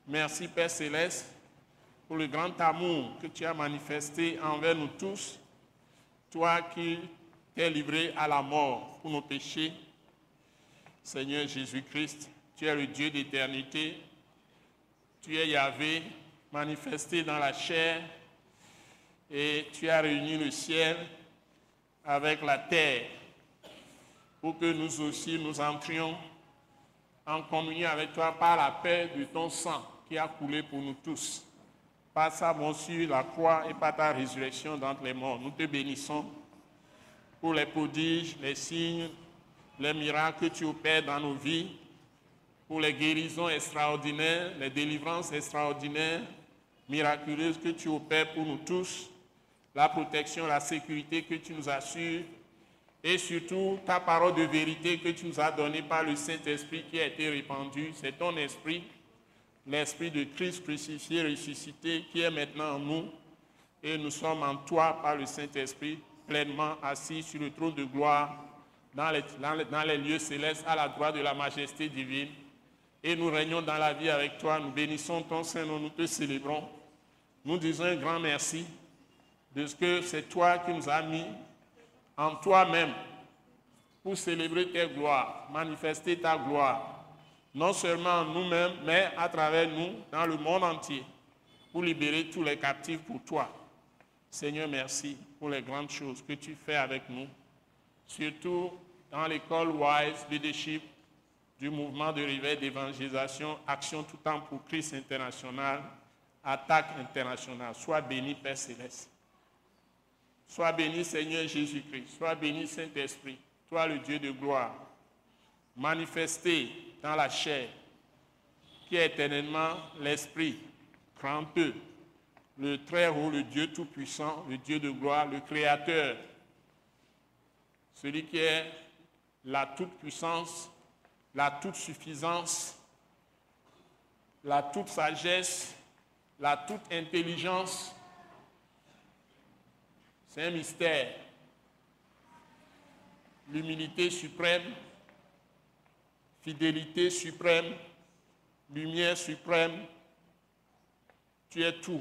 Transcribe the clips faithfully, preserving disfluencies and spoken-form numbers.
Merci Père Céleste pour le grand amour que tu as manifesté envers nous tous, toi qui t'es livré à la mort pour nos péchés. Seigneur Jésus-Christ, tu es le Dieu d'éternité, tu es Yahvé, manifesté dans la chair, et tu as réuni le ciel avec la terre pour que nous aussi nous entrions en communion avec toi par la paix de ton sang qui a coulé pour nous tous. Par sa mort sur la croix et par ta résurrection d'entre les morts, nous te bénissons pour les prodiges, les signes, les miracles que tu opères dans nos vies, pour les guérisons extraordinaires, les délivrances extraordinaires, miraculeuses que tu opères pour nous tous, la protection, la sécurité que tu nous assures, et surtout ta parole de vérité que tu nous as donnée par le Saint-Esprit qui a été répandu. C'est ton esprit, l'esprit de Christ crucifié, ressuscité, qui est maintenant en nous, et nous sommes en toi par le Saint-Esprit, pleinement assis sur le trône de gloire, dans les, dans les, dans les lieux célestes, à la droite de la majesté divine. Et nous régnons dans la vie avec toi, nous bénissons ton Saint-Nom, nous te célébrons. Nous disons un grand merci de ce que c'est toi qui nous as mis en toi-même pour célébrer tes gloires, manifester ta gloire, non seulement en nous-mêmes, mais à travers nous, dans le monde entier, pour libérer tous les captifs pour toi. Seigneur, merci pour les grandes choses que tu fais avec nous, surtout dans l'école Wise Leadership du mouvement de réveil d'évangélisation, Action tout temps pour Christ international, Attaque internationale. Sois béni, Père Céleste. Sois béni, Seigneur Jésus-Christ. Sois béni, Saint-Esprit. Toi, le Dieu de gloire, manifesté dans la chair, qui est éternellement l'Esprit, crampeux, le très haut, le Dieu tout-puissant, le Dieu de gloire, le Créateur, celui qui est la toute-puissance, la toute-suffisance, la toute-sagesse, la toute-intelligence. C'est un mystère. L'humilité suprême, fidélité suprême, lumière suprême. Tu es tout.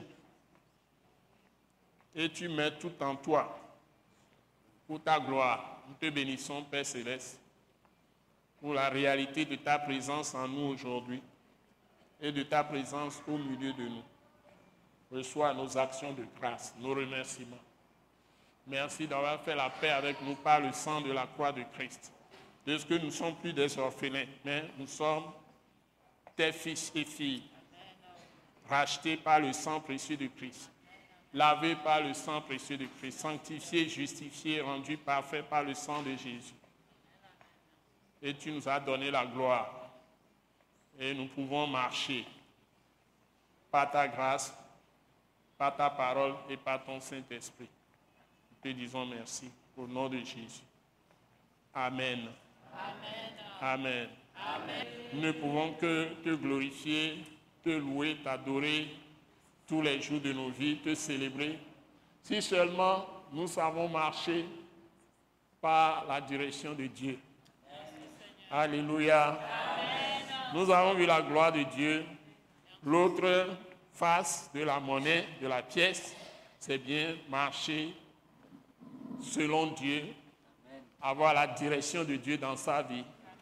Et tu mets tout en toi pour ta gloire. Nous te bénissons, Père Céleste, pour la réalité de ta présence en nous aujourd'hui et de ta présence au milieu de nous. Reçois nos actions de grâce, nos remerciements. Merci d'avoir fait la paix avec nous par le sang de la croix de Christ. De ce que nous ne sommes plus des orphelins, mais nous sommes tes fils et filles, rachetés par le sang précieux de Christ, lavés par le sang précieux de Christ, sanctifiés, justifiés, rendus parfaits par le sang de Jésus. Et tu nous as donné la gloire. Et nous pouvons marcher par ta grâce, par ta parole et par ton Saint-Esprit. Nous te disons merci au nom de Jésus. Amen. Amen. Amen. Amen. Nous ne pouvons que te glorifier, te louer, t'adorer tous les jours de nos vies, te célébrer. Si seulement nous savons marcher par la direction de Dieu. Alléluia. Amen. Nous avons vu la gloire de Dieu. L'autre face de la monnaie, de la pièce, c'est bien marcher selon Dieu, avoir la direction de Dieu dans sa vie,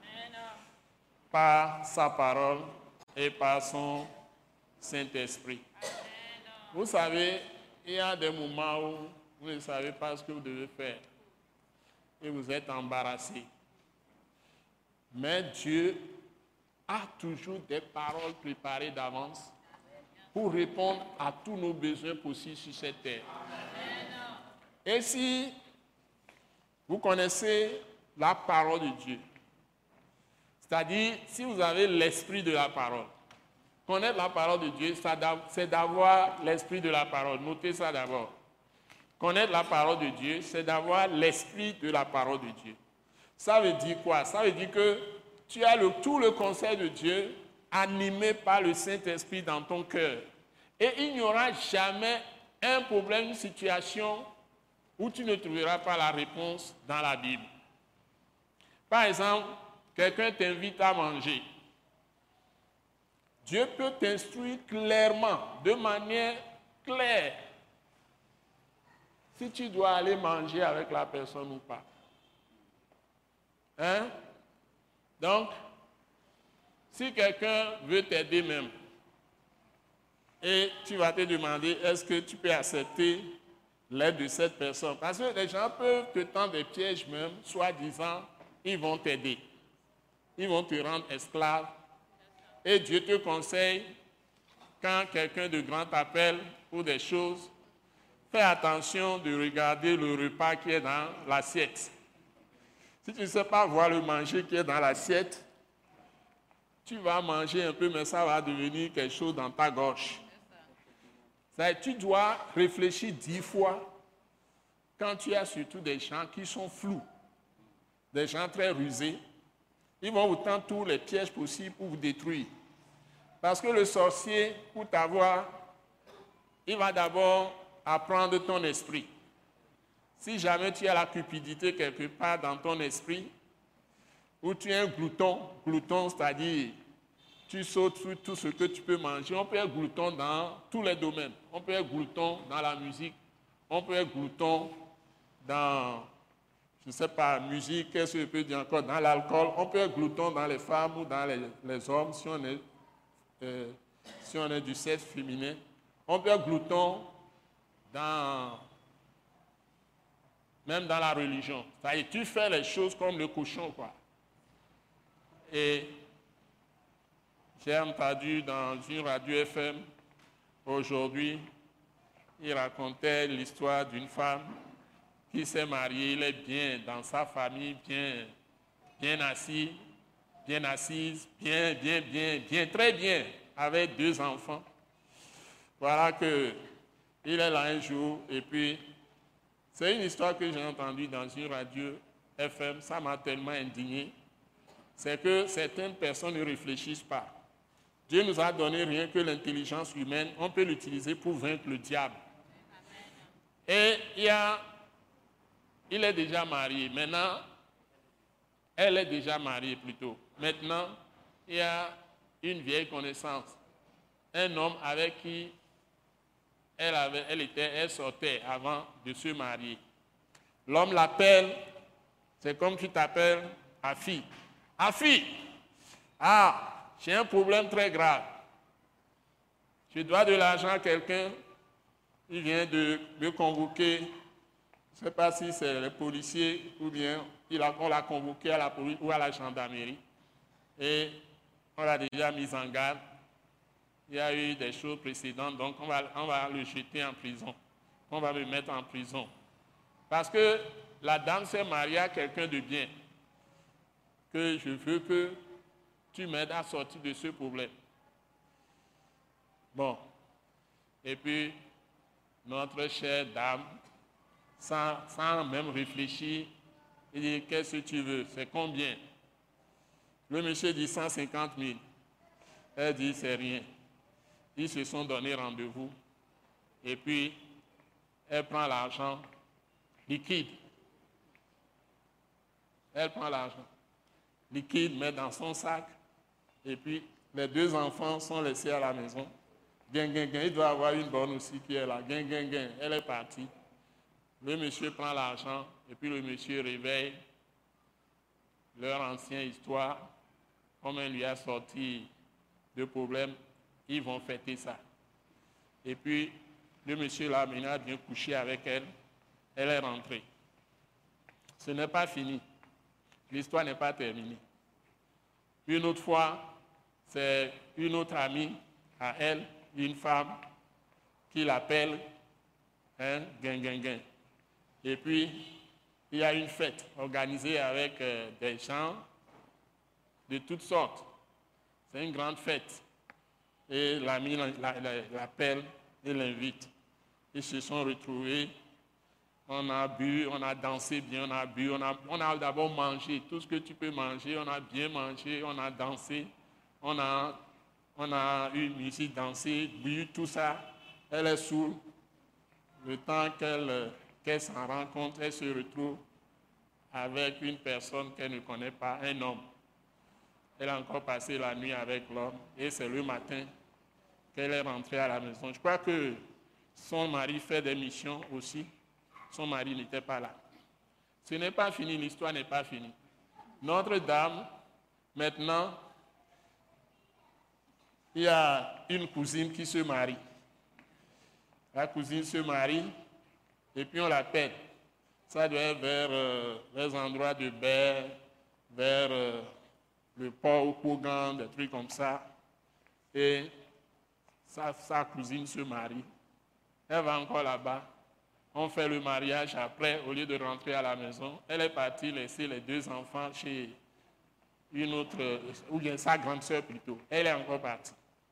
par sa parole et par son Saint-Esprit. Vous savez, il y a des moments où vous ne savez pas ce que vous devez faire et vous êtes embarrassé. Mais Dieu a toujours des paroles préparées d'avance pour répondre à tous nos besoins possibles sur cette terre. Et si vous connaissez la parole de Dieu, c'est-à-dire si vous avez l'esprit de la parole, connaître la parole de Dieu, c'est d'avoir l'esprit de la parole. Notez ça d'abord. Connaître la parole de Dieu, c'est d'avoir l'esprit de la parole de Dieu. Ça veut dire quoi? Ça veut dire que tu as le, tout le conseil de Dieu animé par le Saint-Esprit dans ton cœur. Et il n'y aura jamais un problème, une situation où tu ne trouveras pas la réponse dans la Bible. Par exemple, quelqu'un t'invite à manger. Dieu peut t'instruire clairement, de manière claire, si tu dois aller manger avec la personne ou pas. Hein? Donc, si quelqu'un veut t'aider même, et tu vas te demander, est-ce que tu peux accepter l'aide de cette personne? Parce que les gens peuvent te tendre des pièges même, soi-disant, ils vont t'aider. Ils vont te rendre esclave. Et Dieu te conseille, quand quelqu'un de grand t'appelle pour des choses, fais attention de regarder le repas qui est dans l'assiette. Si tu ne sais pas voir le manger qui est dans l'assiette, tu vas manger un peu, mais ça va devenir quelque chose dans ta gorge. C'est-à-dire, tu dois réfléchir dix fois quand tu as surtout des gens qui sont flous, des gens très rusés. Ils vont vous tendre tous les pièges possibles pour vous détruire. Parce que le sorcier, pour t'avoir, il va d'abord apprendre ton esprit. Si jamais tu as la cupidité quelque part dans ton esprit, ou tu es un glouton, glouton, c'est-à-dire tu sautes sur tout ce que tu peux manger. On peut être glouton dans tous les domaines. On peut être glouton dans la musique. On peut être glouton dans, je ne sais pas, musique, qu'est-ce que je peux dire encore, dans l'alcool. On peut être glouton dans les femmes ou dans les, les hommes, si on, est, euh, si on est du sexe féminin. On peut être glouton dans, même dans la religion. C'est-à-dire, tu fais les choses comme le cochon, quoi. Et j'ai entendu dans une radio F M aujourd'hui, il racontait l'histoire d'une femme qui s'est mariée, elle est bien dans sa famille, bien, bien assise, bien assise, bien, bien, bien, bien, très bien, avec deux enfants. Voilà que il est là un jour, et puis c'est une histoire que j'ai entendue dans une radio F M, ça m'a tellement indigné. C'est que certaines personnes ne réfléchissent pas. Dieu nous a donné rien que l'intelligence humaine, on peut l'utiliser pour vaincre le diable. Et il, y a, il est déjà marié. Maintenant, elle est déjà mariée plutôt. Maintenant, il y a une vieille connaissance. Un homme avec qui elle, avait, elle, était, elle sortait avant de se marier. L'homme l'appelle, c'est comme tu t'appelles Afi. Afi, ah, j'ai un problème très grave. Je dois de l'argent à quelqu'un. Il vient de me convoquer. Je ne sais pas si c'est les policiers ou bien il a, on l'a convoqué à la police ou à la gendarmerie. Et on l'a déjà mis en garde. Il y a eu des choses précédentes, donc on va, on va le jeter en prison. On va le mettre en prison. Parce que la dame s'est mariée à quelqu'un de bien. Que je veux que tu m'aides à sortir de ce problème. Bon. Et puis, notre chère dame, sans, sans même réfléchir, il dit, qu'est-ce que tu veux? C'est combien? Le monsieur dit cent cinquante mille. Elle dit, c'est rien. Ils se sont donné rendez-vous. Et puis, elle prend l'argent liquide. Elle prend l'argent liquide, met dans son sac. Et puis, les deux enfants sont laissés à la maison. Gain, gain, gain. Il doit avoir une bonne aussi qui est là. Gain, gain, gain. Elle est partie. Le monsieur prend l'argent et puis le monsieur réveille leur ancienne histoire. Comme elle lui a sorti de problèmes, ils vont fêter ça. Et puis, le monsieur l'a amené à bien coucher avec elle. Elle est rentrée. Ce n'est pas fini. L'histoire n'est pas terminée. Une autre fois, c'est une autre amie à elle, une femme, qui l'appelle hein, gain, gain, gain. Et puis, il y a une fête organisée avec euh, des gens de toutes sortes. C'est une grande fête. Et l'ami l'appelle et l'invite. Ils se sont retrouvés. On a bu, on a dansé bien, on a bu, on a, on a d'abord mangé tout ce que tu peux manger, on a bien mangé, on a dansé, on a, on a eu musique, dansé, bu, tout ça. Elle est saoule. Le temps qu'elle, qu'elle s'en rend compte, elle se retrouve avec une personne qu'elle ne connaît pas, un homme. Elle a encore passé la nuit avec l'homme et c'est le matin qu'elle est rentrée à la maison. Je crois que son mari fait des missions aussi. Son mari n'était pas là. Ce n'est pas fini, l'histoire n'est pas finie. Notre-Dame, maintenant, il y a une cousine qui se marie. La cousine se marie et puis on l'appelle. Ça doit être vers euh, les endroits de Berre, vers euh, le port au Kogan, des trucs comme ça. Et sa, sa cousine se marie. Elle va encore là-bas. On fait le mariage après, au lieu de rentrer à la maison. Elle est partie laisser les deux enfants chez une autre, ou bien sa grande sœur plutôt. Elle est encore partie.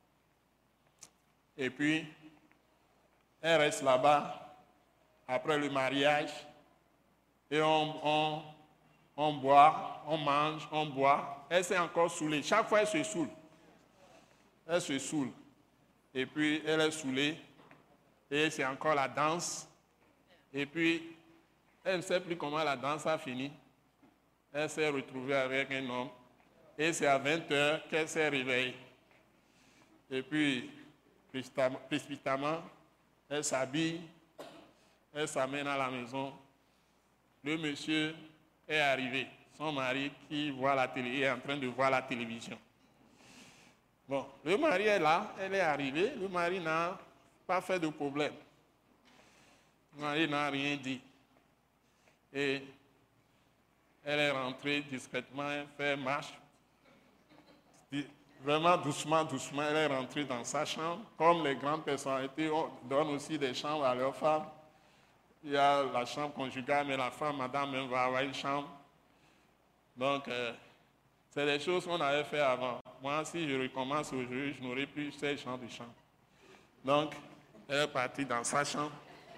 Et puis, elle reste là-bas après le mariage et on, on, on boit, on mange, on boit. Elle s'est encore saoulée. Chaque fois, elle se saoule. Elle se saoule. Et puis, elle est saoulée. Et c'est encore la danse. Et puis, elle ne sait plus comment la danse a fini. Elle s'est retrouvée avec un homme. Et c'est à vingt heures qu'elle s'est réveillée. Et puis, précipitamment, elle s'habille. Elle s'amène à la maison. Le monsieur est arrivé. Son mari qui voit la télé, est en train de voir la télévision. Bon, le mari est là, elle est arrivée. Le mari n'a pas fait de problème. Le mari n'a rien dit. Et elle est rentrée discrètement, elle fait marche. Vraiment doucement, doucement, elle est rentrée dans sa chambre. Comme les grandes personnalités donnent aussi des chambres à leurs femmes. Il y a la chambre conjugale, mais la femme, madame, même va avoir une chambre. Donc, euh, c'est des choses qu'on avait fait avant. Moi, si je recommence aujourd'hui, je n'aurai plus ces genres de chambre. Donc, elle est partie dans sa chambre.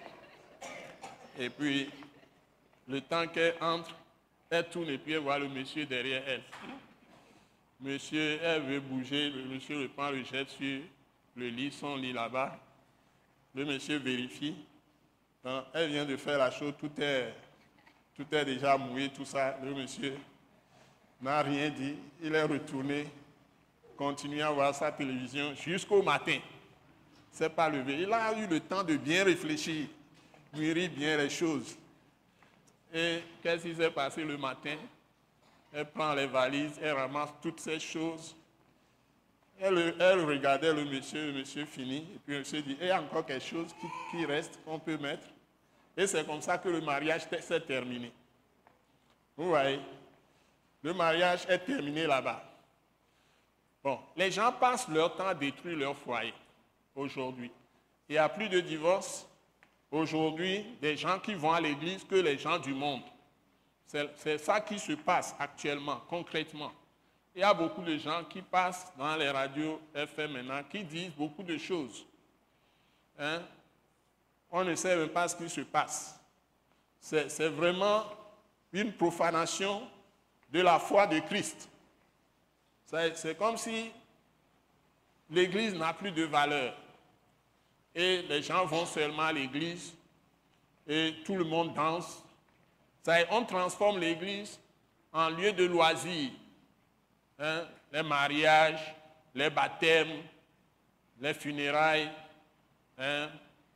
Et puis, le temps qu'elle entre, elle tourne et puis elle voit le monsieur derrière elle. Monsieur, elle veut bouger, le monsieur le prend, le jette sur le lit, son lit là-bas. Le monsieur vérifie. Donc, elle vient de faire la chose, tout est, tout est déjà mouillé, tout ça. Le monsieur n'a rien dit. Il est retourné, continue à voir sa télévision jusqu'au matin. Il ne s'est pas levé. Il a eu le temps de bien réfléchir, mûrir bien les choses. Et qu'est-ce qui s'est passé le matin? Elle prend les valises, elle ramasse toutes ces choses. Elle, elle regardait le monsieur, le monsieur finit, et puis le monsieur dit, il y a encore quelque chose qui, qui reste, qu'on peut mettre. Et c'est comme ça que le mariage s'est terminé. Vous voyez, le mariage est terminé là-bas. Bon, les gens passent leur temps à détruire leur foyer aujourd'hui. Il n'y a plus de divorce. Aujourd'hui, des gens qui vont à l'église que les gens du monde. C'est ça qui se passe actuellement, concrètement. Il y a beaucoup de gens qui passent dans les radios F M maintenant, qui disent beaucoup de choses. Hein? On ne sait même pas ce qui se passe. C'est vraiment une profanation de la foi de Christ. C'est comme si l'Église n'a plus de valeur. Et les gens vont seulement à l'Église et tout le monde danse. On transforme l'Église en lieu de loisirs. Hein? Les mariages, les baptêmes, les funérailles, hein?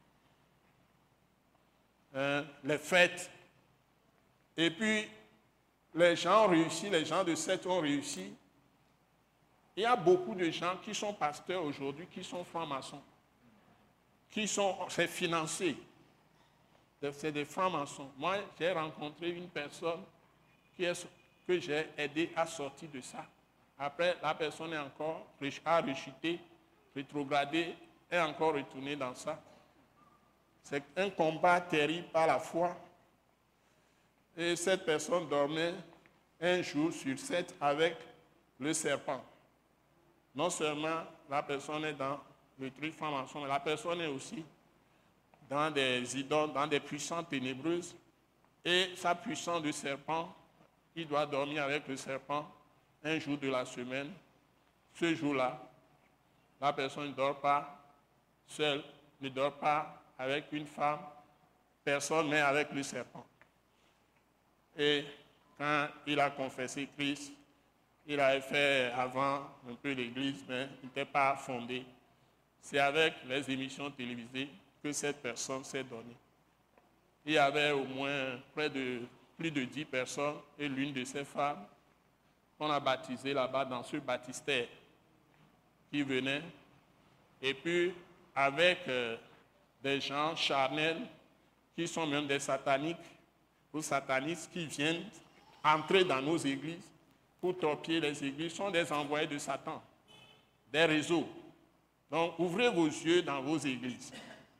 Hein? Les fêtes. Et puis, les gens ont réussi, les gens de secte ont réussi. Il y a beaucoup de gens qui sont pasteurs aujourd'hui, qui sont francs-maçons, qui sont, c'est financé. C'est des francs-maçons. Moi, j'ai rencontré une personne qui est, que j'ai aidé à sortir de ça. Après, la personne est encore a rechuté, rétrogradé, est encore retournée dans ça. C'est un combat terrible par la foi. Et cette personne dormait un jour sur sept avec le serpent. Non seulement la personne est dans le truc franc-maçon, mais la personne est aussi dans des idoles, dans des puissances ténébreuses. Et sa puissance de serpent, il doit dormir avec le serpent un jour de la semaine. Ce jour-là, la personne ne dort pas seule, ne dort pas avec une femme, personne, mais avec le serpent. Et quand il a confessé Christ, il avait fait avant un peu l'église, mais il n'était pas fondé. C'est avec les émissions télévisées que cette personne s'est donnée. Il y avait au moins près de, plus de dix personnes et l'une de ces femmes qu'on a baptisée là-bas dans ce baptistère qui venait. Et puis avec euh, des gens charnels qui sont même des sataniques ou satanistes qui viennent entrer dans nos églises pour torpiller les églises, sont des envoyés de Satan, des réseaux. Donc ouvrez vos yeux dans vos églises.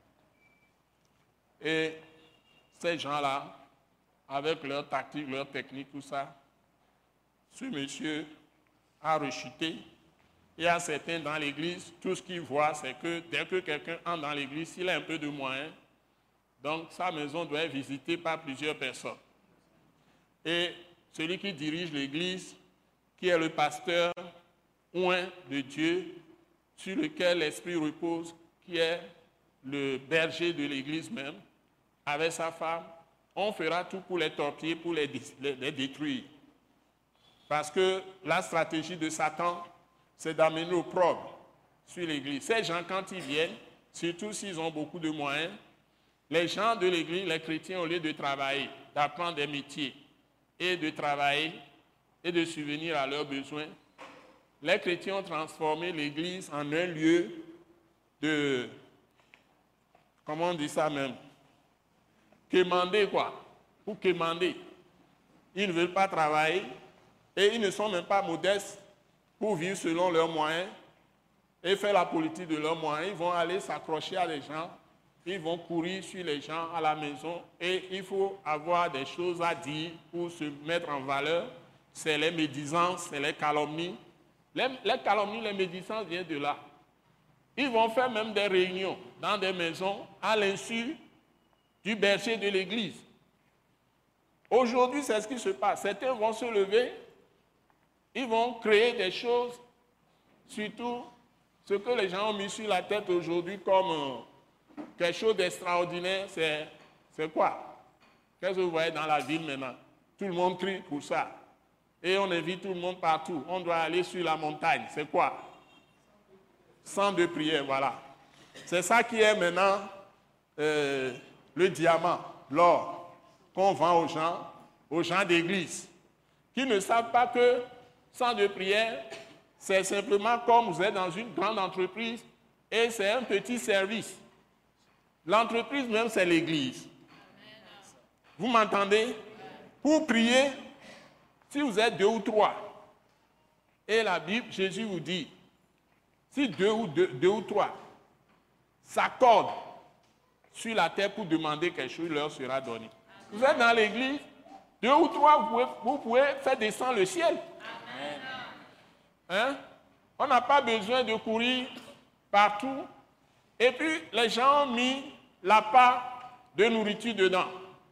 Et ces gens-là, avec leur tactique, leur technique, tout ça, ce monsieur a rechuté. Il y a certains dans l'église, tout ce qu'ils voient, c'est que dès que quelqu'un entre dans l'église, s'il a un peu de moyens, donc sa maison doit être visitée par plusieurs personnes. Et celui qui dirige l'église, qui est le pasteur oint de Dieu, sur lequel l'esprit repose, qui est le berger de l'église même, avec sa femme, on fera tout pour les torpiller, pour les, les, les détruire. Parce que la stratégie de Satan, c'est d'amener l'opprobre sur l'église. Ces gens, quand ils viennent, surtout s'ils ont beaucoup de moyens, les gens de l'église, les chrétiens, au lieu de travailler, d'apprendre des métiers et de travailler et de subvenir à leurs besoins, les chrétiens ont transformé l'église en un lieu de, comment on dit ça même, quémander quoi, pour quémander. Ils ne veulent pas travailler et ils ne sont même pas modestes pour vivre selon leurs moyens et faire la politique de leurs moyens. Ils vont aller s'accrocher à des gens, ils vont courir sur les gens à la maison et il faut avoir des choses à dire pour se mettre en valeur. C'est les médisances, c'est les calomnies. Les, les calomnies, les médisances viennent de là. Ils vont faire même des réunions dans des maisons à l'insu du berger de l'église. Aujourd'hui, c'est ce qui se passe. Certains vont se lever, ils vont créer des choses, surtout ce que les gens ont mis sur la tête aujourd'hui comme euh, quelque chose d'extraordinaire, c'est, c'est quoi? Qu'est-ce que vous voyez dans la ville maintenant? Tout le monde crie pour ça. Et on invite tout le monde partout. On doit aller sur la montagne. C'est quoi? Centre de prière, voilà. C'est ça qui est maintenant euh, le diamant, l'or, qu'on vend aux gens, aux gens d'église, qui ne savent pas que centre de prière, c'est simplement comme vous êtes dans une grande entreprise et c'est un petit service. L'entreprise même, c'est l'église. Vous m'entendez? Pour prier, si vous êtes deux ou trois, et la Bible, Jésus vous dit, si deux ou, deux, deux ou trois s'accordent sur la terre pour demander quelque chose, leur sera donné. Vous êtes dans l'église, deux ou trois, vous pouvez, vous pouvez faire descendre le ciel. Hein? On n'a pas besoin de courir partout. Et puis, les gens ont mis la part de nourriture dedans.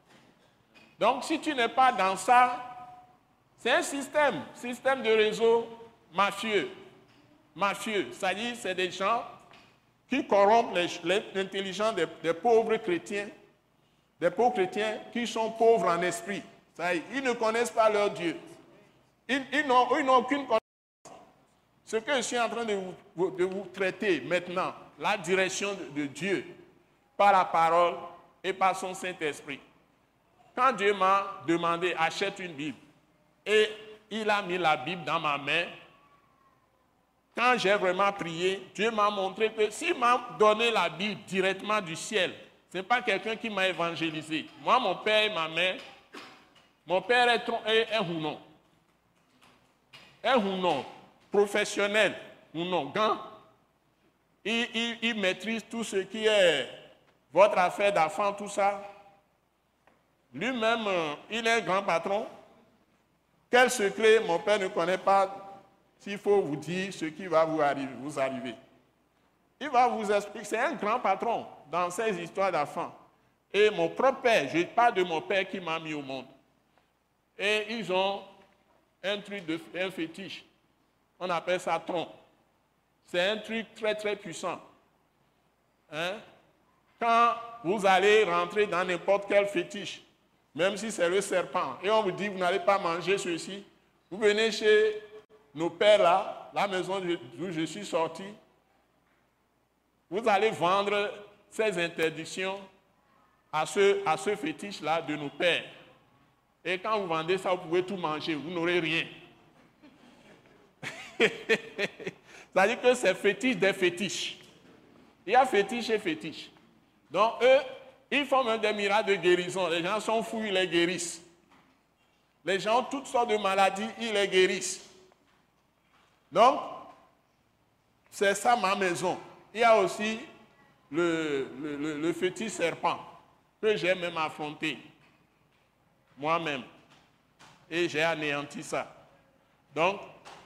Donc, si tu n'es pas dans ça, c'est un système, système de réseau mafieux. Mafieux, c'est-à-dire c'est des gens qui corrompent l'intelligence des, des pauvres chrétiens, des pauvres chrétiens qui sont pauvres en esprit. C'est-à-dire, ils ne connaissent pas leur Dieu. Ils, ils n'ont aucune connaissance. Ce que je suis en train de vous, de vous traiter maintenant, la direction de, de Dieu, par la parole et par son Saint-Esprit. Quand Dieu m'a demandé, achète une Bible, et il a mis la Bible dans ma main, quand j'ai vraiment prié, Dieu m'a montré que s'il m'a donné la Bible directement du ciel, ce n'est pas quelqu'un qui m'a évangélisé. Moi, mon père et ma mère, mon père est, est un Hounon. Un Hounon professionnel, Hounon, gant. Il, il, il maîtrise tout ce qui est votre affaire d'enfant, tout ça. Lui-même, il est un grand patron. Quel secret mon père ne connaît pas s'il faut vous dire ce qui va vous arriver, vous arriver. Il va vous expliquer, c'est un grand patron dans ces histoires d'enfants. Et mon propre père, je parle de mon père qui m'a mis au monde. Et ils ont un truc, de, un fétiche. On appelle ça tronc. C'est un truc très très puissant. Hein? Quand vous allez rentrer dans n'importe quel fétiche, même si c'est le serpent, et on vous dit vous n'allez pas manger ceci, vous venez chez nos pères là, la maison d'où je suis sorti, vous allez vendre ces interdictions à ce, à ce fétiche-là de nos pères. Et quand vous vendez ça, vous pouvez tout manger, vous n'aurez rien. C'est-à-dire que c'est fétiche des fétiches. Il y a fétiche et fétiche. Donc eux, ils font même des miracles de guérison. Les gens sont fous, ils les guérissent. Les gens ont toutes sortes de maladies, ils les guérissent. Donc, c'est ça ma maison. Il y a aussi le, le, le, le fétiche serpent que j'ai même affronté moi-même. Et j'ai anéanti ça. Donc,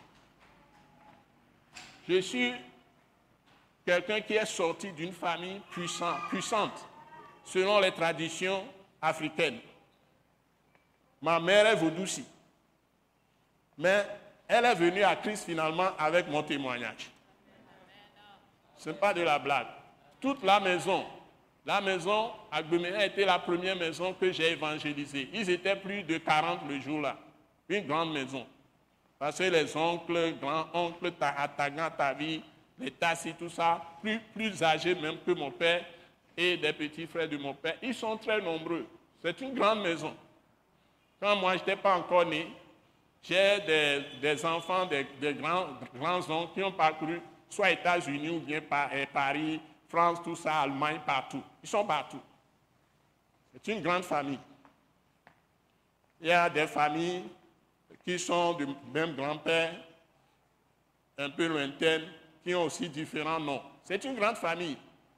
je suis quelqu'un qui est sorti d'une famille puissante, puissante, selon les traditions africaines. Ma mère est vaudoucie. Mais elle est venue à Christ finalement avec mon témoignage. Ce n'est pas de la blague. Toute la maison, la maison à Gbeméa a été la première maison que j'ai évangélisée. Ils étaient plus de quarante le jour-là. Une grande maison. Parce que les oncles, grands-oncles, Atagan, Tavi, les Tassi, tout ça, plus, plus âgés même que mon père et des petits frères de mon père, ils sont très nombreux. C'est une grande maison. Quand moi, je n'étais pas encore né, j'ai des, des enfants, des, des grands, grands-oncles qui ont parcouru soit États-Unis ou bien Paris, France, tout ça, Allemagne, partout. Ils sont partout. C'est une grande famille. Il y a des familles qui sont du même grand-père, un peu lointaines, qui ont aussi différents noms. C'est une grande famille.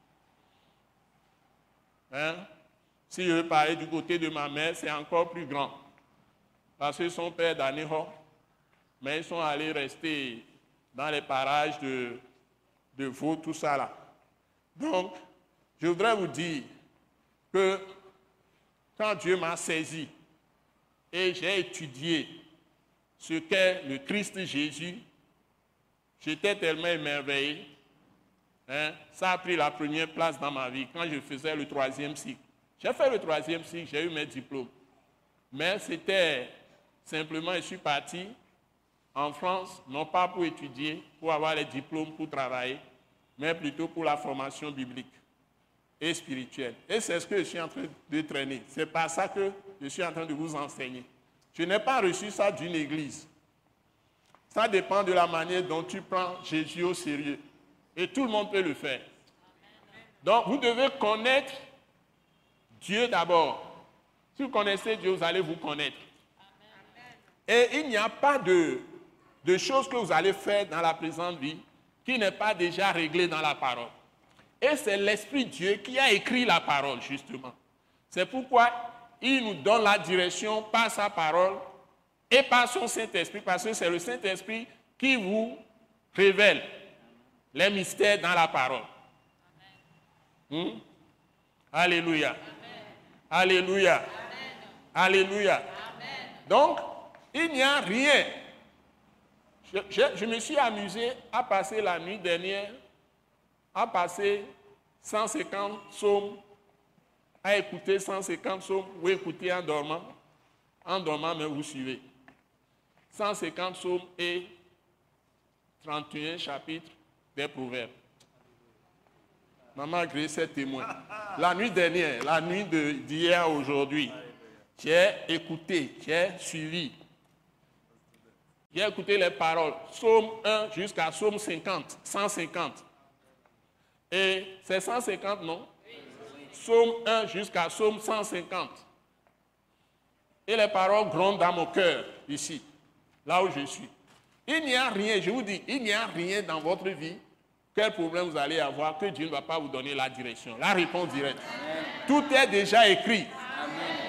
Hein? Si je veux parler du côté de ma mère, c'est encore plus grand. Parce que son père d'Aného, mais ils sont allés rester dans les parages de, de Vaud, tout ça là. Donc, je voudrais vous dire que quand Dieu m'a saisi et j'ai étudié ce qu'est le Christ Jésus, j'étais tellement émerveillé. Hein, ça a pris la première place dans ma vie quand je faisais le troisième cycle. J'ai fait le troisième cycle, j'ai eu mes diplômes. Mais c'était simplement, je suis parti en France, non pas pour étudier, pour avoir les diplômes, pour travailler, mais plutôt pour la formation biblique et spirituelle. Et c'est ce que je suis en train de traîner. C'est par ça que je suis en train de vous enseigner. Je n'ai pas reçu ça d'une église. Ça dépend de la manière dont tu prends Jésus au sérieux. Et tout le monde peut le faire. Donc, vous devez connaître Dieu d'abord. Si vous connaissez Dieu, vous allez vous connaître. Et il n'y a pas de, de choses que vous allez faire dans la présente vie qui n'est pas déjà réglée dans la parole. Et c'est l'Esprit de Dieu qui a écrit la parole, justement. C'est pourquoi il nous donne la direction par sa parole et par son Saint-Esprit, parce que c'est le Saint-Esprit qui vous révèle les mystères dans la parole. Hmm? Alléluia. Amen. Alléluia. Amen. Alléluia. Amen. Donc, il n'y a rien. Je, je, je me suis amusé à passer la nuit dernière, à passer cent cinquante psaumes, à écouter cent cinquante psaumes, ou écouter en dormant. En dormant, mais vous suivez. cent cinquante psaumes et trente et un chapitres des Proverbes. Maman Grace est témoin. La nuit dernière, la nuit d'hier à aujourd'hui, j'ai écouté, j'ai suivi. J'ai écouté les paroles. Psaume un jusqu'à Psaume cinquante, cent cinquante. Et c'est cent cinquante, non? Psaume un jusqu'à Psaume cent cinquante. Et les paroles grondent dans mon cœur, ici, là où je suis. Il n'y a rien, je vous dis, il n'y a rien dans votre vie, quel problème vous allez avoir, que Dieu ne va pas vous donner la direction, la réponse directe. Amen. Tout est déjà écrit. Amen.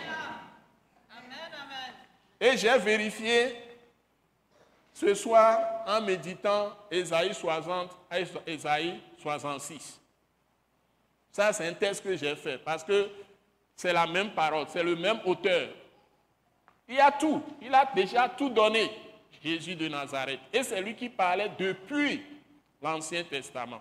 Et j'ai vérifié ce soir en méditant Ésaïe soixante à Ésaïe soixante-six. Ça, c'est un test que j'ai fait, parce que c'est la même parole, c'est le même auteur. Il y a tout, il a déjà tout donné. Jésus de Nazareth. Et c'est lui qui parlait depuis l'Ancien Testament.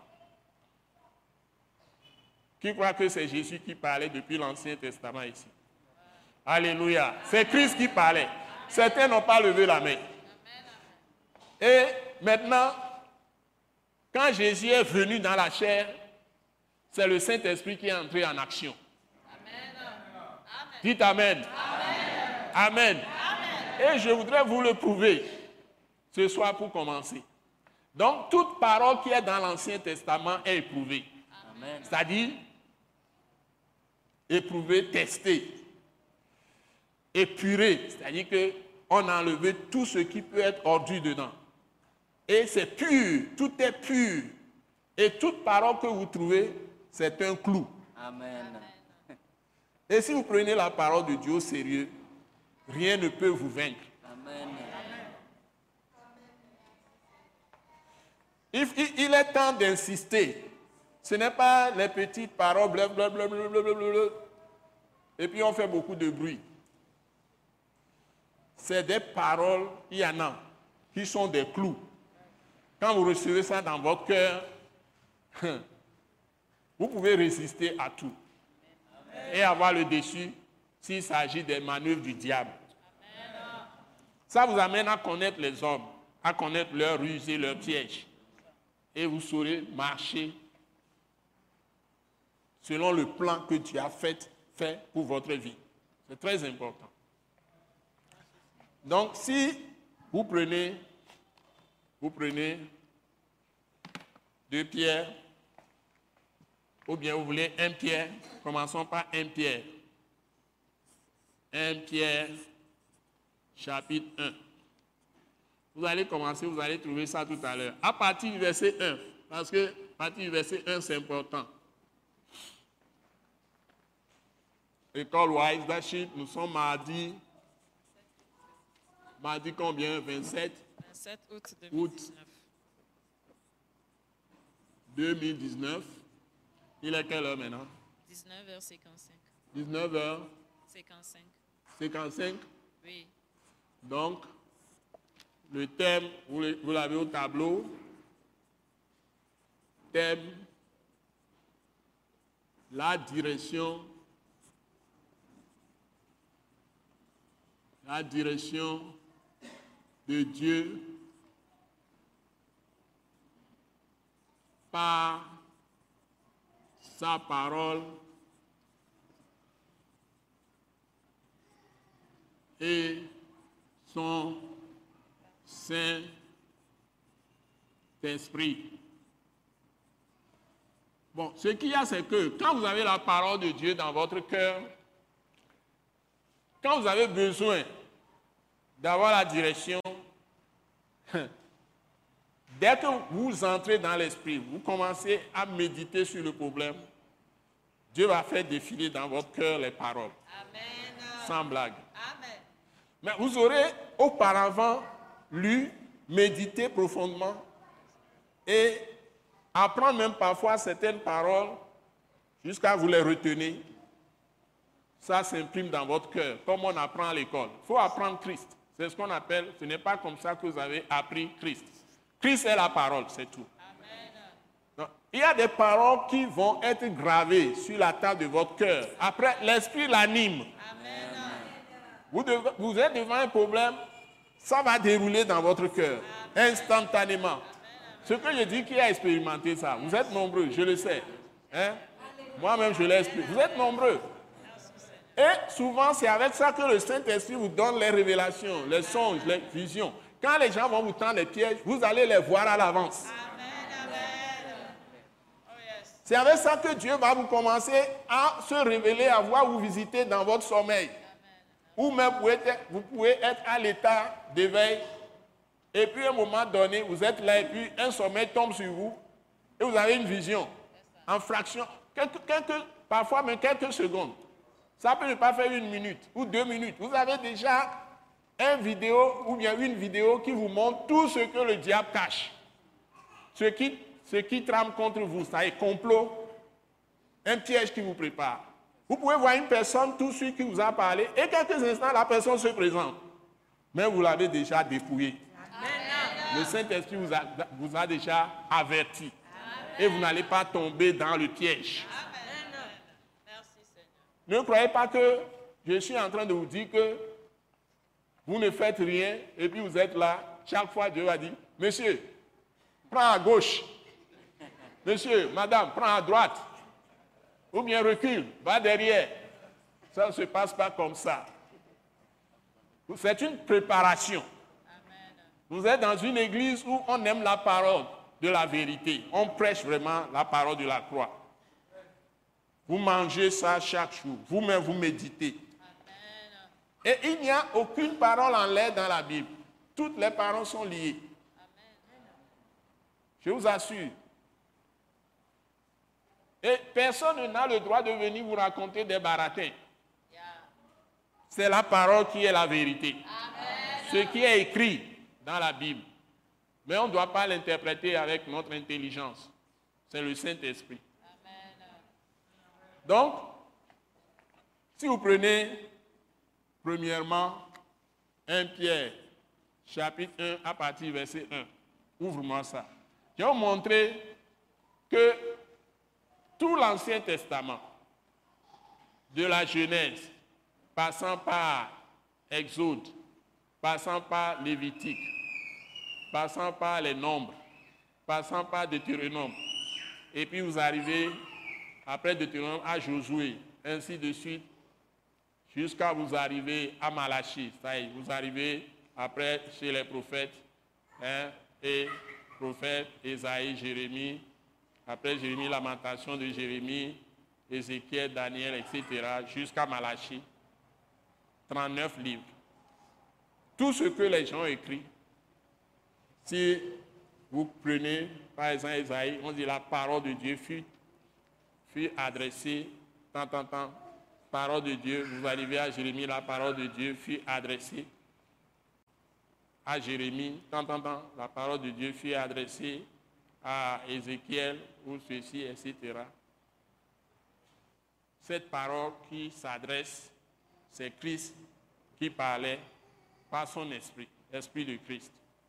Qui croit que c'est Jésus qui parlait depuis l'Ancien Testament ici? Alléluia. C'est Christ qui parlait. Certains n'ont pas levé la main. Et maintenant, quand Jésus est venu dans la chair, c'est le Saint-Esprit qui est entré en action. Amen. Dites Amen. Amen. Amen. Amen. Et je voudrais vous le prouver ce soir pour commencer. Donc, toute parole qui est dans l'Ancien Testament est éprouvée. Amen. C'est-à-dire, éprouvée, testée, épurée. C'est-à-dire qu'on a enlevé tout ce qui peut être ordure dedans. Et c'est pur, tout est pur. Et toute parole que vous trouvez, c'est un clou. Amen. Et si vous prenez la parole de Dieu au sérieux, rien ne peut vous vaincre. Amen. Il, il, il est temps d'insister. Ce n'est pas les petites paroles, blablabla, et puis on fait beaucoup de bruit. C'est des paroles, il y en a, qui sont des clous. Quand vous recevez ça dans votre cœur, vous pouvez résister à tout. Amen. Et avoir le dessus s'il s'agit des manœuvres du diable. Amen. Ça vous amène à connaître les hommes, à connaître leurs ruses et leurs pièges. Et vous saurez marcher selon le plan que Dieu a fait, fait pour votre vie. C'est très important. Donc, si vous prenez, vous prenez deux pierres, ou bien vous voulez un Pierre, commençons par un Pierre. un Pierre, chapitre un. Vous allez commencer, vous allez trouver ça tout à l'heure. À partir du verset un, parce que à partir du verset un, c'est important. École Wise Leadership, nous sommes mardi. Mardi combien? vingt-sept? vingt-sept août deux mille dix-neuf. deux mille dix-neuf. Il est quelle heure maintenant? dix-neuf heures cinquante-cinq. dix-neuf heures cinquante-cinq. cinquante-cinq? Oui. Donc, le thème, vous l'avez au tableau. Thème, la direction, la direction de Dieu par sa parole et son Saint-Esprit. Bon, ce qu'il y a, c'est que quand vous avez la parole de Dieu dans votre cœur, quand vous avez besoin d'avoir la direction, dès que vous entrez dans l'esprit, vous commencez à méditer sur le problème, Dieu va faire défiler dans votre cœur les paroles. Amen. Sans blague. Amen. Mais vous aurez auparavant lu, médité profondément et apprendre même parfois certaines paroles jusqu'à vous les retenir. Ça s'imprime dans votre cœur, comme on apprend à l'école. Il faut apprendre Christ. C'est ce qu'on appelle, ce n'est pas comme ça que vous avez appris Christ. Christ est la parole, c'est tout. Amen. Donc, il y a des paroles qui vont être gravées sur la table de votre cœur. Après, l'esprit l'anime. Vous, devez, vous êtes devant un problème, ça va dérouler dans votre cœur, instantanément. Amen. Ce que je dis, qui a expérimenté ça? Vous êtes nombreux, je le sais. Hein? Moi-même, je l'ai expérimenté. Vous êtes nombreux. Et souvent, c'est avec ça que le Saint-Esprit vous donne les révélations, les songes, les visions. Quand les gens vont vous tendre les pièges, vous allez les voir à l'avance. C'est avec ça que Dieu va vous commencer à se révéler, à voir vous visiter dans votre sommeil. Ou même vous, êtes, vous pouvez être à l'état d'éveil, et puis à un moment donné, vous êtes là, et puis un sommeil tombe sur vous, et vous avez une vision, en fraction, quelques, quelques, parfois même quelques secondes. Ça peut ne pas faire une minute ou deux minutes. Vous avez déjà une vidéo ou bien une vidéo qui vous montre tout ce que le diable cache. Ce qui, ce qui trame contre vous, ça est complot, un piège qui vous prépare. Vous pouvez voir une personne tout de suite qui vous a parlé et quelques instants, la personne se présente. Mais vous l'avez déjà dépouillé. Amen. Le Saint-Esprit vous a, vous a déjà averti. Amen. Et vous n'allez pas tomber dans le piège. Amen. Ne croyez pas que je suis en train de vous dire que vous ne faites rien et puis vous êtes là. Chaque fois, Dieu va dire, Monsieur, prends à gauche. Monsieur, madame, prends à droite. Ou bien recule, va derrière. Ça ne se passe pas comme ça. C'est une préparation. Vous êtes dans une église où on aime la parole de la vérité. On prêche vraiment la parole de la croix. Vous mangez ça chaque jour. Vous-même, vous méditez. Et il n'y a aucune parole en l'air dans la Bible. Toutes les paroles sont liées. Je vous assure. Et personne n'a le droit de venir vous raconter des baratins. C'est la parole qui est la vérité. Amen. Ce qui est écrit dans la Bible. Mais on ne doit pas l'interpréter avec notre intelligence. C'est le Saint-Esprit. Donc, si vous prenez premièrement un Pierre, chapitre un, à partir du verset un, ouvre-moi ça. Je vais vous montrer que tout l'Ancien Testament, de la Genèse, passant par Exode, passant par Lévitique, passant par les Nombres, passant par Deutéronome, et puis vous arrivez après Deutéronome à Josué, ainsi de suite, jusqu'à vous arriver à Malachie. Ça y est, vous arrivez après chez les prophètes, hein, et prophètes, Ésaïe, Jérémie, après Jérémie, Lamentation de Jérémie, Ézéchiel, Daniel, et cetera, jusqu'à Malachie. trente-neuf livres. Tout ce que les gens ont écrit, si vous prenez, par exemple, Ésaïe, on dit la parole de Dieu fut, fut adressée, tant, tant, tant, parole de Dieu, vous arrivez à Jérémie, la parole de Dieu fut adressée à Jérémie, tant, tant, tant, la parole de Dieu fut adressée à Ézéchiel, ou ceci, et cetera. Cette parole qui s'adresse, c'est Christ qui parlait par son esprit, l'esprit de Christ.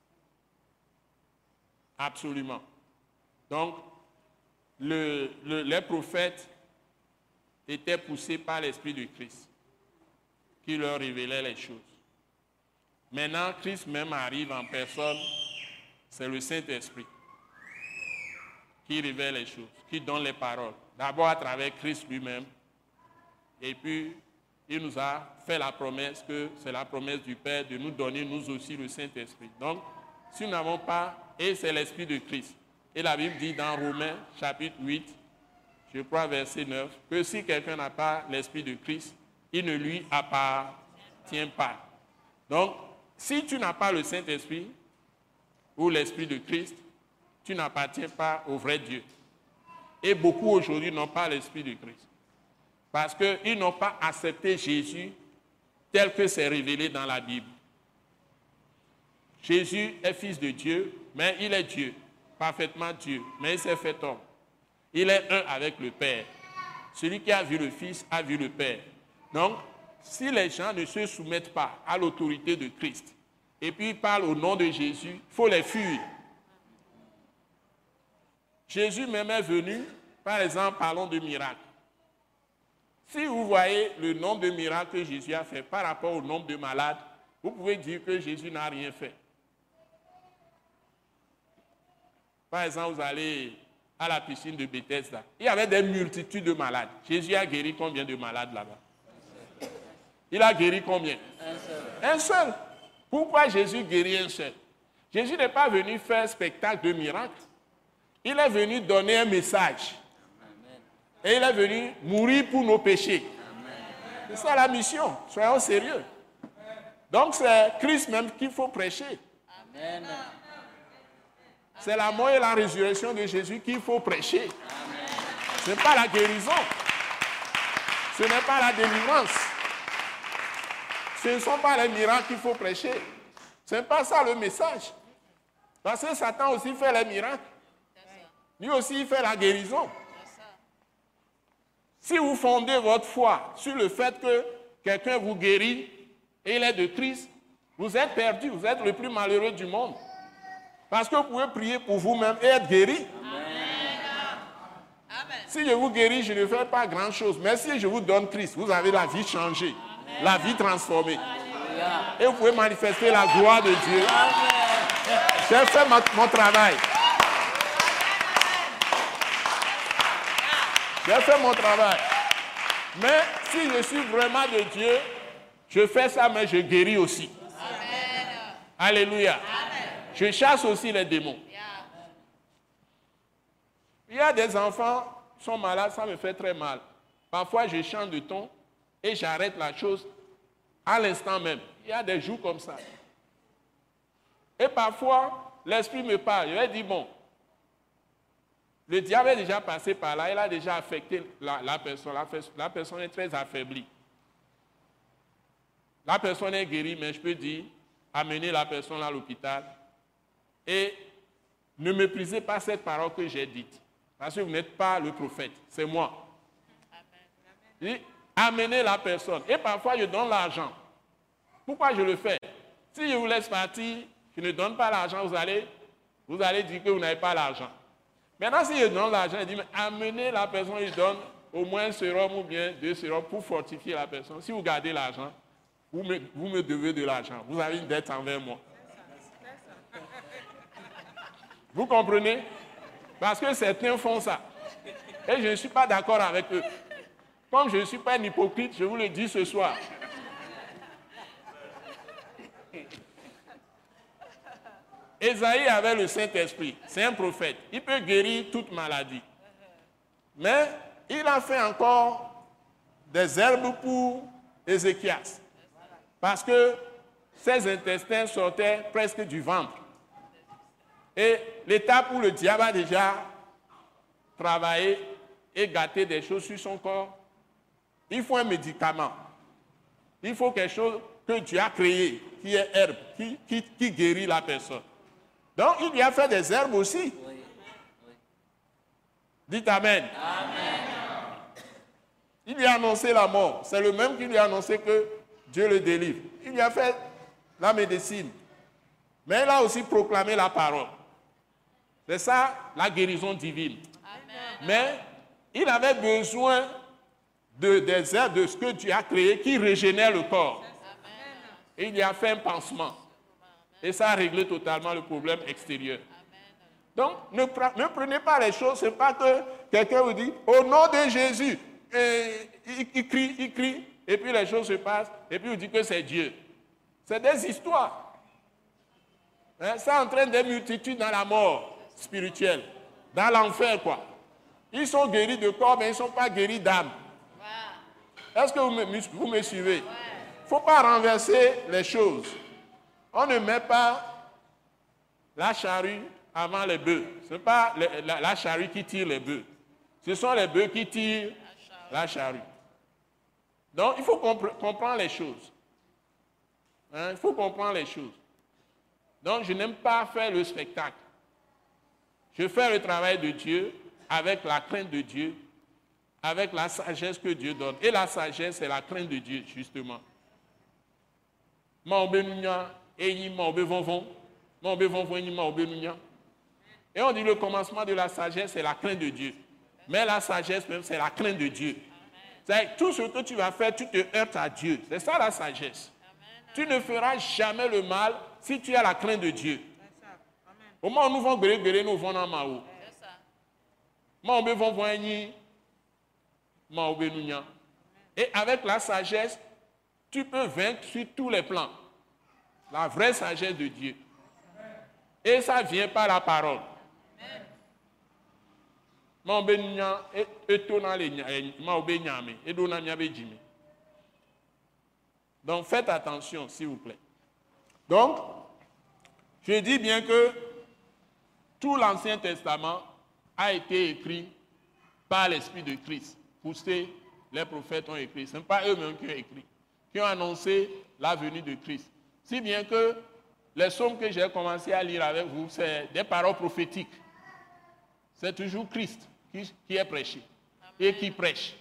Absolument. Donc, le, le, les prophètes étaient poussés par l'esprit de Christ, qui leur révélait les choses. Maintenant, Christ même arrive en personne, c'est le Saint-Esprit qui révèle les choses, qui donne les paroles. D'abord à travers Christ lui-même, et puis il nous a fait la promesse que c'est la promesse du Père de nous donner nous aussi le Saint-Esprit. Donc, si nous n'avons pas, et c'est l'Esprit de Christ. Et la Bible dit dans Romains chapitre huit, je crois verset neuf, que si quelqu'un n'a pas l'Esprit de Christ, il ne lui appartient pas. Donc, si tu n'as pas le Saint-Esprit ou l'Esprit de Christ, tu n'appartiens pas au vrai Dieu. Et beaucoup aujourd'hui n'ont pas l'Esprit de Christ. Parce qu'ils n'ont pas accepté Jésus tel que c'est révélé dans la Bible. Jésus est fils de Dieu, mais il est Dieu, parfaitement Dieu, mais il s'est fait homme. Il est un avec le Père. Celui qui a vu le Fils a vu le Père. Donc, si les gens ne se soumettent pas à l'autorité de Christ, et puis ils parlent au nom de Jésus, il faut les fuir. Jésus même est venu, par exemple, parlons de miracles. Si vous voyez le nombre de miracles que Jésus a fait par rapport au nombre de malades, vous pouvez dire que Jésus n'a rien fait. Par exemple, vous allez à la piscine de Bethesda. Il y avait des multitudes de malades. Jésus a guéri combien de malades là-bas? Il a guéri combien? Un seul. Un seul. Pourquoi Jésus guérit un seul? Jésus n'est pas venu faire spectacle de miracles. Il est venu donner un message. Et il est venu mourir pour nos péchés. C'est ça la mission. Soyons sérieux. Donc c'est Christ même qu'il faut prêcher. Amen. C'est la mort et la résurrection de Jésus qu'il faut prêcher. Ce n'est pas la guérison. Ce n'est pas la délivrance. Ce ne sont pas les miracles qu'il faut prêcher. Ce n'est pas ça le message. Parce que Satan aussi fait les miracles. Lui aussi il fait la guérison. Si vous fondez votre foi sur le fait que quelqu'un vous guérit et il est de Christ, vous êtes perdu, vous êtes le plus malheureux du monde. Parce que vous pouvez prier pour vous-même et être guéri. Amen. Si je vous guéris, je ne fais pas grand-chose. Mais si je vous donne Christ, vous avez la vie changée, Amen. La vie transformée. Amen. Et vous pouvez manifester la gloire de Dieu. Amen. J'ai fait ma, mon travail. J'ai fait mon travail. Mais si je suis vraiment de Dieu, je fais ça, mais je guéris aussi. Amen. Alléluia. Amen. Je chasse aussi les démons. Yeah. Il y a des enfants qui sont malades, ça me fait très mal. Parfois, je change de ton et j'arrête la chose à l'instant même. Il y a des jours comme ça. Et parfois, l'esprit me parle. Je vais dire, bon, le diable est déjà passé par là, il a déjà affecté la, la personne. La, la personne est très affaiblie. La personne est guérie, mais je peux dire, amenez la personne à l'hôpital et ne méprisez pas cette parole que j'ai dite. Parce que vous n'êtes pas le prophète, c'est moi. Amen. Amenez la personne. Et parfois, je donne l'argent. Pourquoi je le fais? Si je vous laisse partir, je ne donne pas l'argent, vous allez, vous allez dire que vous n'avez pas l'argent. Maintenant, si je donne l'argent, je dis, mais amenez la personne, je donne au moins un sérum ou bien deux sérums pour fortifier la personne. Si vous gardez l'argent, vous me, vous me devez de l'argent. Vous avez une dette envers moi. Vous comprenez? Parce que certains font ça. Et je ne suis pas d'accord avec eux. Comme je ne suis pas un hypocrite, je vous le dis ce soir. Ésaïe avait le Saint-Esprit. C'est un prophète. Il peut guérir toute maladie. Mais il a fait encore des herbes pour Ézéchias. Parce que ses intestins sortaient presque du ventre. Et l'étape où le diable a déjà travaillé et gâté des choses sur son corps, il faut un médicament. Il faut quelque chose que Dieu a créé, qui est herbe, qui, qui, qui guérit la personne. Donc, il lui a fait des herbes aussi. Oui, oui. Dites Amen. Amen. Il lui a annoncé la mort. C'est le même qui lui a annoncé que Dieu le délivre. Il lui a fait la médecine. Mais il a aussi proclamé la parole. C'est ça, la guérison divine. Amen. Mais il avait besoin de, des herbes, de ce que Dieu a créé, qui régénère le corps. Amen. Et il y a fait un pansement. Et ça a réglé totalement le problème extérieur. Amen. Donc, ne, ne prenez pas les choses, ce n'est pas que quelqu'un vous dit, au nom de Jésus, et, il, il crie, il crie, et puis les choses se passent, et puis vous dites que c'est Dieu. C'est des histoires. Hein, ça entraîne des multitudes dans la mort spirituelle, dans l'enfer, quoi. Ils sont guéris de corps, mais ils ne sont pas guéris d'âme. Wow. Est-ce que vous me, vous me suivez? Il ouais. ne faut pas renverser les choses. On ne met pas la charrue avant les bœufs. Ce n'est pas la, la, la charrue qui tire les bœufs. Ce sont les bœufs qui tirent la charrue. Donc, il faut compre- comprendre les choses. Hein, il faut comprendre les choses. Donc, je n'aime pas faire le spectacle. Je fais le travail de Dieu avec la crainte de Dieu, avec la sagesse que Dieu donne. Et la sagesse, c'est la crainte de Dieu, justement. Et on dit le commencement de la sagesse, c'est la crainte de Dieu. Mais la sagesse, même, c'est la crainte de Dieu. C'est tout ce que tu vas faire, tu te heurtes à Dieu. C'est ça la sagesse. Tu ne feras jamais le mal si tu as la crainte de Dieu. Au moment où nous vont guérir, nous vont dans Mao. Et avec la sagesse, tu peux vaincre sur tous les plans. La vraie sagesse de Dieu. Et ça vient par la parole. Donc faites attention, s'il vous plaît. Donc, je dis bien que tout l'Ancien Testament a été écrit par l'Esprit de Christ. Poussé, les prophètes ont écrit. Ce n'est pas eux-mêmes qui ont écrit, qui ont annoncé la venue de Christ. Si bien que les psaumes que j'ai commencé à lire avec vous, c'est des paroles prophétiques. C'est toujours Christ qui, qui est prêché. Amen. Et qui prêche.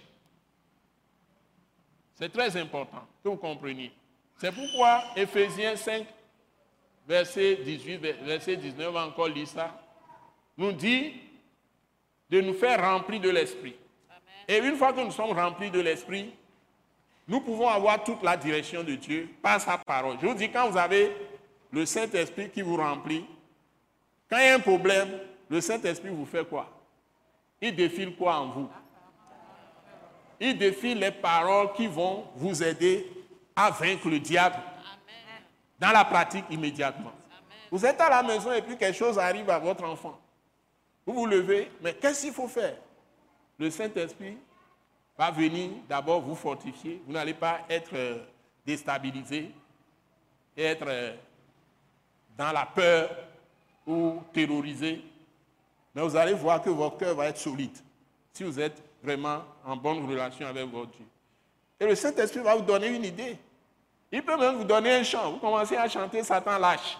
C'est très important que vous compreniez. C'est pourquoi Éphésiens cinq, verset dix-huit, verset dix-neuf, on va encore lire ça, nous dit de nous faire remplir de l'Esprit. Amen. Et une fois que nous sommes remplis de l'Esprit, nous pouvons avoir toute la direction de Dieu par sa parole. Je vous dis, quand vous avez le Saint-Esprit qui vous remplit, Quand il y a un problème, le Saint-Esprit vous fait quoi? Il défile quoi en vous? Il défile les paroles qui vont vous aider à vaincre le diable. Amen. Dans la pratique immédiatement. Amen. Vous êtes à la maison et puis quelque chose arrive à votre enfant. Vous vous levez, mais qu'est-ce qu'il faut faire? Le Saint-Esprit va venir d'abord vous fortifier. Vous n'allez pas être euh, déstabilisé et être euh, dans la peur ou terrorisé. Mais vous allez voir que votre cœur va être solide si vous êtes vraiment en bonne relation avec votre Dieu. Et le Saint-Esprit va vous donner une idée. Il peut même vous donner un chant. Vous commencez à chanter, Satan lâche.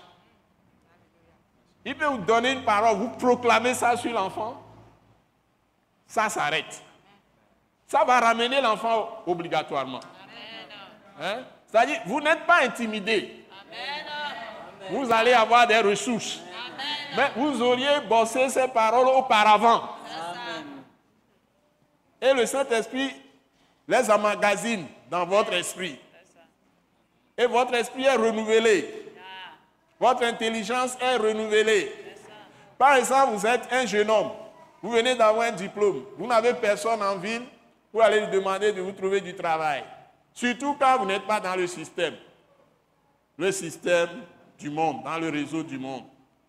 Il peut vous donner une parole, vous proclamez ça sur l'enfant. Ça s'arrête. Ça va ramener l'enfant obligatoirement. Hein? C'est-à-dire, vous n'êtes pas intimidé. Amen. Vous allez avoir des ressources. Amen. Mais vous auriez bossé ces paroles auparavant. Amen. Et le Saint-Esprit les emmagasine dans votre esprit. Et votre esprit est renouvelé. Votre intelligence est renouvelée. Par exemple, vous êtes un jeune homme. Vous venez d'avoir un diplôme. Vous n'avez personne en ville. Vous allez lui demander de vous trouver du travail. Surtout quand vous n'êtes pas dans le système. Le système du monde, dans le réseau du monde.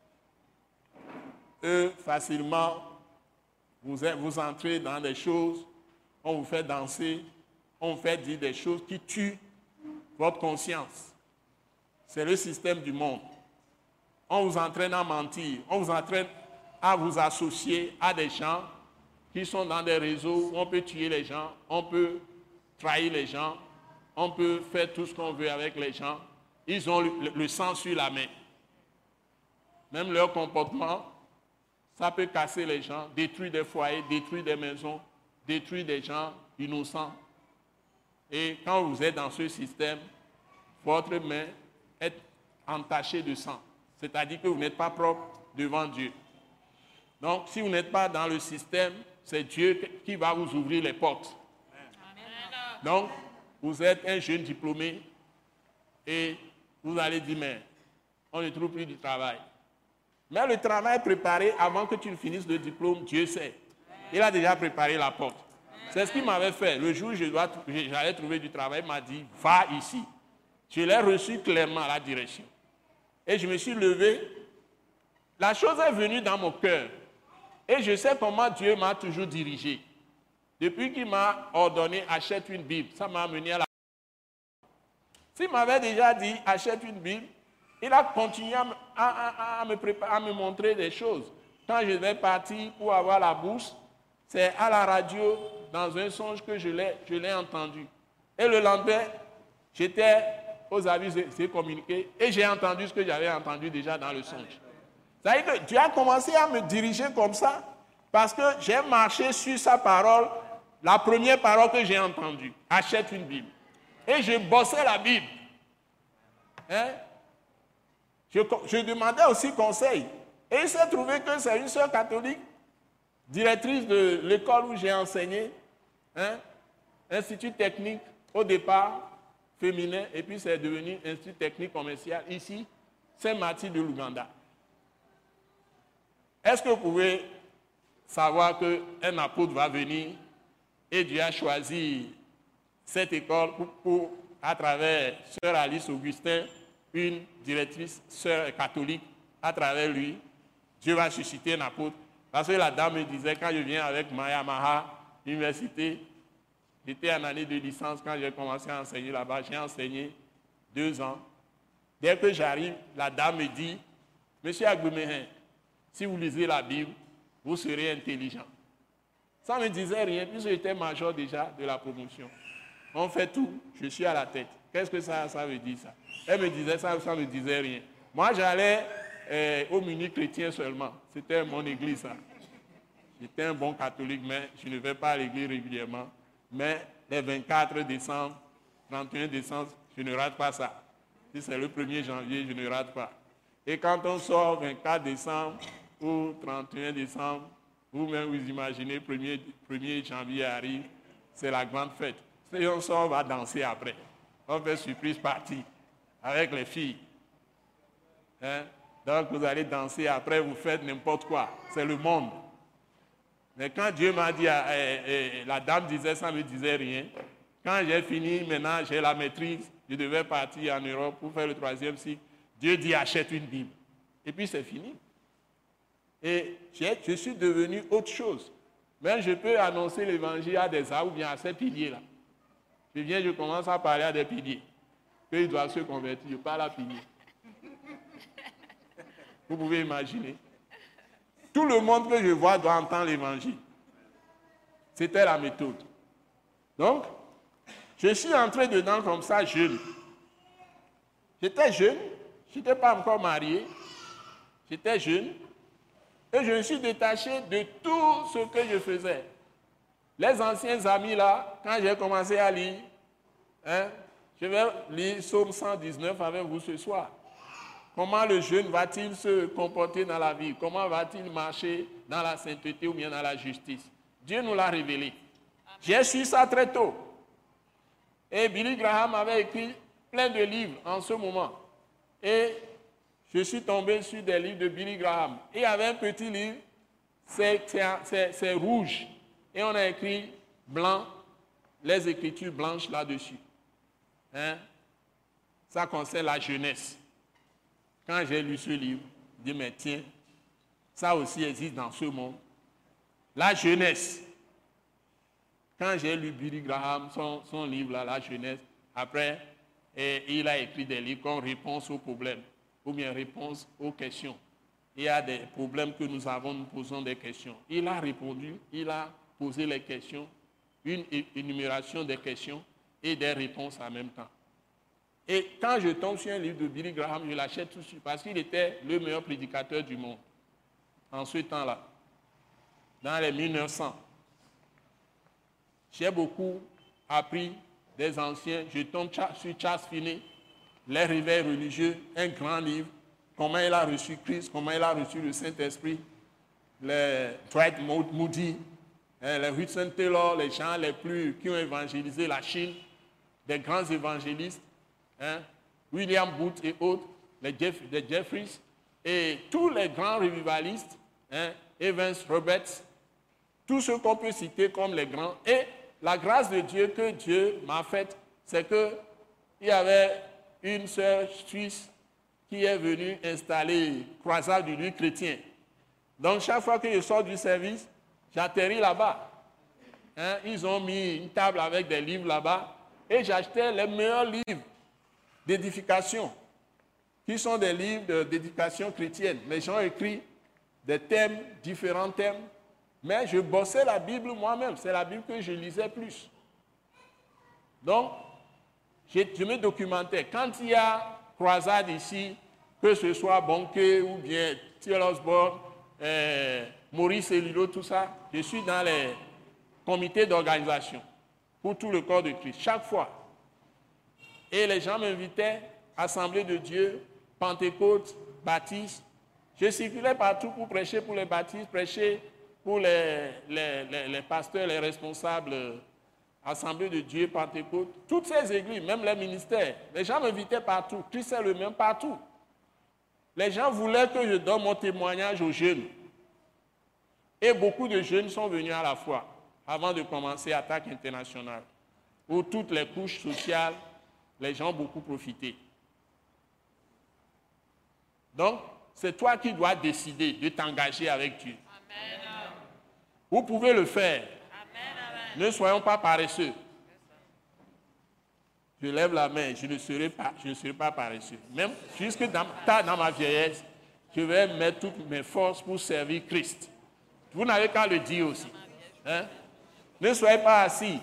Eux, facilement, vous, vous entrez dans des choses, on vous fait danser, on vous fait dire des choses qui tuent votre conscience. C'est le système du monde. On vous entraîne à mentir, on vous entraîne à vous associer à des gens qui sont dans des réseaux où on peut tuer les gens, on peut trahir les gens, on peut faire tout ce qu'on veut avec les gens. Ils ont le, le sang sur la main. Même leur comportement, ça peut casser les gens, détruire des foyers, détruire des maisons, détruire des gens innocents. Et quand vous êtes dans ce système, votre main est entachée de sang. C'est-à-dire que vous n'êtes pas propre devant Dieu. Donc, si vous n'êtes pas dans le système, c'est Dieu qui va vous ouvrir les portes. Amen. Donc, vous êtes un jeune diplômé et vous allez dire, mais on ne trouve plus du travail. Mais le travail est préparé avant que tu ne finisses le diplôme, Dieu sait. Il a déjà préparé la porte. C'est ce qu'il m'avait fait. Le jour où je dois, j'allais trouver du travail, il m'a dit, va ici. Je l'ai reçu clairement à la direction. Et je me suis levé. La chose est venue dans mon cœur. Et je sais comment Dieu m'a toujours dirigé. Depuis qu'il m'a ordonné, achète une Bible, ça m'a amené à la... S'il m'avait déjà dit, achète une Bible, il a continué à, à, à, à, me préparer, à me montrer des choses. Quand je vais partir pour avoir la bourse, c'est à la radio, dans un songe que je l'ai, je l'ai entendu. Et le lendemain, j'étais aux avis et communiqués et j'ai entendu ce que j'avais entendu déjà dans le songe. C'est-à-dire que Dieu a commencé à me diriger comme ça parce que j'ai marché sur sa parole, la première parole que j'ai entendue. Achète une Bible. Et je bossais la Bible. Hein? Je, je demandais aussi conseil. Et il s'est trouvé que c'est une sœur catholique, directrice de l'école où j'ai enseigné, hein? Institut technique au départ féminin, et puis c'est devenu Institut technique commercial ici, Saint-Martin de l'Ouganda. Est-ce que vous pouvez savoir qu'un apôtre va venir et Dieu a choisi cette école pour, pour à travers sœur Alice Augustin, une directrice sœur catholique, à travers lui, Dieu va susciter un apôtre. Parce que la dame me disait, quand je viens avec Maya Maha, université, j'étais en année de licence quand j'ai commencé à enseigner là-bas, j'ai enseigné deux ans. Dès que j'arrive, la dame me dit, Monsieur Agbemehin, si vous lisez la Bible, vous serez intelligent. Ça ne me disait rien, puisque j'étais major déjà de la promotion. On fait tout, je suis à la tête. Qu'est-ce que ça, ça veut dire ça? Elle me disait ça, ça ne me disait rien. Moi, j'allais euh, au mini chrétien seulement. C'était mon église, ça. J'étais un bon catholique, mais je ne vais pas à l'église régulièrement. Mais les vingt-quatre décembre, trente et un décembre, je ne rate pas ça. Si c'est le premier janvier, je ne rate pas. Et quand on sort vingt-quatre décembre ou trente et un décembre, vous-même vous imaginez, premier, premier janvier arrive, c'est la grande fête. Si on sort, on va danser après. On fait surprise party avec les filles. Hein? Donc vous allez danser, après vous faites n'importe quoi. C'est le monde. Mais quand Dieu m'a dit, euh, euh, la dame disait, ça ne me disait rien. Quand j'ai fini, maintenant j'ai la maîtrise, je devais partir en Europe pour faire le troisième cycle. Dieu dit, achète une Bible. Et puis c'est fini. Et je suis devenu autre chose. Même je peux annoncer l'évangile à des arbres ou bien à ces piliers-là. Je viens, je commence à parler à des piliers. Qu'ils doivent se convertir, je parle à piliers. Vous pouvez imaginer. Tout le monde que je vois doit entendre l'évangile. C'était la méthode. Donc, je suis entré dedans comme ça, jeune. J'étais jeune, je n'étais pas encore marié. J'étais jeune. Et je me suis détaché de tout ce que je faisais. Les anciens amis là, quand j'ai commencé à lire, hein, je vais lire Psaume cent dix-neuf avec vous ce soir. Comment le jeune va-t-il se comporter dans la vie? Comment va-t-il marcher dans la sainteté ou bien dans la justice? Dieu nous l'a révélé. J'ai su ça très tôt. Et Billy Graham avait écrit plein de livres en ce moment. Et je suis tombé sur des livres de Billy Graham. Et il y avait un petit livre, c'est rouge. Et on a écrit blanc, les écritures blanches là-dessus. Hein? Ça concerne la jeunesse. Quand j'ai lu ce livre, je dis, mais tiens, ça aussi existe dans ce monde. La jeunesse. Quand j'ai lu Billy Graham, son, son livre, là, La jeunesse, après, et il a écrit des livres comme Réponse aux problèmes, ou bien Réponse aux questions. Il y a des problèmes que nous avons, nous posons des questions. Il a répondu, il a posé les questions, une énumération des questions et des réponses en même temps. Et quand je tombe sur un livre de Billy Graham, je l'achète tout de suite parce qu'il était le meilleur prédicateur du monde en ce temps-là, dans les mille neuf cents. J'ai beaucoup appris des anciens. Je tombe sur Charles Finney, Les réveils religieux, un grand livre, comment il a reçu Christ, comment il a reçu le Saint-Esprit, les Dwight Moody, les Hudson Taylor, les gens les plus qui ont évangélisé la Chine, des grands évangélistes, hein, William Booth et autres, les, Jeff, les Jeffries, et tous les grands revivalistes, hein, Evans, Roberts, tous ceux qu'on peut citer comme les grands. Et la grâce de Dieu que Dieu m'a faite, c'est qu'il y avait une sœur suisse qui est venue installer Croisade du lieu chrétien. Donc chaque fois que je sors du service, j'atterris là-bas. Hein, ils ont mis une table avec des livres là-bas et j'achetais les meilleurs livres d'édification, qui sont des livres d'éducation chrétienne. Les gens ont écrit des thèmes, différents thèmes, mais je bossais la Bible moi-même. C'est la Bible que je lisais plus. Donc, je, je me documentais. Quand il y a croisade ici, que ce soit Bonke ou bien T L Osborne, euh, Maurice Elilo, tout ça, je suis dans les comités d'organisation pour tout le corps de Christ, chaque fois. Et les gens m'invitaient, Assemblée de Dieu, Pentecôte, Baptiste. Je circulais partout pour prêcher pour les baptistes, prêcher pour les, les, les, les pasteurs, les responsables, Assemblée de Dieu, Pentecôte, toutes ces églises, même les ministères. Les gens m'invitaient partout. Christ est le même partout. Les gens voulaient que je donne mon témoignage aux jeunes. Et beaucoup de jeunes sont venus à la foi avant de commencer Attaque internationale, où toutes les couches sociales, les gens ont beaucoup profité. Donc, c'est toi qui dois décider de t'engager avec Dieu. Amen. Vous pouvez le faire. Amen. Ne soyons pas paresseux. Je lève la main, je ne serai pas, je ne serai pas paresseux. Même jusque dans, dans ma vieillesse, je vais mettre toutes mes forces pour servir Christ. Vous n'avez qu'à le dire aussi. Hein? Ne soyez pas assis.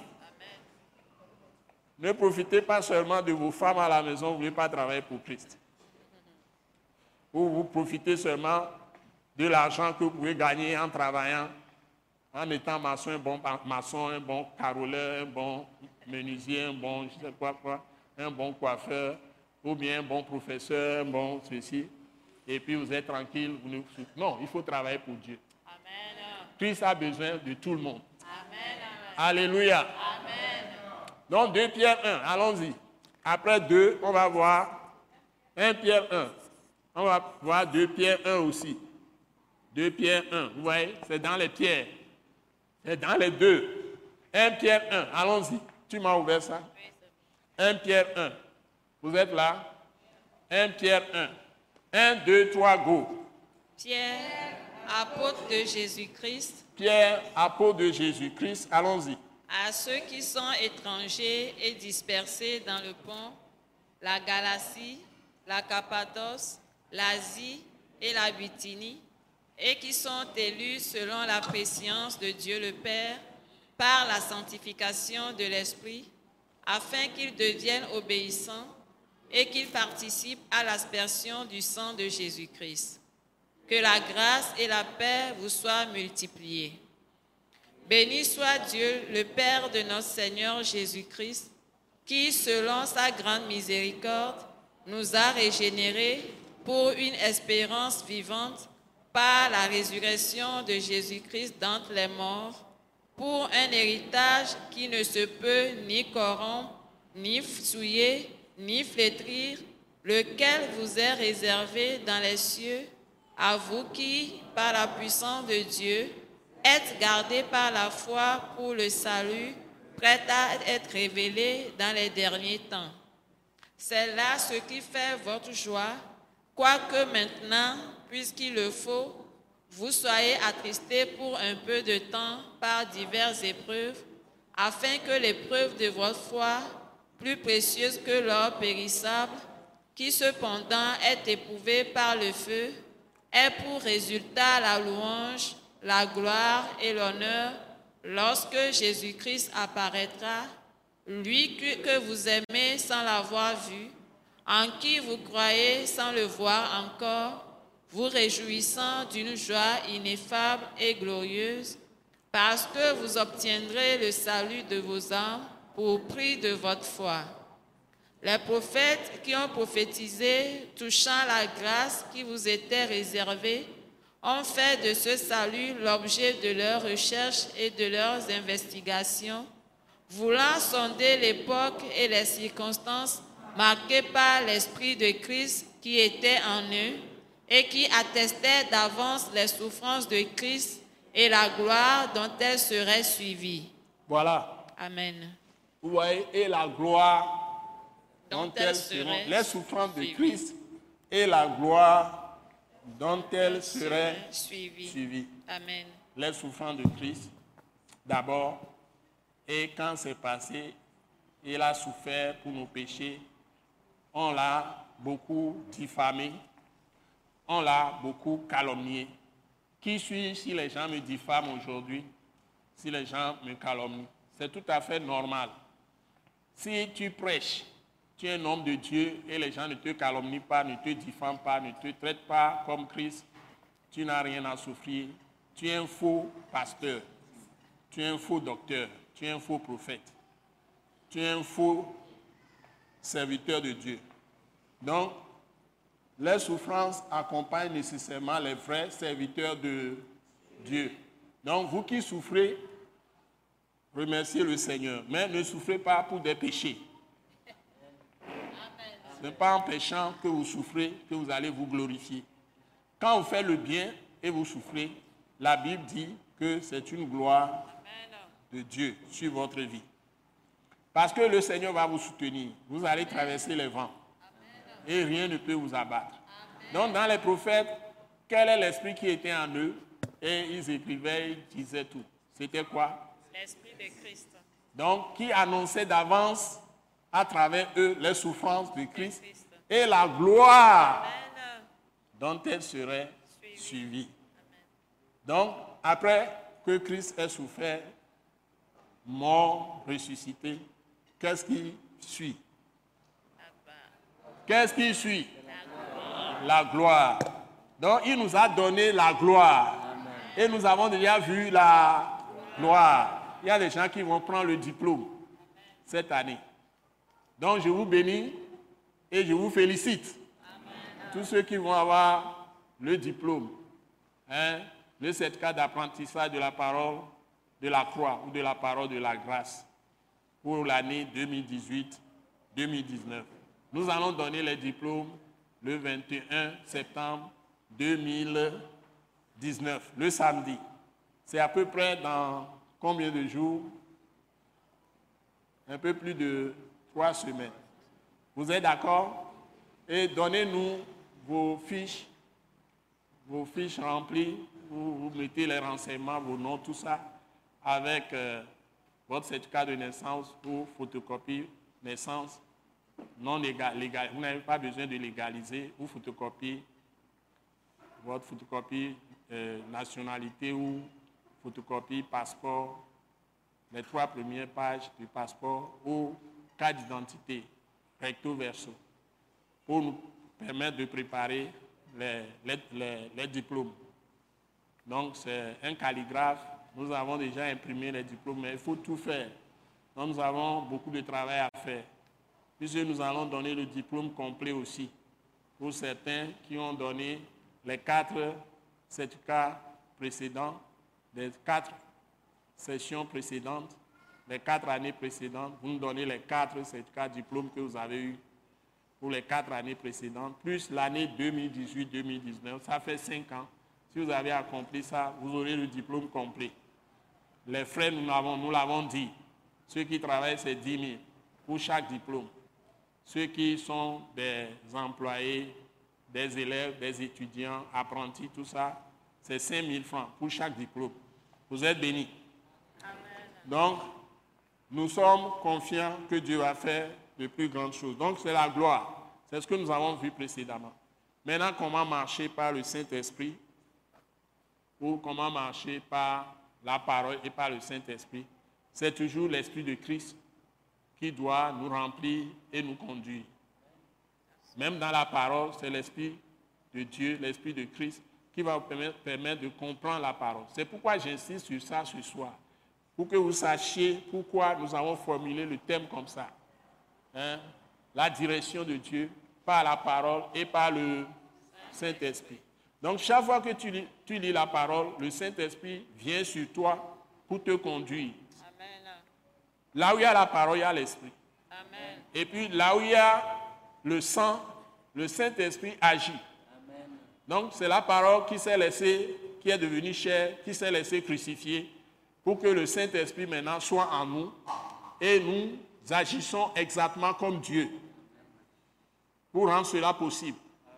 Ne profitez pas seulement de vos femmes à la maison, vous ne voulez pas travailler pour Christ. Ou vous profitez seulement de l'argent que vous pouvez gagner en travaillant, en étant maçon, un bon maçon, un bon caroleur, un bon menuisier, un bon, je sais quoi, quoi, un bon coiffeur, ou bien un bon professeur, un bon ceci, et puis vous êtes tranquille. Vous ne... Non, il faut travailler pour Dieu. Amen. Christ a besoin de tout le monde. Amen. Alléluia. Amen. Donc deux Pierre un, allons-y. Après deux, on va voir un Pierre un. On va voir deux Pierre un aussi. deux Pierre un, vous voyez, c'est dans les pierres. C'est dans les deux. un Pierre un, allons-y. Tu m'as ouvert ça? un Pierre un. Vous êtes là? un Pierre un. un, deux, trois, go. Pierre, apôtre de Jésus-Christ, Pierre, apôtre de Jésus-Christ, allons-y. à ceux qui sont étrangers et dispersés dans le pont, la Galatie, la Cappadoce, l'Asie et la Bithynie, et qui sont élus selon la préscience de Dieu le Père, par la sanctification de l'Esprit, afin qu'ils deviennent obéissants et qu'ils participent à l'aspersion du sang de Jésus-Christ. Que la grâce et la paix vous soient multipliées. Béni soit Dieu, le Père de notre Seigneur Jésus-Christ, qui, selon sa grande miséricorde, nous a régénérés pour une espérance vivante par la résurrection de Jésus-Christ d'entre les morts, pour un héritage qui ne se peut ni corrompre, ni souiller, ni flétrir, lequel vous est réservé dans les cieux, à vous qui, par la puissance de Dieu, êtes gardés par la foi pour le salut, prêt à être révélé dans les derniers temps. C'est là ce qui fait votre joie, quoique maintenant, puisqu'il le faut, vous soyez attristés pour un peu de temps par diverses épreuves, afin que l'épreuve de votre foi, plus précieuse que l'or périssable, qui cependant est éprouvée par le feu, ait pour résultat la louange, la gloire et l'honneur lorsque Jésus-Christ apparaîtra, lui que vous aimez sans l'avoir vu, en qui vous croyez sans le voir encore, vous réjouissant d'une joie ineffable et glorieuse, parce que vous obtiendrez le salut de vos âmes pour prix de votre foi. Les prophètes qui ont prophétisé touchant la grâce qui vous était réservée ont fait de ce salut l'objet de leurs recherches et de leurs investigations, voulant sonder l'époque et les circonstances marquées par l'Esprit de Christ qui était en eux et qui attestait d'avance les souffrances de Christ et la gloire dont elles seraient suivies. Voilà. Amen. Vous voyez, et la gloire Dont dont elles elles seront, seraient les souffrances de suivies. Christ et la gloire dont elles seraient Seraient suivies. suivies. Amen. Les souffrances de Christ, d'abord, et quand c'est passé, il a souffert pour nos péchés, on l'a beaucoup diffamé, on l'a beaucoup calomnié. Qui suis-je si les gens me diffament aujourd'hui, si les gens me calomnient? C'est tout à fait normal. Si tu prêches, tu es un homme de Dieu et les gens ne te calomnient pas, ne te diffament pas, ne te traitent pas comme Christ, tu n'as rien à souffrir. Tu es un faux pasteur, tu es un faux docteur, tu es un faux prophète, tu es un faux serviteur de Dieu. Donc, les souffrances accompagnent nécessairement les vrais serviteurs de Dieu. Donc, vous qui souffrez, remerciez le Seigneur, mais ne souffrez pas pour des péchés. Ce n'est pas en péchant que vous souffrez que vous allez vous glorifier. Quand vous faites le bien et vous souffrez, la Bible dit que c'est une gloire de Dieu sur votre vie. Parce que le Seigneur va vous soutenir. Vous allez traverser les vents. Et rien ne peut vous abattre. Donc dans les prophètes, quel est l'esprit qui était en eux? Et ils écrivaient, ils disaient tout. C'était quoi? L'Esprit de Christ. Donc qui annonçait d'avance à travers eux les souffrances de Christ et la gloire Amen. dont elles seraient suivies. Donc, après que Christ ait souffert, mort, ressuscité, qu'est-ce qui suit? Qu'est-ce qui suit? La gloire. Donc, il nous a donné la gloire. Et nous avons déjà vu la gloire. Il y a des gens qui vont prendre le diplôme cette année. Donc, je vous bénis et je vous félicite. Amen. Tous ceux qui vont avoir le diplôme, hein, le certificat d'apprentissage de la parole de la croix ou de la parole de la grâce pour l'année deux mille dix-huit deux mille dix-neuf. Nous allons donner les diplômes le vingt et un septembre deux mille dix-neuf, le samedi. C'est à peu près dans combien de jours? Un peu plus de trois semaines. Vous êtes d'accord? Et donnez-nous vos fiches, vos fiches remplies, où vous mettez les renseignements, vos noms, tout ça, avec euh, votre certificat de naissance ou photocopie naissance non légal, légal. Vous n'avez pas besoin de légaliser ou photocopie votre photocopie euh, nationalité ou photocopie passeport, les trois premières pages du passeport ou carte d'identité, recto verso, pour nous permettre de préparer les, les, les, les diplômes. Donc c'est un calligraphe, nous avons déjà imprimé les diplômes, mais il faut tout faire. Donc nous avons beaucoup de travail à faire, puisque nous allons donner le diplôme complet aussi, pour certains qui ont donné les quatre certificats précédents, les quatre sessions précédentes, les quatre années précédentes, vous nous donnez les quatre certificats diplômes que vous avez eus pour les quatre années précédentes, plus l'année deux mille dix-huit deux mille dix-neuf, ça fait cinq ans. Si vous avez accompli ça, vous aurez le diplôme complet. Les frais, nous l'avons, nous l'avons dit, ceux qui travaillent, c'est dix mille pour chaque diplôme. Ceux qui sont des employés, des élèves, des étudiants, apprentis, tout ça, c'est cinq mille francs pour chaque diplôme. Vous êtes bénis. Amen. Donc, nous sommes confiants que Dieu va faire de plus grandes choses. Donc, c'est la gloire. C'est ce que nous avons vu précédemment. Maintenant, comment marcher par le Saint-Esprit ou comment marcher par la parole et par le Saint-Esprit? C'est toujours l'Esprit de Christ qui doit nous remplir et nous conduire. Même dans la parole, c'est l'Esprit de Dieu, l'Esprit de Christ, qui va vous permettre, permettre de comprendre la parole. C'est pourquoi j'insiste sur ça ce soir, pour que vous sachiez pourquoi nous avons formulé le thème comme ça. Hein? La direction de Dieu par la parole et par le Saint-Esprit. Donc, chaque fois que tu lis, tu lis la parole, le Saint-Esprit vient sur toi pour te conduire. Amen. Là où il y a la parole, il y a l'Esprit. Amen. Et puis, là où il y a le sang, le Saint-Esprit agit. Amen. Donc, c'est la parole qui s'est laissée, qui est devenue chair, qui s'est laissée crucifier, pour que le Saint-Esprit maintenant soit en nous et nous agissons exactement comme Dieu pour rendre cela possible.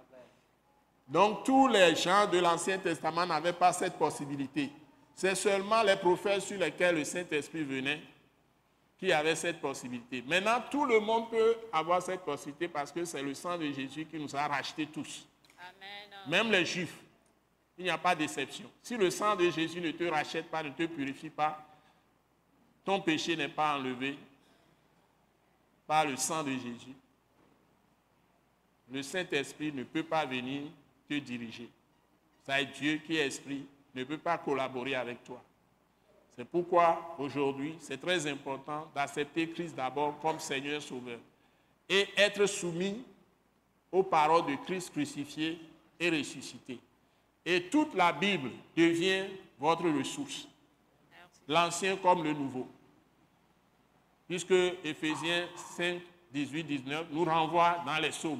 Donc, tous les gens de l'Ancien Testament n'avaient pas cette possibilité. C'est seulement les prophètes sur lesquels le Saint-Esprit venait qui avaient cette possibilité. Maintenant, tout le monde peut avoir cette possibilité parce que c'est le sang de Jésus qui nous a rachetés tous. Amen. Même les Juifs. Il n'y a pas d'exception. Si le sang de Jésus ne te rachète pas, ne te purifie pas, ton péché n'est pas enlevé par le sang de Jésus. Le Saint-Esprit ne peut pas venir te diriger. Ça est Dieu qui est esprit, ne peut pas collaborer avec toi. C'est pourquoi aujourd'hui, c'est très important d'accepter Christ d'abord comme Seigneur Sauveur et être soumis aux paroles de Christ crucifié et ressuscité. Et toute la Bible devient votre ressource, l'Ancien comme le Nouveau. Puisque Éphésiens cinq, dix-huit, dix-neuf nous renvoie dans les psaumes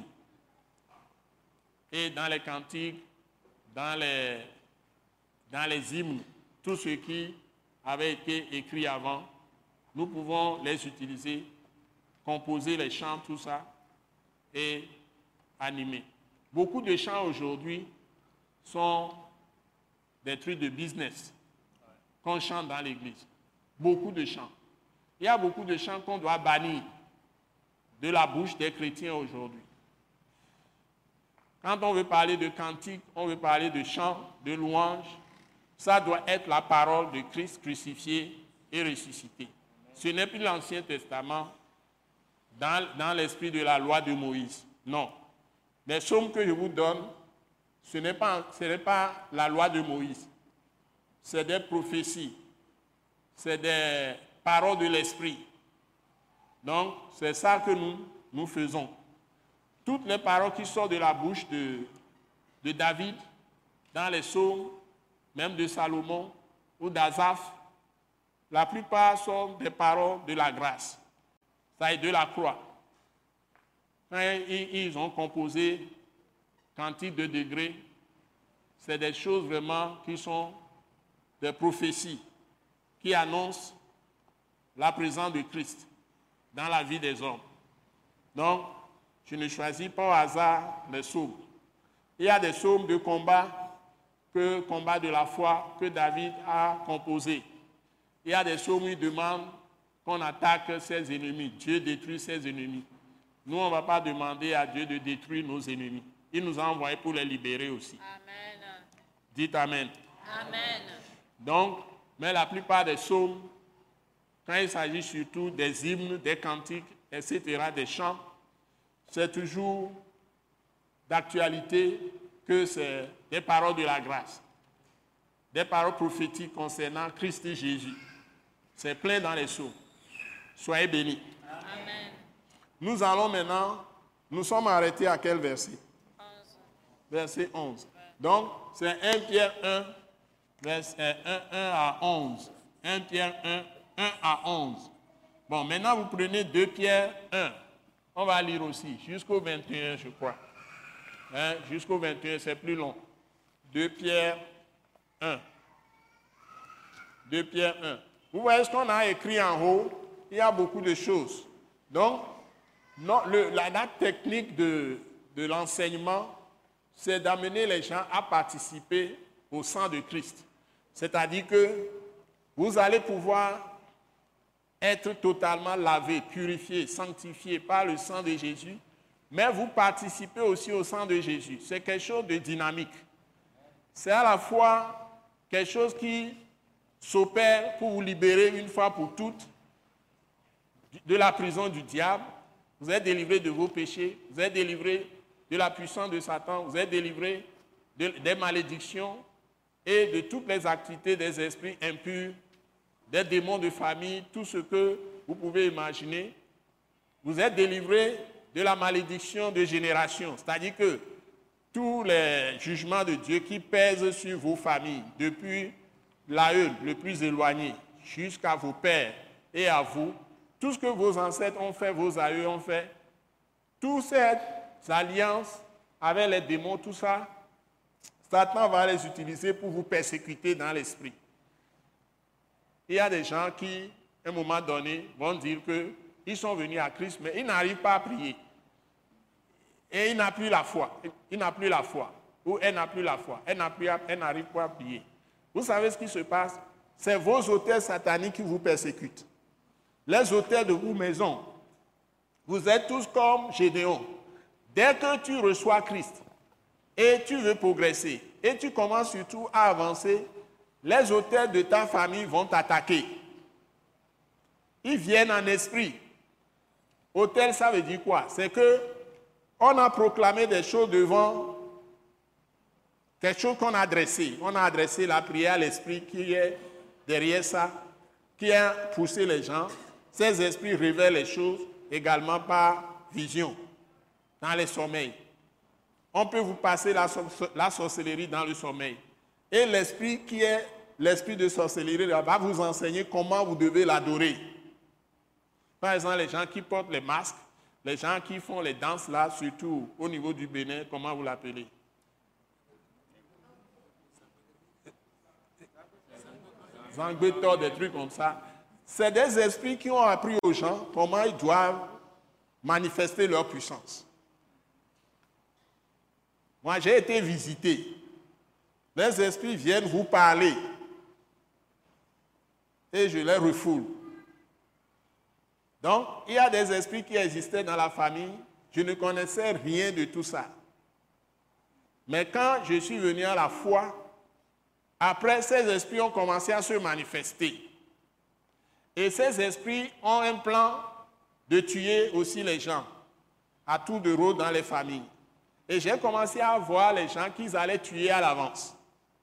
et dans les cantiques, dans les, dans les hymnes, tout ce qui avait été écrit avant, nous pouvons les utiliser, composer les chants, tout ça, et animer. Beaucoup de chants aujourd'hui sont des trucs de business qu'on chante dans l'église. Beaucoup de chants. Il y a beaucoup de chants qu'on doit bannir de la bouche des chrétiens aujourd'hui. Quand on veut parler de cantiques, on veut parler de chants, de louanges, ça doit être la parole de Christ crucifié et ressuscité. Ce n'est plus l'Ancien Testament dans, dans l'esprit de la loi de Moïse. Non. Les psaumes que je vous donne, ce n'est pas, ce n'est pas la loi de Moïse. C'est des prophéties. C'est des paroles de l'esprit. Donc, c'est ça que nous, nous faisons. Toutes les paroles qui sortent de la bouche de, de David, dans les psaumes, même de Salomon ou d'Azaph, la plupart sont des paroles de la grâce. Ça est de la croix. Quand ils ont composé cantiques de degrés, c'est des choses vraiment qui sont des prophéties qui annoncent la présence de Christ dans la vie des hommes. Donc, je ne choisis pas au hasard les psaumes. Il y a des psaumes de combat, que combat de la foi, que David a composé. Il y a des psaumes qui demandent qu'on attaque ses ennemis. Dieu détruit ses ennemis. Nous, on ne va pas demander à Dieu de détruire nos ennemis. Il nous a envoyés pour les libérer aussi. Amen. Dites Amen. Amen. Donc, mais la plupart des psaumes, quand il s'agit surtout des hymnes, des cantiques, et cetera, des chants, c'est toujours d'actualité que c'est des paroles de la grâce, des paroles prophétiques concernant Christ et Jésus. C'est plein dans les psaumes. Soyez bénis. Amen. Nous allons maintenant, nous sommes arrêtés à quel verset? onze. Verset onze. Donc, c'est un Pierre un, verset un, un à onze. un Pierre un, un à onze. Bon, maintenant vous prenez deux Pierre un. On va lire aussi, jusqu'au vingt et un, je crois. Hein, jusqu'au vingt et un, c'est plus long. deux Pierre un. deux Pierre un. Vous voyez ce qu'on a écrit en haut? Il y a beaucoup de choses. Donc, non, le, la, la technique de, de l'enseignement, c'est d'amener les gens à participer au sang de Christ. C'est-à-dire que vous allez pouvoir être totalement lavé, purifié, sanctifié par le sang de Jésus, mais vous participez aussi au sang de Jésus. C'est quelque chose de dynamique. C'est à la fois quelque chose qui s'opère pour vous libérer une fois pour toutes de la prison du diable. Vous êtes délivré de vos péchés, vous êtes délivré de la puissance de Satan, vous êtes délivré de, des malédictions et de toutes les activités des esprits impurs, des démons de famille, tout ce que vous pouvez imaginer. Vous êtes délivré de la malédiction de génération, c'est-à-dire que tous les jugements de Dieu qui pèsent sur vos familles, depuis l'aïeul le plus éloigné jusqu'à vos pères et à vous, tout ce que vos ancêtres ont fait, vos aïeux ont fait, toutes ces alliances avec les démons, tout ça, Satan va les utiliser pour vous persécuter dans l'esprit. Il y a des gens qui, à un moment donné, vont dire qu'ils sont venus à Christ, mais ils n'arrivent pas à prier. Et il n'a plus la foi. Il n'a plus la foi. Ou elle n'a plus la foi. Elle n'arrive pas à prier. Vous savez ce qui se passe? C'est vos auteurs sataniques qui vous persécutent. Les auteurs de vos maisons. Vous êtes tous comme Gédéon. Dès que tu reçois Christ et tu veux progresser, et tu commences surtout à avancer, les auteurs de ta famille vont t'attaquer. Ils viennent en esprit. Autel, ça veut dire quoi? C'est que on a proclamé des choses devant quelque chose qu'on a adressé. On a adressé la prière à l'esprit qui est derrière ça, qui a poussé les gens. Ces esprits révèlent les choses également par vision, dans les sommeils. On peut vous passer la, la sorcellerie dans le sommeil. Et l'esprit qui est l'esprit de sorcellerie va vous enseigner comment vous devez l'adorer. Par exemple, les gens qui portent les masques, les gens qui font les danses là, surtout au niveau du Bénin, comment vous l'appelez? Zangbetor, des trucs comme ça. C'est des esprits qui ont appris aux gens comment ils doivent manifester leur puissance. Moi, j'ai été visité. Les esprits viennent vous parler. Et je les refoule. Donc, il y a des esprits qui existaient dans la famille. Je ne connaissais rien de tout ça. Mais quand je suis venu à la foi, après, ces esprits ont commencé à se manifester. Et ces esprits ont un plan de tuer aussi les gens, à tour de rôle dans les familles. Et j'ai commencé à voir les gens qu'ils allaient tuer à l'avance.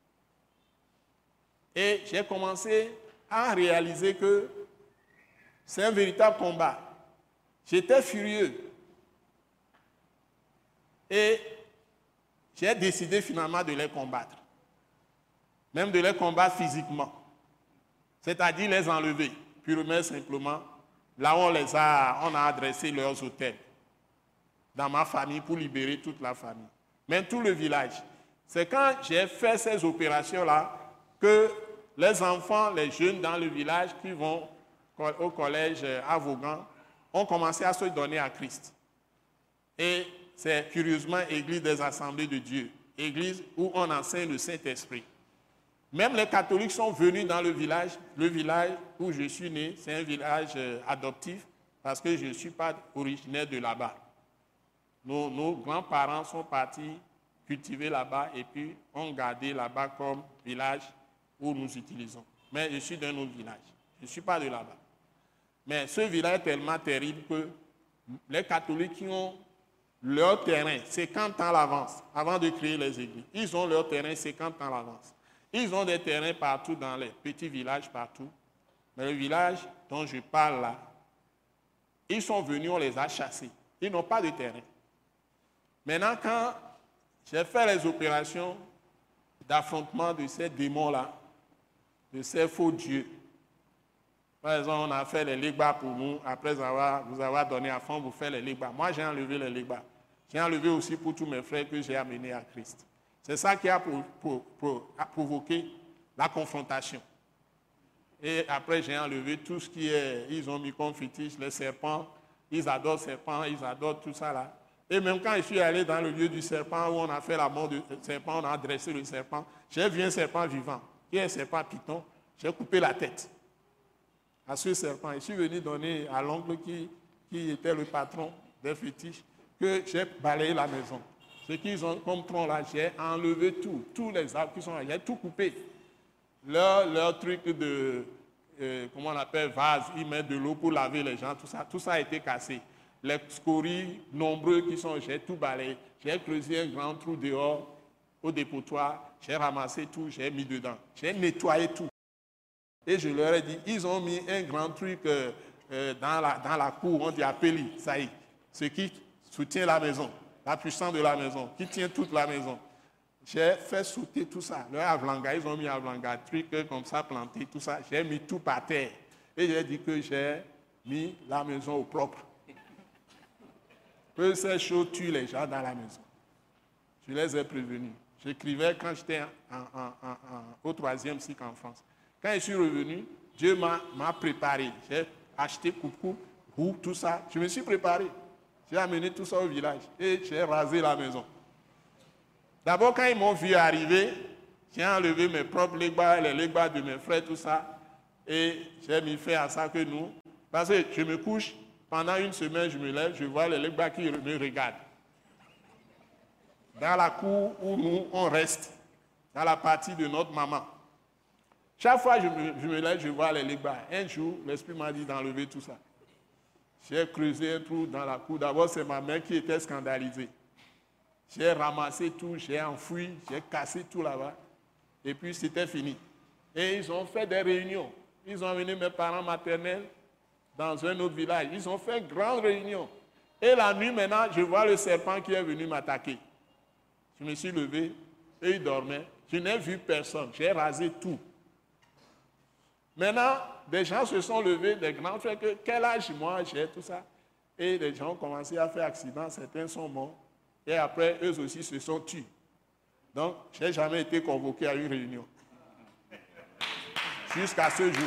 Et j'ai commencé à réaliser que c'est un véritable combat. J'étais furieux. Et j'ai décidé finalement de les combattre. Même de les combattre physiquement. C'est-à-dire les enlever, purement et simplement. Là où on les a, on a adressé leurs hôtels. Dans ma famille, pour libérer toute la famille. mais tout le village. C'est quand j'ai fait ces opérations-là que les enfants, les jeunes dans le village qui vont au collège à Vaughan ont commencé à se donner à Christ. Et c'est curieusement l'église des assemblées de Dieu, église où on enseigne le Saint-Esprit. Même les catholiques sont venus dans le village. Le village où je suis né, c'est un village adoptif parce que je ne suis pas originaire de là-bas. Nos, nos grands-parents sont partis cultiver là-bas et puis ont gardé là-bas comme village où nous utilisons. Mais je suis d'un autre village. Je ne suis pas de là-bas. Mais ce village est tellement terrible que les catholiques qui ont leur terrain cinquante ans à l'avance, avant de créer les églises, ils ont leur terrain cinquante ans à l'avance. Ils ont des terrains partout dans les petits villages, partout. Mais le village dont je parle là, ils sont venus, on les a chassés. Ils n'ont pas de terrain. Maintenant, quand j'ai fait les opérations d'affrontement de ces démons-là, de ces faux dieux, par exemple, on a fait les légbas pour nous, après avoir, vous avoir donné à fond, vous faites les légbas. Moi, j'ai enlevé les légbas. J'ai enlevé aussi pour tous mes frères que j'ai amenés à Christ. C'est ça qui a pour, pour, pour, a provoqué la confrontation. Et après, j'ai enlevé tout ce qui est... Ils ont mis comme fétiche les serpents. Ils adorent serpents, ils adorent tout ça là. Et même quand je suis allé dans le lieu du serpent, où on a fait la mort du serpent, on a dressé le serpent, j'ai vu un serpent vivant, qui est un serpent python. J'ai coupé la tête à ce serpent. Je suis venu donner à l'oncle qui, qui était le patron des fétiches que j'ai balayé la maison. Ce qu'ils ont comme tronc là, j'ai enlevé tout, tous les arbres qui sont là, j'ai tout coupé. Leur, leur truc de, euh, comment on appelle, vase, ils mettent de l'eau pour laver les gens, tout ça, tout ça a été cassé. Les scories nombreux qui sont, j'ai tout balayé. J'ai creusé un grand trou dehors, au dépotoir, j'ai ramassé tout, j'ai mis dedans. J'ai nettoyé tout. Et je leur ai dit, ils ont mis un grand truc euh, euh, dans, la, dans la cour, on dit appeli, ça y est, ce qui soutient la maison. La puissance de la maison, qui tient toute la maison. J'ai fait sauter tout ça. Le avlanga, ils ont mis avlanga, truc comme ça, planté, tout ça. J'ai mis tout par terre. Et j'ai dit que j'ai mis la maison au propre. Que ces choses tuent les gens dans la maison. Je les ai prévenus. J'écrivais quand j'étais en, en, en, en, au troisième cycle en France. Quand je suis revenu, Dieu m'a préparé. J'ai acheté coupe-coupe, roue, tout ça. Je me suis préparé. J'ai amené tout ça au village et j'ai rasé la maison. D'abord, quand ils m'ont vu arriver, j'ai enlevé mes propres légbas, les légbas de mes frères, tout ça. Et j'ai mis fait à ça que nous. Parce que je me couche, pendant une semaine, je me lève, je vois les légbas qui me regardent. Dans la cour où nous, on reste, dans la partie de notre maman. Chaque fois que je me, je me lève, je vois les légbas. Un jour, l'Esprit m'a dit d'enlever tout ça. J'ai creusé un trou dans la cour. D'abord, c'est ma mère qui était scandalisée. J'ai ramassé tout, j'ai enfoui, j'ai cassé tout là-bas. Et puis, c'était fini. Et ils ont fait des réunions. Ils ont amené mes parents maternels dans un autre village. Ils ont fait une grande réunion. Et la nuit, maintenant, je vois le serpent qui est venu m'attaquer. Je me suis levé et il dormait. Je n'ai vu personne. J'ai rasé tout. Maintenant, des gens se sont levés, des grands frères, que quel âge moi j'ai, tout ça. Et les gens ont commencé à faire accident, certains sont morts. Et après, eux aussi se sont tués. Donc, je n'ai jamais été convoqué à une réunion. Jusqu'à ce jour.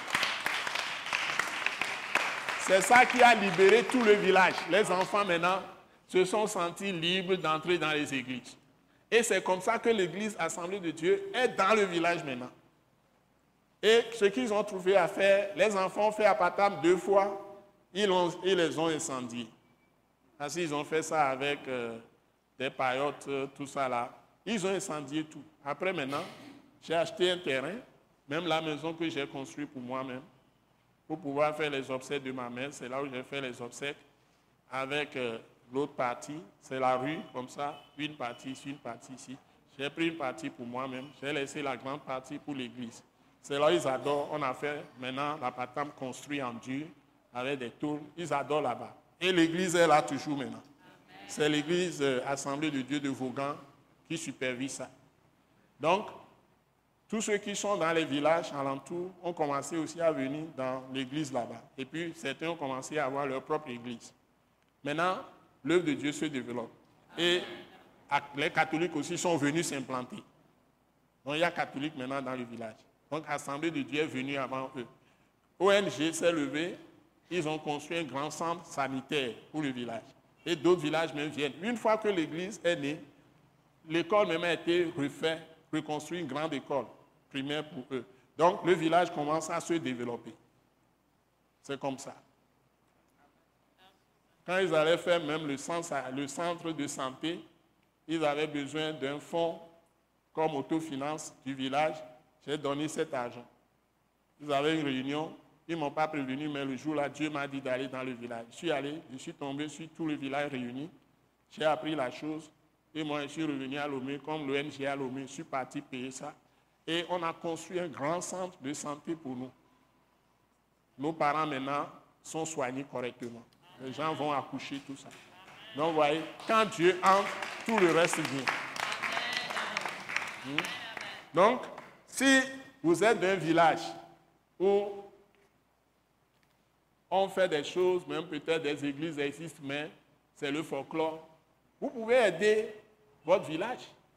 C'est ça qui a libéré tout le village. Les enfants, maintenant, se sont sentis libres d'entrer dans les églises. Et c'est comme ça que l'église Assemblée de Dieu est dans le village maintenant. Et ce qu'ils ont trouvé à faire, les enfants ont fait à Patam deux fois, ils, ont, ils les ont incendiés. Parce qu'ils ont fait ça avec euh, des paillotes, tout ça là. Ils ont incendié tout. Après maintenant, j'ai acheté un terrain, même la maison que j'ai construite pour moi-même, pour pouvoir faire les obsèques de ma mère. C'est là où j'ai fait les obsèques avec euh, l'autre partie. C'est la rue, comme ça, une partie ici, une partie ici. J'ai pris une partie pour moi-même, j'ai laissé la grande partie pour l'église. C'est là ils adorent. On a fait maintenant la Patam construit en dur avec des tours. Ils adorent là-bas. Et l'église est là toujours maintenant. C'est l'église euh, Assemblée de Dieu de Vaughan qui supervise ça. Donc, tous ceux qui sont dans les villages alentours ont commencé aussi à venir dans l'église là-bas. Et puis, certains ont commencé à avoir leur propre église. Maintenant, l'œuvre de Dieu se développe. Et les catholiques aussi sont venus s'implanter. Donc il y a catholiques maintenant dans le village. Donc l'Assemblée de Dieu est venue avant eux. O N G s'est levé, ils ont construit un grand centre sanitaire pour le village. Et d'autres villages même viennent. Une fois que l'église est née, l'école même a été refaite, reconstruite, une grande école primaire pour eux. Donc le village commence à se développer. C'est comme ça. Quand ils allaient faire même le centre, le centre de santé, ils avaient besoin d'un fonds comme autofinance du village. J'ai donné cet argent. Ils avaient une réunion. Ils ne m'ont pas prévenu, mais le jour-là, Dieu m'a dit d'aller dans le village. Je suis allé, je suis tombé sur tout le village réuni. J'ai appris la chose. Et moi, je suis revenu à Lomé, comme l'O N G à Lomé. Je suis parti payer ça. Et on a construit un grand centre de santé pour nous. Nos parents, maintenant, sont soignés correctement. Les gens vont accoucher, tout ça. Donc, vous voyez, quand Dieu entre, tout le reste vient. Hmm? Donc, si vous êtes d'un village où on fait des choses, même peut-être des églises existent, mais c'est le folklore, vous pouvez aider votre village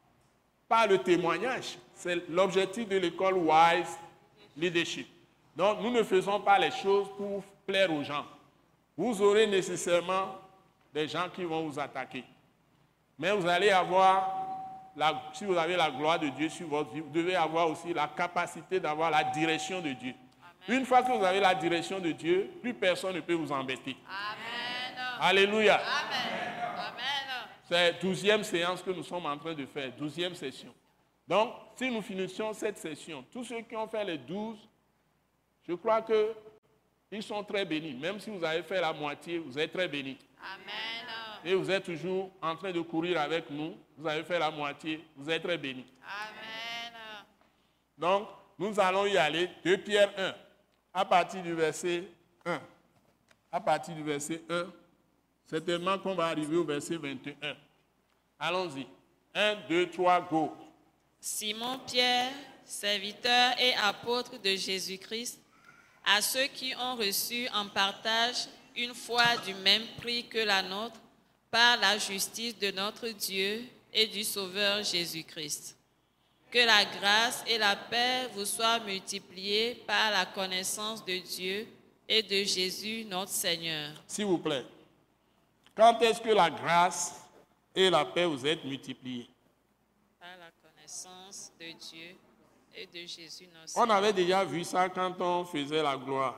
par le témoignage. C'est l'objectif de l'école Wise Leadership. Donc, nous ne faisons pas les choses pour plaire aux gens. Vous aurez nécessairement des gens qui vont vous attaquer. Mais vous allez avoir, la, si vous avez la gloire de Dieu sur votre vie, vous devez avoir aussi la capacité d'avoir la direction de Dieu. Amen. Une fois que vous avez la direction de Dieu, plus personne ne peut vous embêter. Amen. Alléluia. Amen. Amen. C'est douzième séance que nous sommes en train de faire, douzième session. Donc, si nous finissions cette session, tous ceux qui ont fait les douze, je crois que ils sont très bénis. Même si vous avez fait la moitié, vous êtes très bénis. Amen. Et vous êtes toujours en train de courir avec nous. Vous avez fait la moitié, vous êtes très bénis. Amen. Donc, nous allons y aller. deux Pierre un, à partir du verset un. À partir du verset un, certainement qu'on va arriver au verset vingt et un. Allons-y. un, deux, trois, go. Simon Pierre, serviteur et apôtre de Jésus-Christ, à ceux qui ont reçu en partage une foi du même prix que la nôtre, par la justice de notre Dieu et du Sauveur Jésus-Christ. Que la grâce et la paix vous soient multipliées par la connaissance de Dieu et de Jésus notre Seigneur. S'il vous plaît, quand est-ce que la grâce et la paix vous êtes multipliées? Par la connaissance de Dieu et de Jésus notre Seigneur. On avait déjà vu ça quand on faisait la gloire.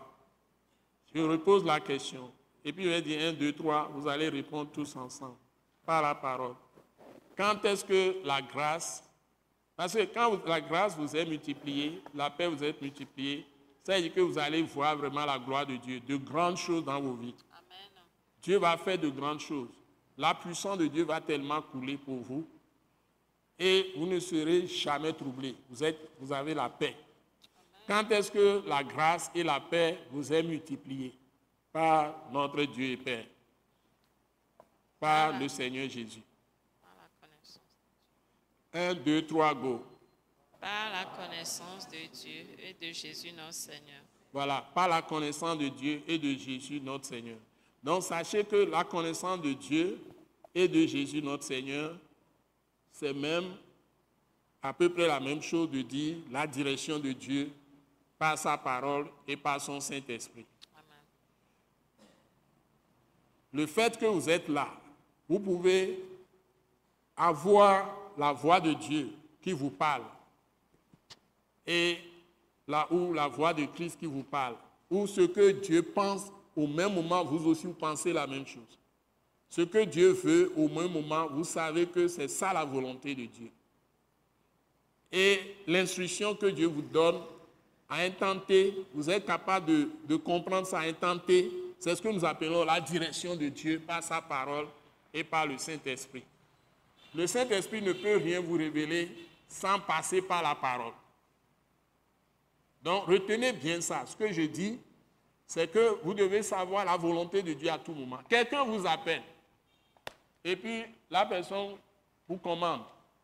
Je repose la question. Et puis je vais dire un, deux, trois, vous allez répondre tous ensemble, par la parole. Quand est-ce que la grâce, parce que quand la grâce vous est multipliée, la paix vous est multipliée, ça veut dire que vous allez voir vraiment la gloire de Dieu, de grandes choses dans vos vies. Amen. Dieu va faire de grandes choses. La puissance de Dieu va tellement couler pour vous et vous ne serez jamais troublés. Vous, êtes, vous avez la paix. Amen. Quand est-ce que la grâce et la paix vous est multipliée? Par notre Dieu et Père, par Amen. Le Seigneur Jésus. Par la connaissance. Un, deux, trois, go. Par la connaissance de Dieu et de Jésus notre Seigneur. Voilà, par la connaissance de Dieu et de Jésus notre Seigneur. Donc sachez que la connaissance de Dieu et de Jésus notre Seigneur, c'est même à peu près la même chose de dire la direction de Dieu par sa parole et par son Saint-Esprit. Le fait que vous êtes là, vous pouvez avoir la voix de Dieu qui vous parle et là où la voix de Christ qui vous parle, ou ce que Dieu pense, au même moment, vous aussi vous pensez la même chose. Ce que Dieu veut, au même moment, vous savez que c'est ça la volonté de Dieu. Et l'instruction que Dieu vous donne, à un temps T, vous êtes capable de, de comprendre ça à un temps T. C'est ce que nous appelons la direction de Dieu par sa parole et par le Saint-Esprit. Le Saint-Esprit ne peut rien vous révéler sans passer par la parole. Donc, retenez bien ça. Ce que je dis, c'est que vous devez savoir la volonté de Dieu à tout moment. Quelqu'un vous appelle et puis la personne vous commande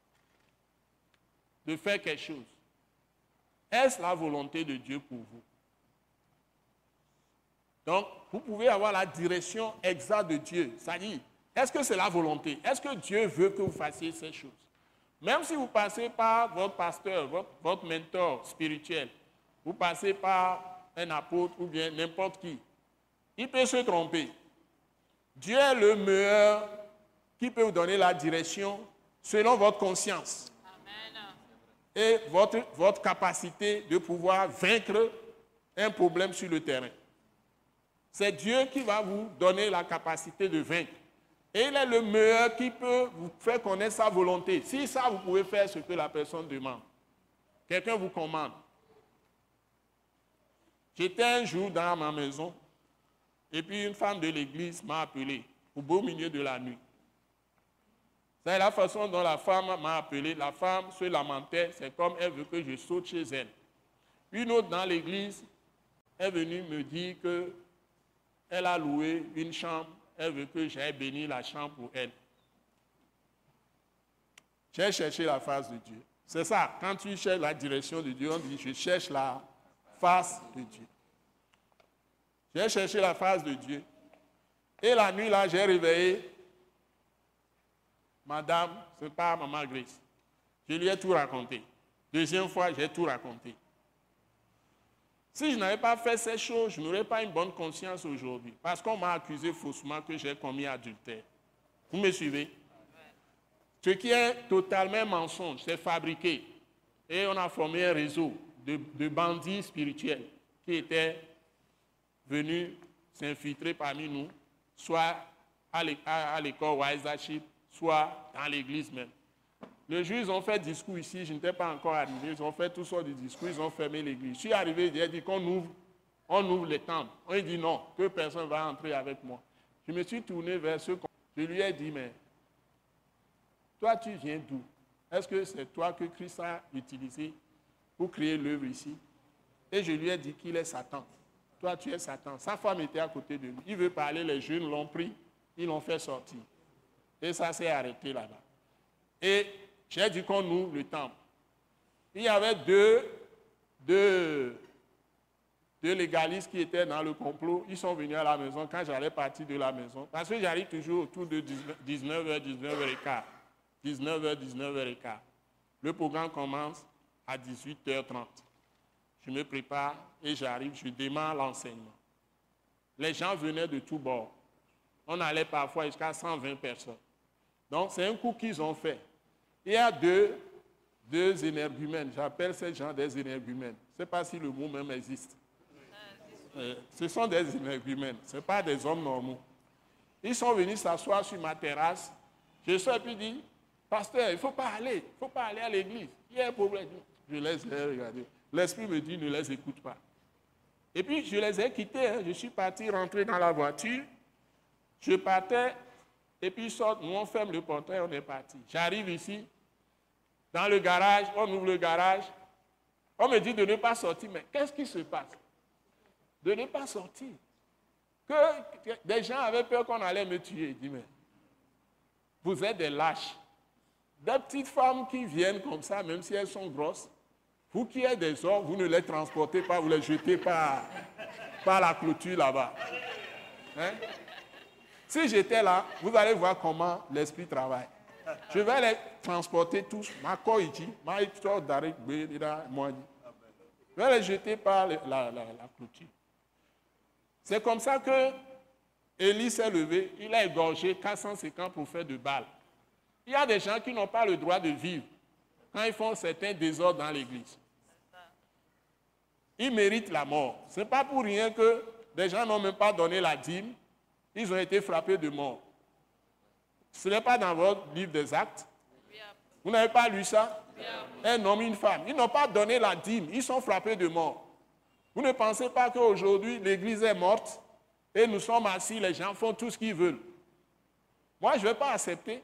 de faire quelque chose. Est-ce la volonté de Dieu pour vous? Donc, vous pouvez avoir la direction exacte de Dieu. C'est-à-dire, Est-ce que c'est la volonté? Est-ce que Dieu veut que vous fassiez ces choses? Même si vous passez par votre pasteur, votre, votre mentor spirituel, vous passez par un apôtre ou bien n'importe qui, il peut se tromper. Dieu est le meilleur qui peut vous donner la direction selon votre conscience. Amen. Et votre, votre capacité de pouvoir vaincre un problème sur le terrain. C'est Dieu qui va vous donner la capacité de vaincre. Et il est le meilleur qui peut vous faire connaître sa volonté. Si ça, vous pouvez faire ce que la personne demande. Quelqu'un vous commande. J'étais un jour dans ma maison, et puis une femme de l'église m'a appelé au beau milieu de la nuit. C'est la façon dont la femme m'a appelé. La femme se lamentait, c'est comme elle veut que je saute chez elle. Une autre dans l'église est venue me dire qu'elle a loué une chambre. Elle veut que j'aille bénir la chambre pour elle. J'ai cherché la face de Dieu. C'est ça, quand tu cherches la direction de Dieu, on dit je cherche la face de Dieu. J'ai cherché la face de Dieu. Et la nuit là, j'ai réveillé Madame, ce n'est pas Maman Grace. Je lui ai tout raconté. Deuxième fois, j'ai tout raconté. Si je n'avais pas fait ces choses, je n'aurais pas une bonne conscience aujourd'hui. Parce qu'on m'a accusé faussement que j'ai commis adultère. Vous me suivez? Ce qui est totalement mensonge, c'est fabriqué. Et on a formé un réseau de, de bandits spirituels qui étaient venus s'infiltrer parmi nous, soit à l'école Wiseaship, soit dans l'église même. Le jour, ils ont fait discours ici, je n'étais pas encore arrivé, ils ont fait toutes sortes de discours, ils ont fermé l'église. Je suis arrivé, j'ai dit qu'on ouvre, on ouvre les temples. On dit non, que personne ne va entrer avec moi. Je me suis tourné vers ceux qu'on... Je lui ai dit, mais toi, tu viens d'où? Est-ce que c'est toi que Christ a utilisé pour créer l'œuvre ici? Et je lui ai dit qu'il est Satan. Toi, tu es Satan. Sa femme était à côté de lui. Il veut parler, les jeunes l'ont pris, ils l'ont fait sortir. Et ça s'est arrêté là-bas. Et j'ai dit qu'on ouvre le temple. Il y avait deux, deux, deux légalistes qui étaient dans le complot. Ils sont venus à la maison quand j'allais partir de la maison. Parce que j'arrive toujours autour de dix-neuf heures, dix-neuf heures quinze. dix-neuf heures, dix-neuf heures quinze. Le programme commence à dix-huit heures trente. Je me prépare et j'arrive, je démarre l'enseignement. Les gens venaient de tous bords. On allait parfois jusqu'à cent vingt personnes. Donc, c'est un coup qu'ils ont fait. Il y a deux, deux énergumènes. J'appelle ces gens des énergumènes. Je ne sais pas si le mot même existe. Euh, ce sont des énergumènes. Ce ne sont pas des hommes normaux. Ils sont venus s'asseoir sur ma terrasse. Je suis et puis dit, pasteur, il ne faut pas aller. Il ne faut pas aller à l'église. Il y a un problème. Je laisse les regarder. L'esprit me dit, ne les écoute pas. Et puis, je les ai quittés. Hein. Je suis parti rentrer dans la voiture. Je partais. Et puis ils sortent, nous on ferme le portail, on est parti. J'arrive ici, dans le garage, on ouvre le garage. On me dit de ne pas sortir, mais qu'est-ce qui se passe? De ne pas sortir. Que, que des gens avaient peur qu'on allait me tuer. Il dit, mais vous êtes des lâches. Des petites femmes qui viennent comme ça, même si elles sont grosses, vous qui êtes des hommes, vous ne les transportez pas, vous les jetez par, par la clôture là-bas. Hein? Si j'étais là, vous allez voir comment l'esprit travaille. Je vais les transporter tous. Je vais les jeter par la, la, la, la clôture. C'est comme ça que Élie s'est levé. Il a égorgé quatre cent cinquante prophètes de Baal. Il y a des gens qui n'ont pas le droit de vivre quand ils font certains désordres dans l'église. Ils méritent la mort. Ce n'est pas pour rien que des gens n'ont même pas donné la dîme. Ils ont été frappés de mort. Ce n'est pas dans votre livre des actes. Vous n'avez pas lu ça? Un homme, une femme. Ils n'ont pas donné la dîme. Ils sont frappés de mort. Vous ne pensez pas qu'aujourd'hui, l'église est morte et nous sommes assis, les gens font tout ce qu'ils veulent. Moi, je ne vais pas accepter.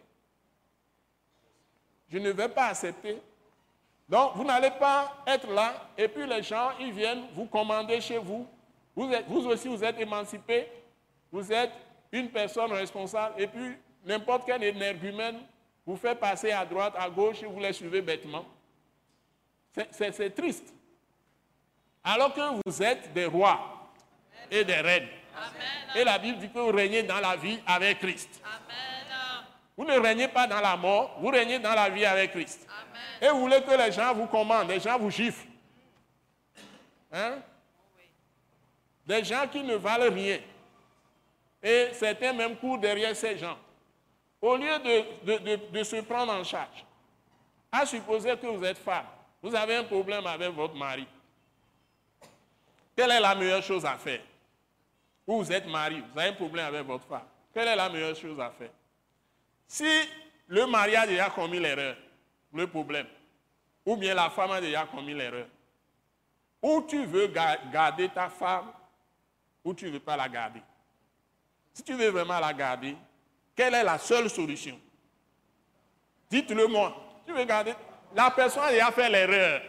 Je ne vais pas accepter. Donc, vous n'allez pas être là et puis les gens, ils viennent vous commander chez vous. Vous, êtes, vous aussi, vous êtes émancipés. Vous êtes une personne responsable et puis n'importe quel énergumène vous fait passer à droite, à gauche et vous les suivez bêtement. C'est triste. Alors que vous êtes des rois et des reines. Amen. Et la Bible dit que vous régnez dans la vie avec Christ. Amen. Vous ne régnez pas dans la mort, vous régnez dans la vie avec Christ. Amen. Et vous voulez que les gens vous commandent, les gens vous giflent. Hein? Oui. Des gens qui ne valent rien. Et certains même courent derrière ces gens. Au lieu de, de, de, de se prendre en charge, à supposer que vous êtes femme, vous avez un problème avec votre mari. Quelle est la meilleure chose à faire? Ou vous êtes mari, vous avez un problème avec votre femme. Quelle est la meilleure chose à faire? Si le mari a déjà commis l'erreur, le problème, ou bien la femme a déjà commis l'erreur, ou tu veux garder ta femme, ou tu ne veux pas la garder. Si tu veux vraiment la garder, quelle est la seule solution? Dites-le moi. Tu veux garder? La personne a déjà fait l'erreur.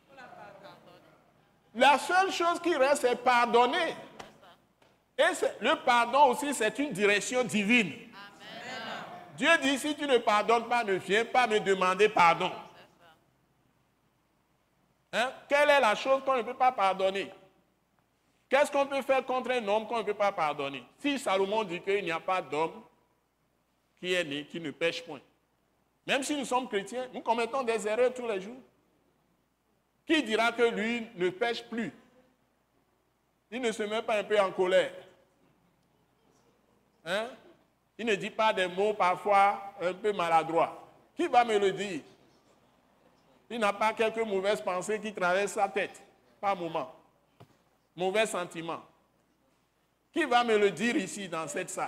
La seule chose qui reste, c'est pardonner. Et le pardon aussi, c'est une direction divine. Amen. Dieu dit, si tu ne pardonnes pas, ne viens pas me demander pardon. Hein? Quelle est la chose qu'on ne peut pas pardonner? Qu'est-ce qu'on peut faire contre un homme qu'on ne peut pas pardonner? Si Salomon dit qu'il n'y a pas d'homme qui est né, qui ne pêche point. Même si nous sommes chrétiens, nous commettons des erreurs tous les jours. Qui dira que lui ne pêche plus? Il ne se met pas un peu en colère. Hein? Il ne dit pas des mots parfois un peu maladroits. Qui va me le dire? Il n'a pas quelques mauvaises pensées qui traversent sa tête. Par moment. Mauvais sentiments. Qui va me le dire ici dans cette salle?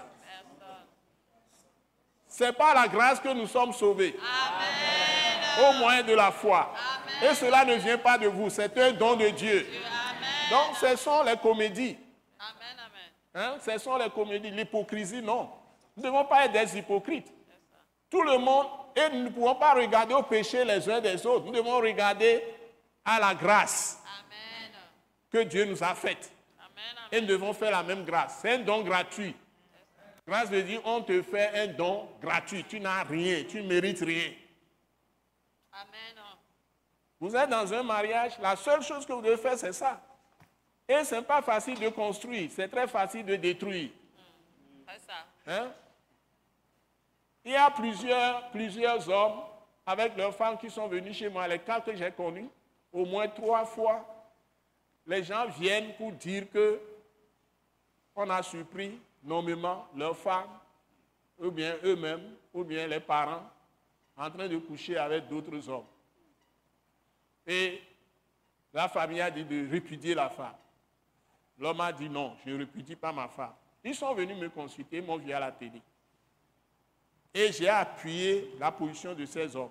C'est par la grâce que nous sommes sauvés. Amen. Au moyen de la foi. Amen. Et cela ne vient pas de vous, c'est un don de Dieu. Amen. Donc ce sont les comédies. Amen, amen. Hein? Ce sont les comédies. L'hypocrisie, non. Nous ne devons pas être des hypocrites. Tout le monde, et nous ne pouvons pas regarder au péché les uns des autres. Nous devons regarder à la grâce amen. Que Dieu nous a faite. Amen, amen. Et nous devons faire la même grâce. C'est un don gratuit. Grâce veut dire on te fait un don gratuit. Tu n'as rien, tu ne mérites rien. Amen. Vous êtes dans un mariage, la seule chose que vous devez faire, c'est ça. Et ce n'est pas facile de construire, c'est très facile de détruire. Mm. C'est ça. Hein? Il y a plusieurs, plusieurs hommes avec leurs femmes qui sont venus chez moi, les cas que j'ai connus, au moins trois fois. Les gens viennent pour dire que on a surpris nommément leurs femmes, ou bien eux-mêmes, ou bien les parents, en train de coucher avec d'autres hommes. Et la famille a dit de répudier la femme. L'homme a dit non, je ne répudie pas ma femme. Ils sont venus me consulter, m'ont vu à la télé. Et j'ai appuyé la position de ces hommes.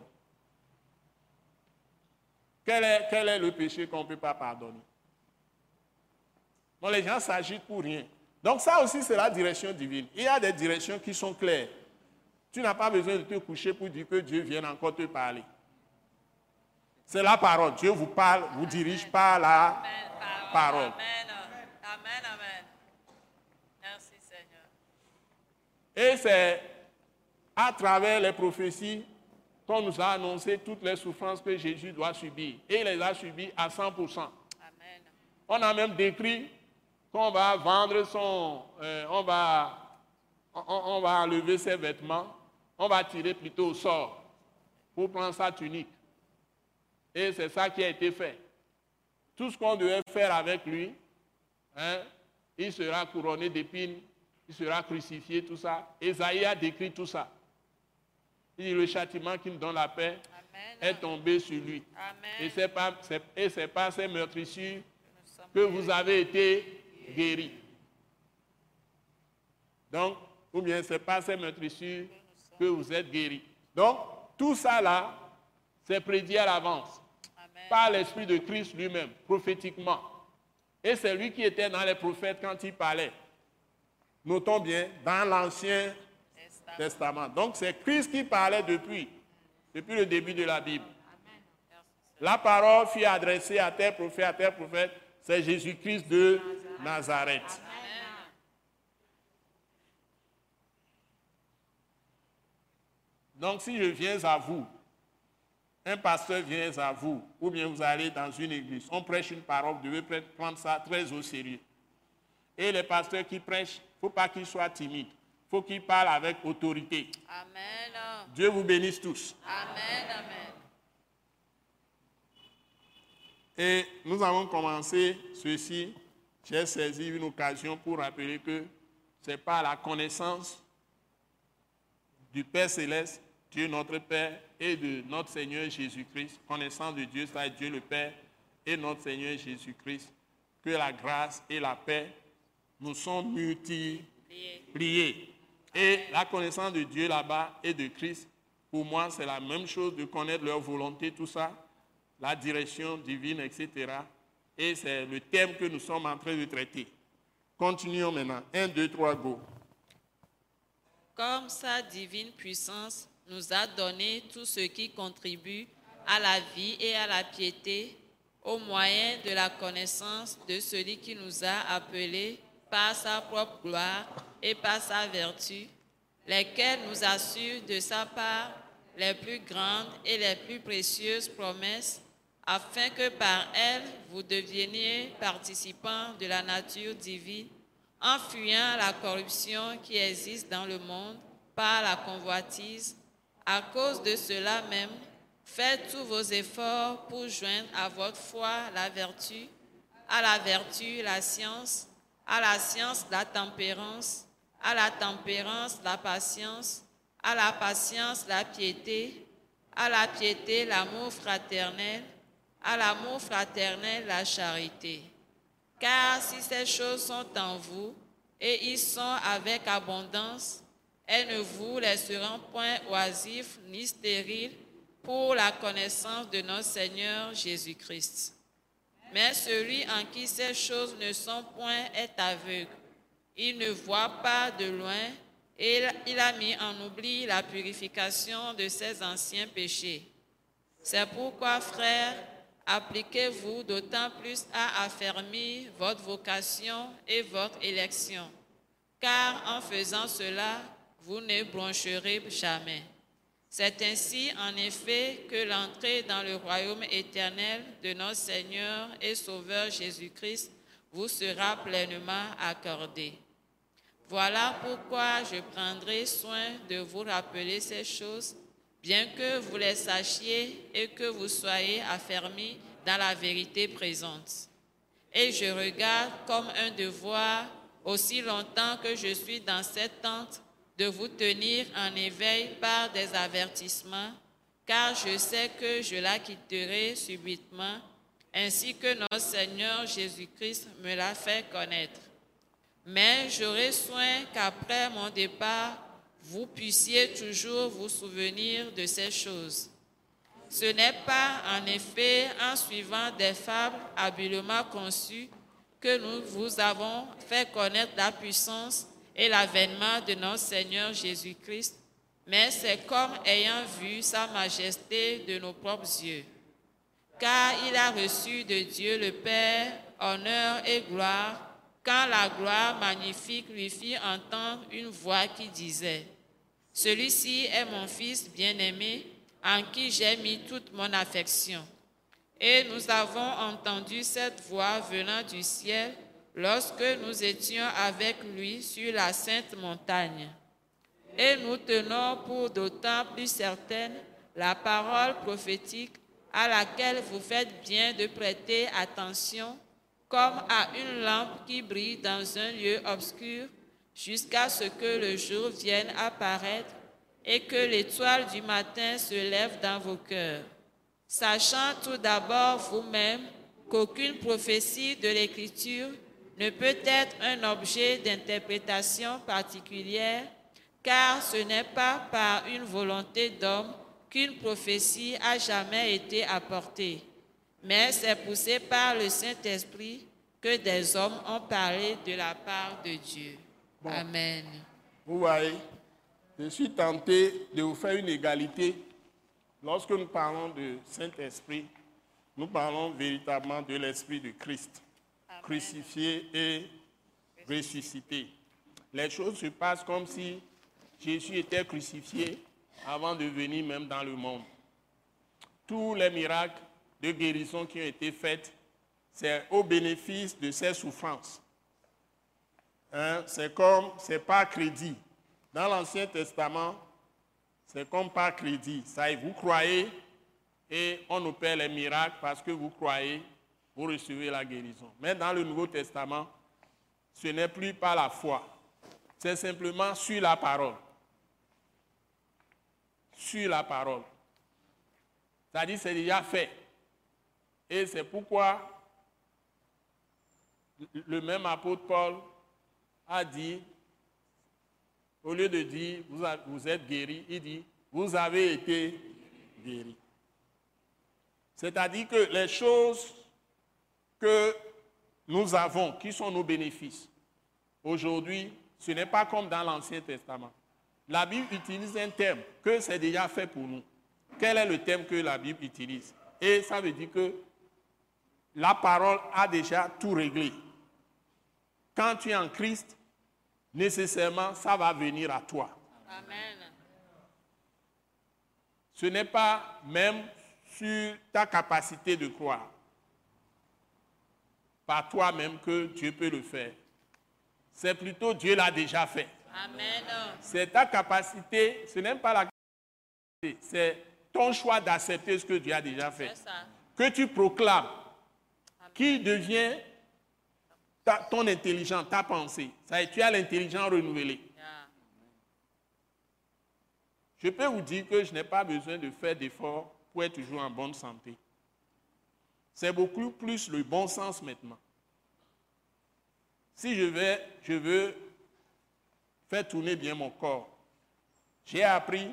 Quel est, quel est le péché qu'on ne peut pas pardonner? Bon, les gens s'agitent pour rien. Donc ça aussi, c'est la direction divine. Il y a des directions qui sont claires. Tu n'as pas besoin de te coucher pour dire que Dieu vienne encore te parler. C'est la parole. Dieu vous parle, vous dirige par la amen, parole. Amen. Amen, amen. Merci Seigneur. Et c'est à travers les prophéties qu'on nous a annoncé toutes les souffrances que Jésus doit subir. Et il les a subies à cent pour cent. Amen. On a même décrit qu'on va vendre son... Euh, on, va, on, on va enlever ses vêtements, on va tirer plutôt au sort pour prendre sa tunique. Et c'est ça qui a été fait. Tout ce qu'on devait faire avec lui, hein, il sera couronné d'épines, il sera crucifié, tout ça. Ésaïe a décrit tout ça. Il dit le châtiment qui nous donne la paix amen. Est tombé sur lui. Amen. Et ce n'est pas, c'est pas ces meurtrissures que vous avez été guéris. Donc, ou bien ce n'est pas ces meurtrissures que vous êtes guéris. Donc, tout ça là, c'est prédit à l'avance. Par l'Esprit de Christ lui-même, prophétiquement. Et c'est lui qui était dans les prophètes quand il parlait. Notons bien, dans l'Ancien Testament. Testament. Donc c'est Christ qui parlait depuis, depuis le début de la Bible. Amen. La parole fut adressée à tel prophète, à tel prophète, c'est Jésus-Christ de Nazareth. Nazareth. Donc si je viens à vous, un pasteur vient à vous, ou bien vous allez dans une église, on prêche une parole, vous devez prendre ça très au sérieux. Et les pasteurs qui prêchent, il ne faut pas qu'ils soient timides, il faut qu'ils parlent avec autorité. Amen. Dieu vous bénisse tous. Amen, amen. Et nous avons commencé ceci. J'ai saisi une occasion pour rappeler que ce n'est pas la connaissance du Père Céleste, Dieu notre Père, et de notre Seigneur Jésus-Christ, connaissance de Dieu, c'est Dieu le Père, et notre Seigneur Jésus-Christ, que la grâce et la paix nous sont multipliées. Et la connaissance de Dieu là-bas et de Christ, pour moi, c'est la même chose de connaître leur volonté, tout ça, la direction divine, et cetera. Et c'est le thème que nous sommes en train de traiter. Continuons maintenant. un, deux, trois, go. Comme sa divine puissance nous a donné tout ce qui contribue à la vie et à la piété, au moyen de la connaissance de celui qui nous a appelés par sa propre gloire et par sa vertu, lesquels nous assurent de sa part les plus grandes et les plus précieuses promesses, afin que par elles vous deveniez participants de la nature divine, en fuyant la corruption qui existe dans le monde par la convoitise. À cause de cela même, faites tous vos efforts pour joindre à votre foi la vertu, à la vertu la science, à la science la tempérance, à la tempérance la patience, à la patience la piété, à la piété l'amour fraternel, à l'amour fraternel la charité. Car si ces choses sont en vous, et y sont avec abondance, elles ne vous laisseront point oisifs ni stériles pour la connaissance de notre Seigneur Jésus-Christ. Mais celui en qui ces choses ne sont point est aveugle. Il ne voit pas de loin, et il a mis en oubli la purification de ses anciens péchés. C'est pourquoi, frères, appliquez-vous d'autant plus à affermir votre vocation et votre élection, car en faisant cela, vous ne broncherez jamais. C'est ainsi, en effet, que l'entrée dans le royaume éternel de notre Seigneur et Sauveur Jésus-Christ vous sera pleinement accordée. Voilà pourquoi je prendrai soin de vous rappeler ces choses, bien que vous les sachiez et que vous soyez affermis dans la vérité présente. Et je regarde comme un devoir, aussi longtemps que je suis dans cette tente, de vous tenir en éveil par des avertissements, car je sais que je la quitterai subitement, ainsi que notre Seigneur Jésus-Christ me l'a fait connaître. Mais j'aurai soin qu'après mon départ, vous puissiez toujours vous souvenir de ces choses. Ce n'est pas, en effet, en suivant des fables habilement conçues que nous vous avons fait connaître la puissance et l'avènement de notre Seigneur Jésus-Christ, mais c'est comme ayant vu sa majesté de nos propres yeux. Car il a reçu de Dieu le Père honneur et gloire, quand la gloire magnifique lui fit entendre une voix qui disait: « Celui-ci est mon Fils bien-aimé, en qui j'ai mis toute mon affection. » Et nous avons entendu cette voix venant du ciel lorsque nous étions avec lui sur la sainte montagne. Et nous tenons pour d'autant plus certaine la parole prophétique à laquelle vous faites bien de prêter attention, comme à une lampe qui brille dans un lieu obscur, jusqu'à ce que le jour vienne apparaître et que l'étoile du matin se lève dans vos cœurs. Sachant tout d'abord vous-même qu'aucune prophétie de l'Écriture ne peut être un objet d'interprétation particulière, car ce n'est pas par une volonté d'homme qu'une prophétie a jamais été apportée, mais c'est poussé par le Saint-Esprit que des hommes ont parlé de la part de Dieu. Bon. Amen. Vous voyez, je suis tenté de vous faire une égalité. Lorsque nous parlons de Saint-Esprit, nous parlons véritablement de l'Esprit de Christ, Amen. Crucifié et ressuscité. Les choses se passent comme si Jésus était crucifié avant de venir même dans le monde. Tous les miracles de guérison qui ont été faits, c'est au bénéfice de ses souffrances. Hein? C'est comme, c'est pas crédit. Dans l'Ancien Testament, c'est comme par crédit. Ça y est, vous croyez et on opère les miracles parce que vous croyez, vous recevez la guérison. Mais dans le Nouveau Testament, ce n'est plus par la foi. C'est simplement sur la parole. Sur la parole. C'est-à-dire c'est déjà fait. Et c'est pourquoi le même apôtre Paul a dit, au lieu de dire vous, avez, vous êtes guéris, il dit vous avez été guéris. C'est-à-dire que les choses que nous avons, qui sont nos bénéfices, aujourd'hui, ce n'est pas comme dans l'Ancien Testament. La Bible utilise un terme que c'est déjà fait pour nous. Quel est le terme que la Bible utilise? Et ça veut dire que la parole a déjà tout réglé. Quand tu es en Christ, nécessairement, ça va venir à toi. Amen. Ce n'est pas même sur ta capacité de croire, par toi-même que Dieu peut le faire. C'est plutôt Dieu l'a déjà fait. Amen. C'est ta capacité, ce n'est pas la capacité, c'est ton choix d'accepter ce que Dieu a déjà fait. C'est ça. Que tu proclames, Amen. Qui devient ta, ton intelligence, ta pensée. Ça y est, tu as l'intelligence renouvelée. Yeah. Je peux vous dire que je n'ai pas besoin de faire d'efforts pour être toujours en bonne santé. C'est beaucoup plus le bon sens maintenant. Si je, vais, je veux faire tourner bien mon corps, j'ai appris,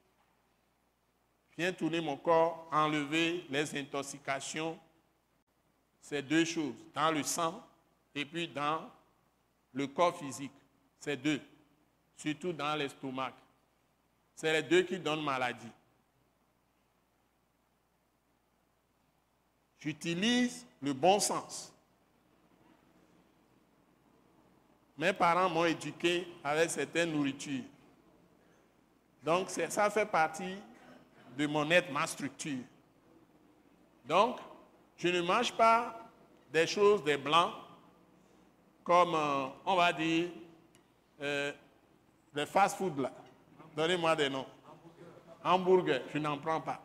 bien tourner mon corps, enlever les intoxications. C'est deux choses, dans le sang et puis dans le corps physique. C'est deux, surtout dans l'estomac. C'est les deux qui donnent maladie. J'utilise le bon sens. Mes parents m'ont éduqué avec certaines nourritures. Donc, ça fait partie de mon être, ma structure. Donc, je ne mange pas des choses, des blancs, comme, euh, on va dire, euh, les fast-food là. Donnez-moi des noms. Hamburger, je n'en prends pas.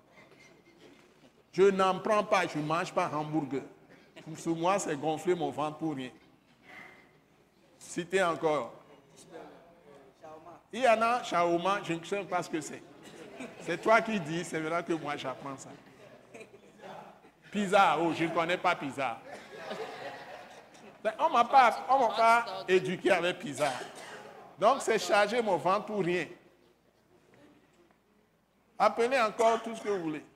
Je n'en prends pas, je ne mange pas hamburger. Pour moi, c'est gonfler mon ventre pour rien. Citez encore. Il y en a, shawarma, je ne sais pas ce que c'est. C'est toi qui dis, c'est vrai que moi j'apprends ça. Pizza, oh, je ne connais pas pizza. On ne m'a pas, on m'a pas éduqué avec pizza. Donc c'est charger mon ventre pour rien. Appelez encore tout ce que vous voulez.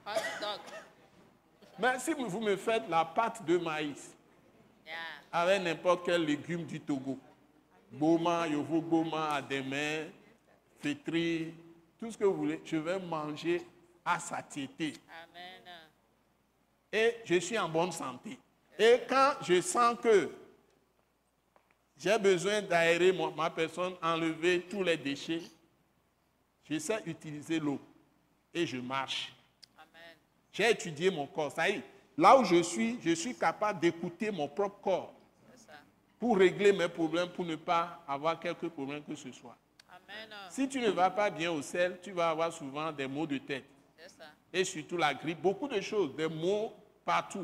Mais si vous me faites la pâte de maïs, yeah, avec n'importe quel légume du Togo, boma, yovo boma, ademé, fétri, tout ce que vous voulez, je vais manger à satiété. Amen. Et je suis en bonne santé. Et quand je sens que j'ai besoin d'aérer ma personne, enlever tous les déchets, je sais utiliser l'eau et je marche. Amen. J'ai étudié mon corps. Ça y est, là où je suis, je suis capable d'écouter mon propre corps pour régler mes problèmes, pour ne pas avoir quelques problèmes que ce soit. Amen. Si tu ne vas pas bien au sel, tu vas avoir souvent des maux de tête. Ça. Et surtout la grippe, beaucoup de choses, des maux partout.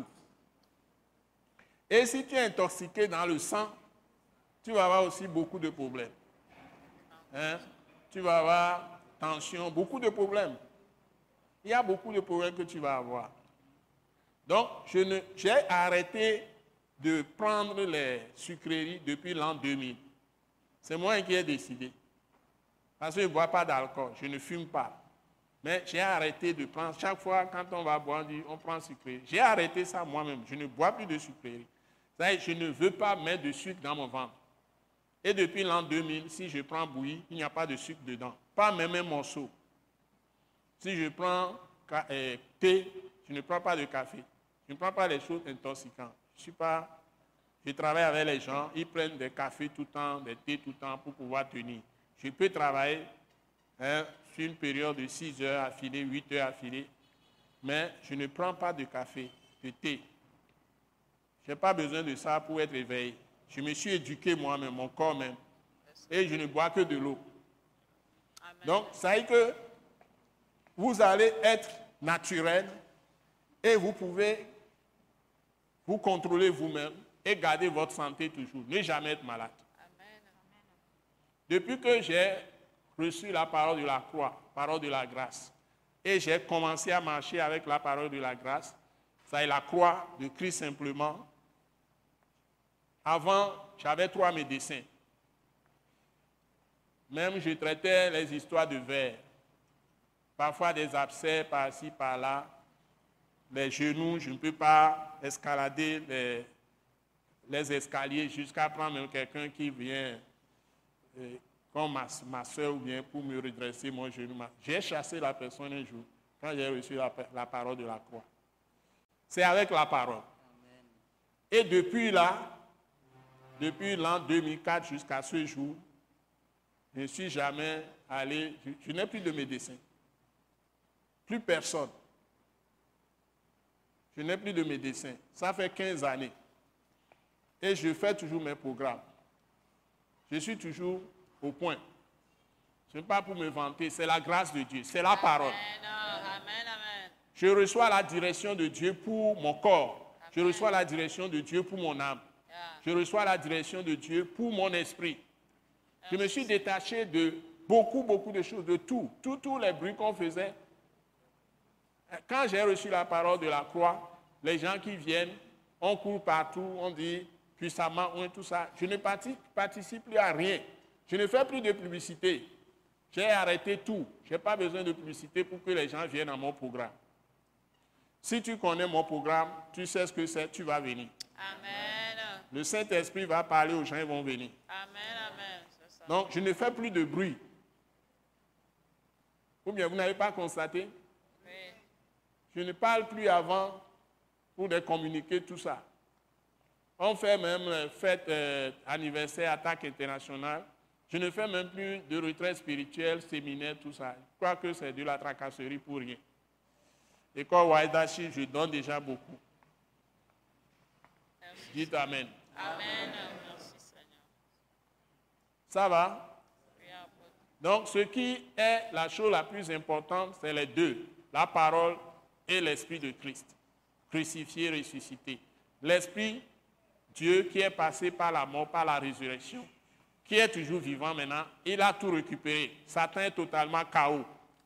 Et si tu es intoxiqué dans le sang, tu vas avoir aussi beaucoup de problèmes. Hein? Tu vas avoir tension, beaucoup de problèmes. Il y a beaucoup de problèmes que tu vas avoir. Donc, je ne, j'ai arrêté de prendre les sucreries depuis l'an deux mille. C'est moi qui ai décidé. Parce que je ne bois pas d'alcool, je ne fume pas. Mais j'ai arrêté de prendre, chaque fois quand on va boire, on dit on prend sucrerie. J'ai arrêté ça moi-même, je ne bois plus de sucrerie. C'est-à-dire, je ne veux pas mettre de sucre dans mon ventre. Et depuis l'an deux mille, si je prends bouillie, il n'y a pas de sucre dedans. Pas même un morceau. Si je prends euh, thé, je ne prends pas de café. Je ne prends pas les choses intoxicantes. Je suis pas, je travaille avec les gens, ils prennent des cafés tout le temps, des thés tout le temps pour pouvoir tenir. Je peux travailler hein, sur une période de six heures affilée, huit heures affilée, mais je ne prends pas de café, de thé. Je n'ai pas besoin de ça pour être éveillé. Je me suis éduqué moi-même, mon corps même. Et je ne bois que de l'eau. Donc, ça veut dire que vous allez être naturel et vous pouvez vous contrôler vous-même et garder votre santé toujours. Ne jamais être malade. Amen. Depuis que j'ai reçu la parole de la croix, parole de la grâce, et j'ai commencé à marcher avec la parole de la grâce, ça est la croix de Christ simplement. Avant, j'avais trois médecins. Même je traitais les histoires de verre. Parfois des abcès par-ci, par-là. Les genoux, je ne peux pas escalader les, les escaliers jusqu'à prendre même quelqu'un qui vient, euh, comme ma, ma soeur ou bien pour me redresser mon genou. J'ai chassé la personne un jour quand j'ai reçu la, la parole de la croix. C'est avec la parole. Amen. Et depuis là, depuis l'an deux mille quatre jusqu'à ce jour, je ne suis jamais allé, je, je n'ai plus de médecin. Plus personne. Je n'ai plus de médecin. Ça fait quinze années. Et je fais toujours mes programmes. Je suis toujours au point. Ce n'est pas pour me vanter, c'est la grâce de Dieu, c'est la Amen. parole. Amen, amen. Je reçois la direction de Dieu pour mon corps. Amen. Je reçois la direction de Dieu pour mon âme. Yeah. Je reçois la direction de Dieu pour mon esprit. Yeah. Je me suis détaché de beaucoup, beaucoup de choses, de tout. Tous, tous les bruits qu'on faisait. Quand j'ai reçu la parole de la croix, les gens qui viennent, on court partout, on dit puissamment, on tout ça. Je ne participe plus à rien. Je ne fais plus de publicité. J'ai arrêté tout. Je n'ai pas besoin de publicité pour que les gens viennent à mon programme. Si tu connais mon programme, tu sais ce que c'est, tu vas venir. Amen. Le Saint-Esprit va parler aux gens, ils vont venir. Amen, amen. C'est ça. Donc, je ne fais plus de bruit. Ou bien, vous n'avez pas constaté? Oui. Je ne parle plus avant pour les communiquer, tout ça. On fait même les fêtes euh, anniversaire, attaque internationale. Je ne fais même plus de retraite spirituelle, séminaire, tout ça. Je crois que c'est de la tracasserie pour rien. École Waidashi, je donne déjà beaucoup. Merci. Dites Amen. Amen. Merci Seigneur. Ça va? Donc, ce qui est la chose la plus importante, c'est les deux. La parole et l'Esprit de Christ. Crucifié, ressuscité. L'Esprit, Dieu qui est passé par la mort, par la résurrection, qui est toujours vivant maintenant, il a tout récupéré. Satan est totalement K O.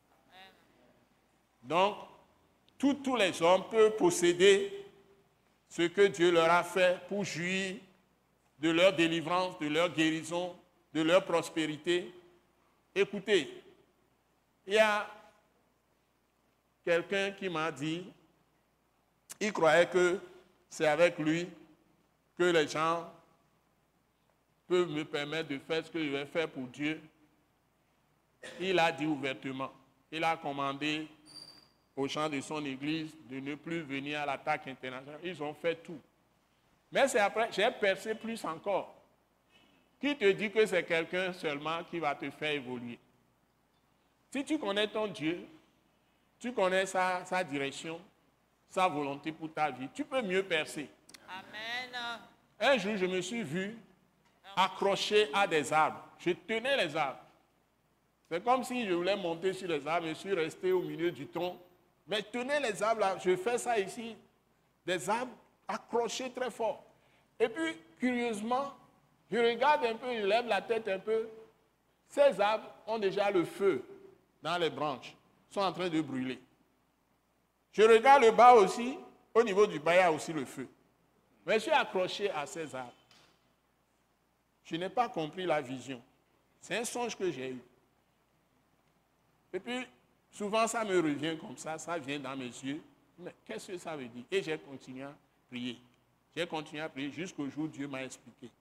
Donc, tous, tous les hommes peuvent posséder ce que Dieu leur a fait pour jouir de leur délivrance, de leur guérison, de leur prospérité. Écoutez, il y a quelqu'un qui m'a dit, il croyait que c'est avec lui que les gens peuvent me permettre de faire ce que je vais faire pour Dieu. Il a dit ouvertement, il a commandé aux gens de son église de ne plus venir à l'attaque internationale. Ils ont fait tout. Mais c'est après, j'ai percé plus encore. Qui te dit que c'est quelqu'un seulement qui va te faire évoluer? Si tu connais ton Dieu, tu connais sa, sa direction, sa volonté pour ta vie, tu peux mieux percer. Amen. Un jour, je me suis vu accroché à des arbres. Je tenais les arbres. C'est comme si je voulais monter sur les arbres, je suis resté au milieu du tronc. Mais tenez les arbres là, je fais ça ici, des arbres accrochés très fort. Et puis, curieusement, je regarde un peu, je lève la tête un peu. Ces arbres ont déjà le feu dans les branches, sont en train de brûler. Je regarde le bas aussi, au niveau du bas, il y a aussi le feu. Mais je suis accroché à ces arbres. Je n'ai pas compris la vision. C'est un songe que j'ai eu. Et puis, souvent, ça me revient comme ça, ça vient dans mes yeux. Mais qu'est-ce que ça veut dire? Et j'ai continué à prier. J'ai continué à prier jusqu'au jour où Dieu m'a expliqué.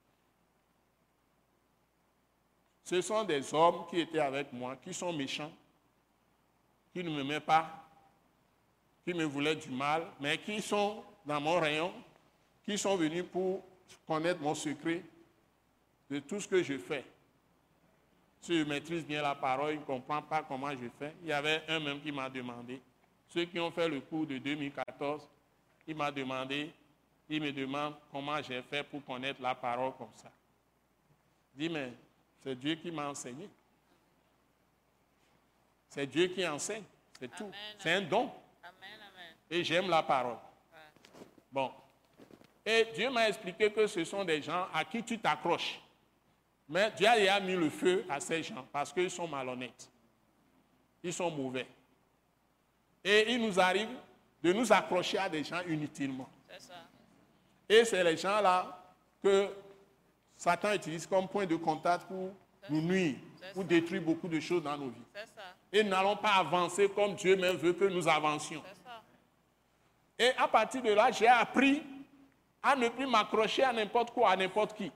Ce sont des hommes qui étaient avec moi, qui sont méchants, qui ne m'aimaient pas, qui me voulaient du mal, mais qui sont dans mon rayon, qui sont venus pour connaître mon secret de tout ce que je fais. Si je maîtrise bien la parole, il ne comprend pas comment je fais. Il y avait un même qui m'a demandé, ceux qui ont fait le cours de deux mille quatorze, il m'a demandé, il me demande comment j'ai fait pour connaître la parole comme ça. Je dis, mais c'est Dieu qui m'a enseigné. C'est Dieu qui enseigne, c'est tout. Amen. C'est un don. Amen, amen. Et j'aime la parole. Ouais. Bon. Et Dieu m'a expliqué que ce sont des gens à qui tu t'accroches. Mais Dieu a mis le feu à ces gens parce qu'ils sont malhonnêtes. Ils sont mauvais. Et il nous arrive de nous accrocher à des gens inutilement. C'est ça. Et c'est les gens-là que Satan utilise comme point de contact pour nous nuire, pour détruire beaucoup de choses dans nos vies. C'est ça. Et nous n'allons pas avancer comme Dieu même veut que nous avancions. C'est ça. Et à partir de là, j'ai appris à ne plus m'accrocher à n'importe quoi, à n'importe qui.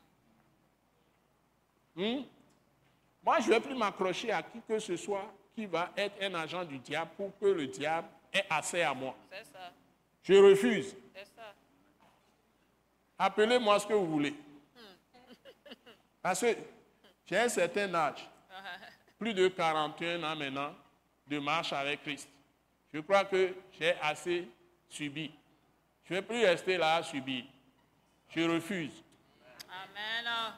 Hmm? Moi, je ne vais plus m'accrocher à qui que ce soit qui va être un agent du diable pour que le diable ait accès à moi. C'est ça. Je refuse. C'est ça. Appelez-moi ce que vous voulez. Parce que j'ai un certain âge, plus de quarante et un ans maintenant, de marche avec Christ. Je crois que j'ai assez subi. Je ne vais plus rester là à subir. Je refuse. Amen.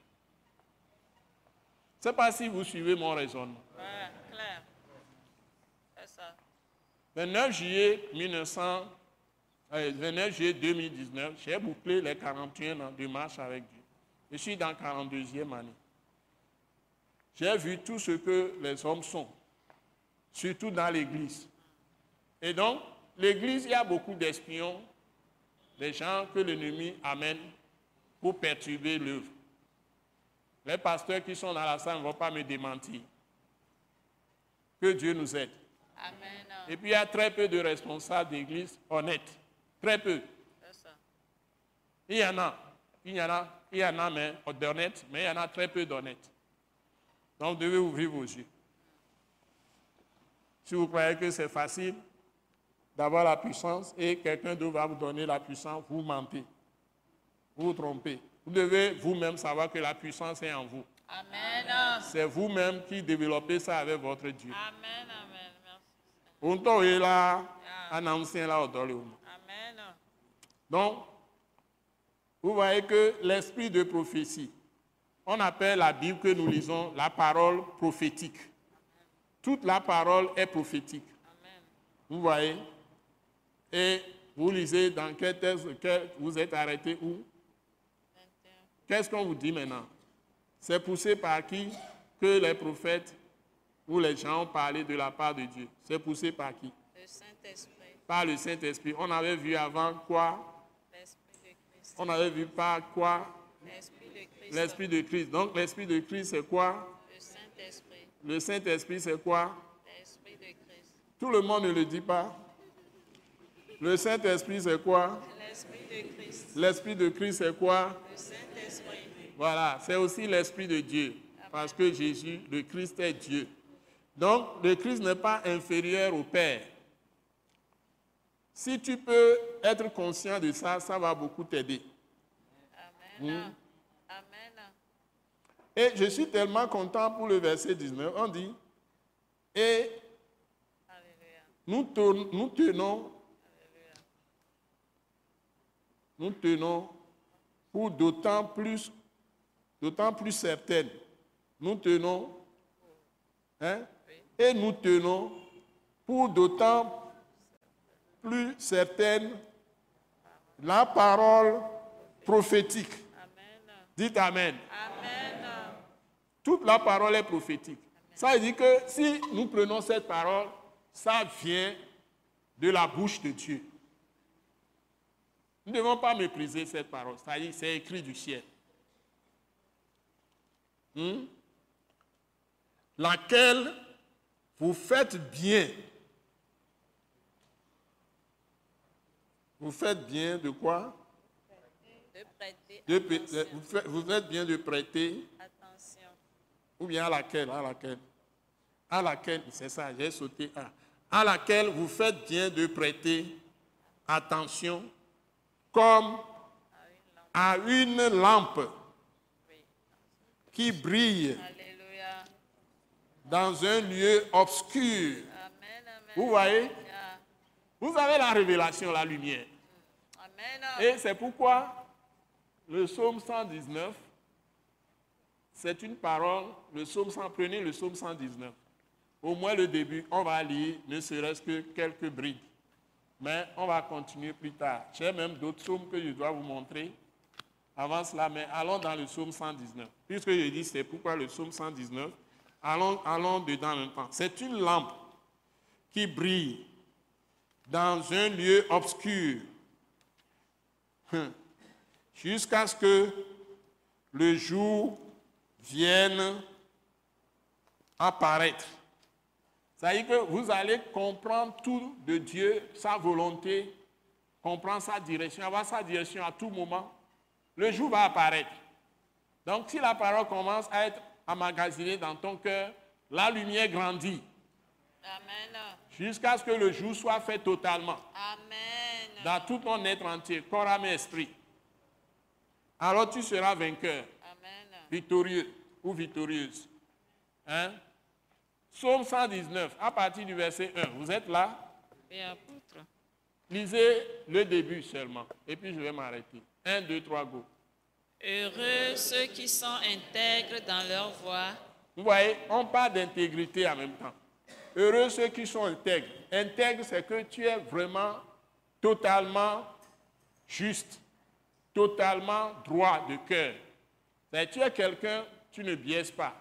Je ne sais pas si vous suivez mon raisonnement. Ouais, clair. C'est ça. vingt-neuf juillet mille neuf cents, euh, vingt-neuf juillet deux mille dix-neuf, j'ai bouclé les quarante et un ans de marche avec Dieu. Je suis dans la quarante-deuxième année. J'ai vu tout ce que les hommes sont, surtout dans l'Église. Et donc, l'Église, il y a beaucoup d'espions, des gens que l'ennemi amène pour perturber l'œuvre. Les pasteurs qui sont dans la salle ne vont pas me démentir. Que Dieu nous aide. Amen. Et puis, il y a très peu de responsables d'église honnêtes. Très peu. C'est ça. Il y en a. Il y en a, il y en a mais d'honnêtes, mais il y en a très peu d'honnêtes. Donc, vous devez ouvrir vos yeux. Si vous croyez que c'est facile d'avoir la puissance et quelqu'un d'autre va vous donner la puissance, vous mentez. Vous vous trompez. Vous devez vous-même savoir que la puissance est en vous. Amen. C'est vous-même qui développez ça avec votre Dieu. Amen. Amen. Merci. On est là, un ancien là, au Amen. Donc, vous voyez que l'esprit de prophétie, on appelle la Bible que nous lisons la parole prophétique. Toute la parole est prophétique. Amen. Vous voyez? Et vous lisez dans quel texte, quel, vous êtes arrêté où? vingt et un. Qu'est-ce qu'on vous dit maintenant? C'est poussé par qui que les prophètes ou les gens ont parlé de la part de Dieu? C'est poussé par qui? Le Saint-Esprit. Par le Saint-Esprit. On avait vu avant quoi? L'Esprit de Christ. On avait vu par quoi? L'Esprit de Christ. L'Esprit de Christ. Donc l'Esprit de Christ, c'est quoi? Le Saint-Esprit. Le Saint-Esprit, c'est quoi? L'Esprit de Christ. Tout le monde ne le dit pas. Le Saint-Esprit, c'est quoi? L'Esprit de Christ. L'Esprit de Christ, c'est quoi? Le Saint-Esprit. Voilà, c'est aussi l'Esprit de Dieu. Parce que Jésus, le Christ est Dieu. Donc, le Christ n'est pas inférieur au Père. Si tu peux être conscient de ça, ça va beaucoup t'aider. Amen. Hmm. Amen. Et je suis tellement content pour le verset dix-neuf. On dit, et Alléluia. nous, tourn- nous tenons, Alléluia. nous tenons pour d'autant plus, d'autant plus certaines. Nous tenons, hein, Oui. et nous tenons pour d'autant plus certaine la parole prophétique. Amen. Dites Amen. Amen. Toute la parole est prophétique. Ça veut dire que si nous prenons cette parole, ça vient de la bouche de Dieu. Nous ne devons pas mépriser cette parole. Ça veut dire c'est écrit du ciel. Hmm? Laquelle vous faites bien. Vous faites bien de quoi? De prêter De p- attention. vous, faites, vous faites bien de prêter, Attention. ou bien à laquelle, à laquelle, à laquelle, c'est ça, j'ai sauté à, à laquelle vous faites bien de prêter attention comme À une lampe. à une lampe Oui. qui brille Alléluia. dans un lieu obscur. Amen. Amen. Vous voyez? Alléluia. Vous avez la révélation, la lumière. Amen. Et c'est pourquoi le psaume cent dix-neuf, c'est une parole, le psaume cent, prenez le psaume cent dix-neuf. au moins le début, on va lire ne serait-ce que quelques brides. Mais on va continuer plus tard. J'ai même d'autres psaumes que je dois vous montrer avant cela, mais allons dans le psaume cent dix-neuf. Puisque je dis c'est pourquoi le psaume cent dix-neuf, allons, allons dedans un temps. C'est une lampe qui brille dans un lieu obscur jusqu'à ce que le jour vienne apparaître. C'est-à-dire que vous allez comprendre tout de Dieu, sa volonté, comprendre sa direction, avoir sa direction à tout moment. Le jour va apparaître. Donc, si la parole commence à être emmagasinée dans ton cœur, la lumière grandit. Amen. Jusqu'à ce que le jour soit fait totalement. Amen. Dans tout ton être entier, corps, âme et esprit. Alors tu seras vainqueur, Amen. victorieux ou victorieuse. Hein? Psaume cent dix-neuf, à partir du verset un. Vous êtes là? Et apôtre. Lisez le début seulement. Et puis je vais m'arrêter. un, deux, trois, go. Heureux ceux qui sont intègres dans leur voie. Vous voyez, on parle d'intégrité en même temps. Heureux ceux qui sont intègres. Intègre, c'est que tu es vraiment totalement juste, totalement droit de cœur. C'est-à-dire, tu es quelqu'un, tu ne biaises pas.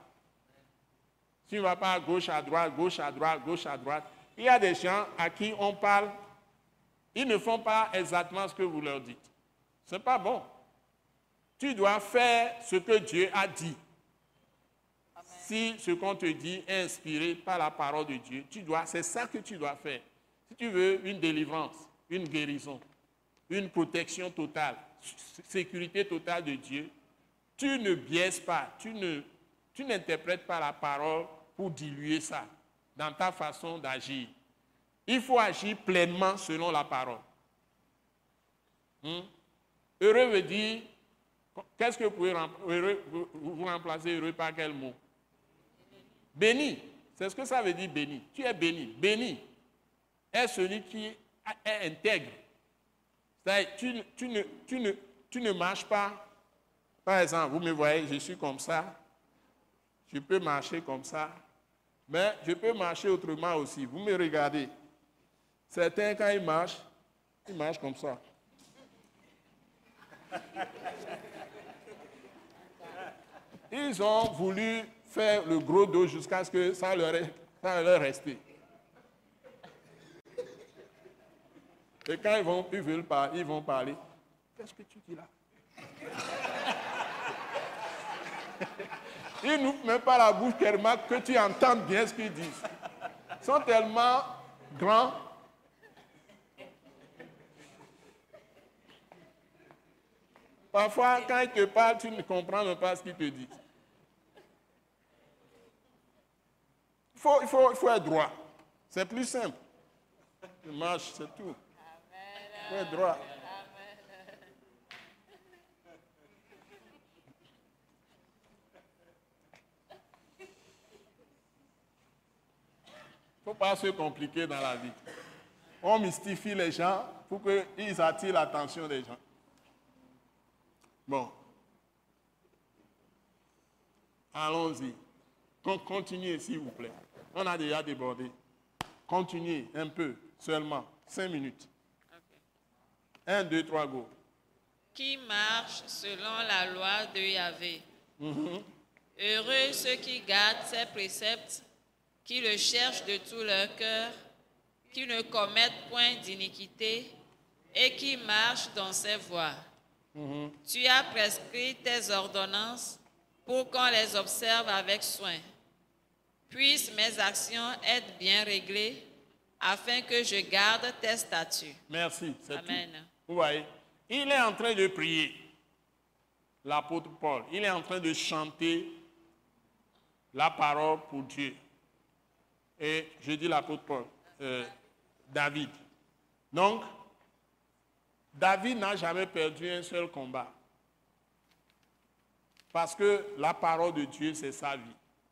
Tu ne vas pas à gauche, à droite, gauche, à droite, gauche, à droite. Il y a des gens à qui on parle, ils ne font pas exactement ce que vous leur dites. Ce n'est pas bon. Tu dois faire ce que Dieu a dit. Amen. Si ce qu'on te dit est inspiré par la parole de Dieu, tu dois, c'est ça que tu dois faire. Si tu veux une délivrance, une guérison, une protection totale, sécurité totale de Dieu, tu ne biaises pas, tu ne, tu n'interprètes pas la parole pour diluer ça dans ta façon d'agir. Il faut agir pleinement selon la parole. Hmm? Heureux veut dire, qu'est-ce que vous pouvez heureux, vous, vous remplacer heureux par quel mot? Béni. C'est ce que ça veut dire béni. Tu es béni. Béni est celui qui est intègre. C'est-à-dire, tu, tu, ne, tu, ne, tu ne marches pas. Par exemple, vous me voyez, je suis comme ça. Je peux marcher comme ça. Mais je peux marcher autrement aussi. Vous me regardez. Certains, quand ils marchent, ils marchent comme ça. Ils ont voulu faire le gros dos jusqu'à ce que ça leur, est, ça leur resté. Et quand ils, vont, ils veulent parler, ils vont parler. Qu'est-ce que tu dis là? Ils n'ouvrent même pas la bouche, tellement que tu entends bien ce qu'ils disent. Ils sont tellement grands. Parfois, quand ils te parlent, tu ne comprends même pas ce qu'ils te disent. Il faut, il faut, il faut être droit. C'est plus simple. Tu marches, c'est tout. Il faut être droit. Il ne faut pas se compliquer dans la vie. On mystifie les gens pour qu'ils attirent l'attention des gens. Bon. Allons-y. Continuez, s'il vous plaît. On a déjà débordé. Continuez un peu, seulement. Cinq minutes. Okay. Un, deux, trois, go. Qui marche selon la loi de Yahvé. Mm-hmm. Heureux ceux qui gardent ses préceptes, qui le cherchent de tout leur cœur, qui ne commettent point d'iniquité et qui marchent dans ses voies. Mm-hmm. Tu as prescrit tes ordonnances pour qu'on les observe avec soin. Puissent mes actions être bien réglées afin que je garde tes statuts. Merci, c'est tout. Amen. Vous voyez, il est en train de prier, l'apôtre Paul. Il est en train de chanter la parole pour Dieu. Et je dis l'apôtre Paul, euh, David. Donc, David n'a jamais perdu un seul combat. Parce que la parole de Dieu, c'est sa vie.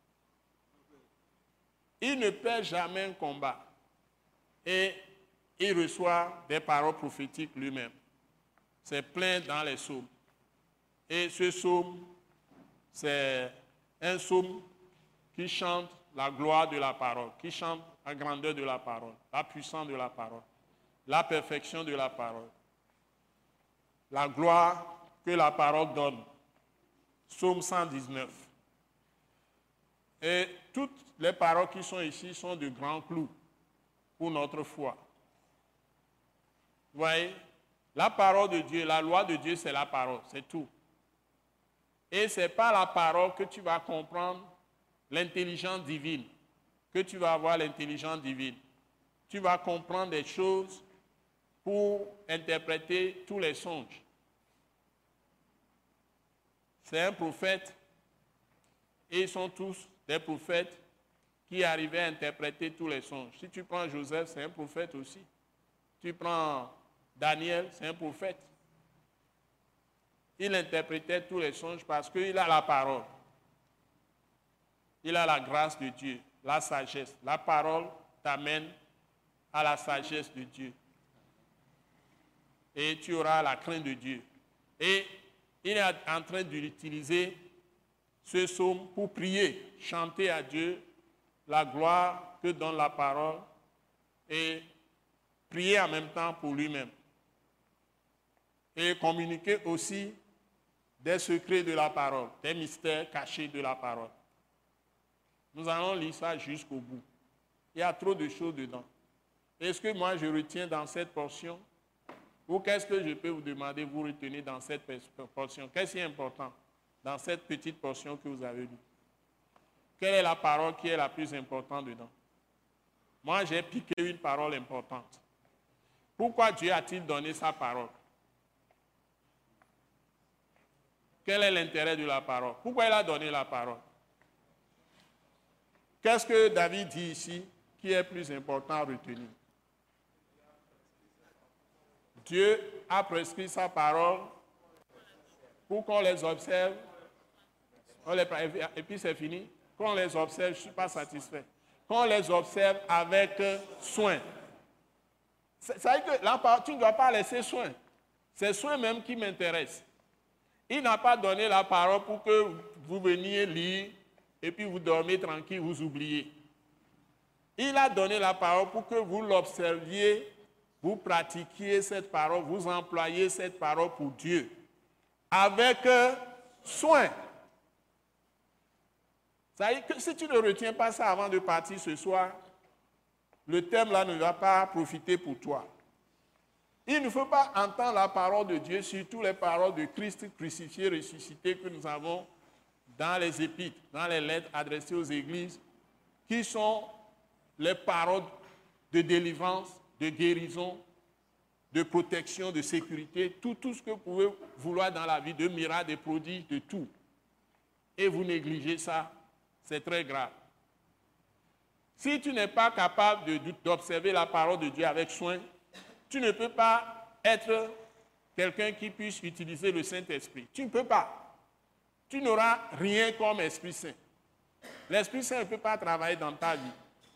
Il ne perd jamais un combat. Et il reçoit des paroles prophétiques lui-même. C'est plein dans les psaumes. Et ce psaume, c'est un psaume qui chante la gloire de la parole, qui chante la grandeur de la parole, la puissance de la parole, la perfection de la parole, la gloire que la parole donne. Psaume cent dix-neuf. Et toutes les paroles qui sont ici sont de grands clous pour notre foi. Vous voyez, la parole de Dieu, la loi de Dieu, c'est la parole, c'est tout. Et ce n'est pas la parole que tu vas comprendre l'intelligence divine, que tu vas avoir l'intelligence divine. Tu vas comprendre des choses pour interpréter tous les songes. C'est un prophète, et ils sont tous des prophètes qui arrivaient à interpréter tous les songes. Si tu prends Joseph, c'est un prophète aussi. Tu prends Daniel, c'est un prophète. Il interprétait tous les songes parce qu'il a la parole. Il a la grâce de Dieu, la sagesse. La parole t'amène à la sagesse de Dieu. Et tu auras la crainte de Dieu. Et il est en train d'utiliser ce psaume pour prier, chanter à Dieu la gloire que donne la parole et prier en même temps pour lui-même. Et communiquer aussi des secrets de la parole, des mystères cachés de la parole. Nous allons lire ça jusqu'au bout. Il y a trop de choses dedans. Est-ce que moi je retiens dans cette portion? Ou qu'est-ce que je peux vous demander, vous retenez dans cette portion? Qu'est-ce qui est important dans cette petite portion que vous avez lue? Quelle est la parole qui est la plus importante dedans? Moi, j'ai piqué une parole importante. Pourquoi Dieu a-t-il donné sa parole? Quel est l'intérêt de la parole? Pourquoi il a donné la parole? Qu'est-ce que David dit ici qui est plus important à retenir? Dieu a prescrit sa parole pour qu'on les observe. On les, et puis c'est fini. Qu'on les observe, je ne suis pas satisfait. Qu'on les observe avec soin. Ça veut dire que la parole, tu ne dois pas laisser soin. C'est soin même qui m'intéresse. Il n'a pas donné la parole pour que vous veniez lire et puis vous dormez tranquille, vous oubliez. Il a donné la parole pour que vous l'observiez, vous pratiquiez cette parole, vous employez cette parole pour Dieu. Avec soin. Ça veut dire que si tu ne retiens pas ça avant de partir ce soir, le thème là ne va pas profiter pour toi. Il ne faut pas entendre la parole de Dieu, surtout les paroles de Christ crucifié, ressuscité que nous avons dans les épîtres, dans les lettres adressées aux églises, qui sont les paroles de délivrance, de guérison, de protection, de sécurité, tout, tout ce que vous pouvez vouloir dans la vie, de miracles, de prodiges, de tout. Et vous négligez ça, c'est très grave. Si tu n'es pas capable d'observer la parole de Dieu avec soin, tu ne peux pas être quelqu'un qui puisse utiliser le Saint-Esprit. Tu ne peux pas. Tu n'auras rien comme Esprit Saint. L'Esprit Saint ne peut pas travailler dans ta vie.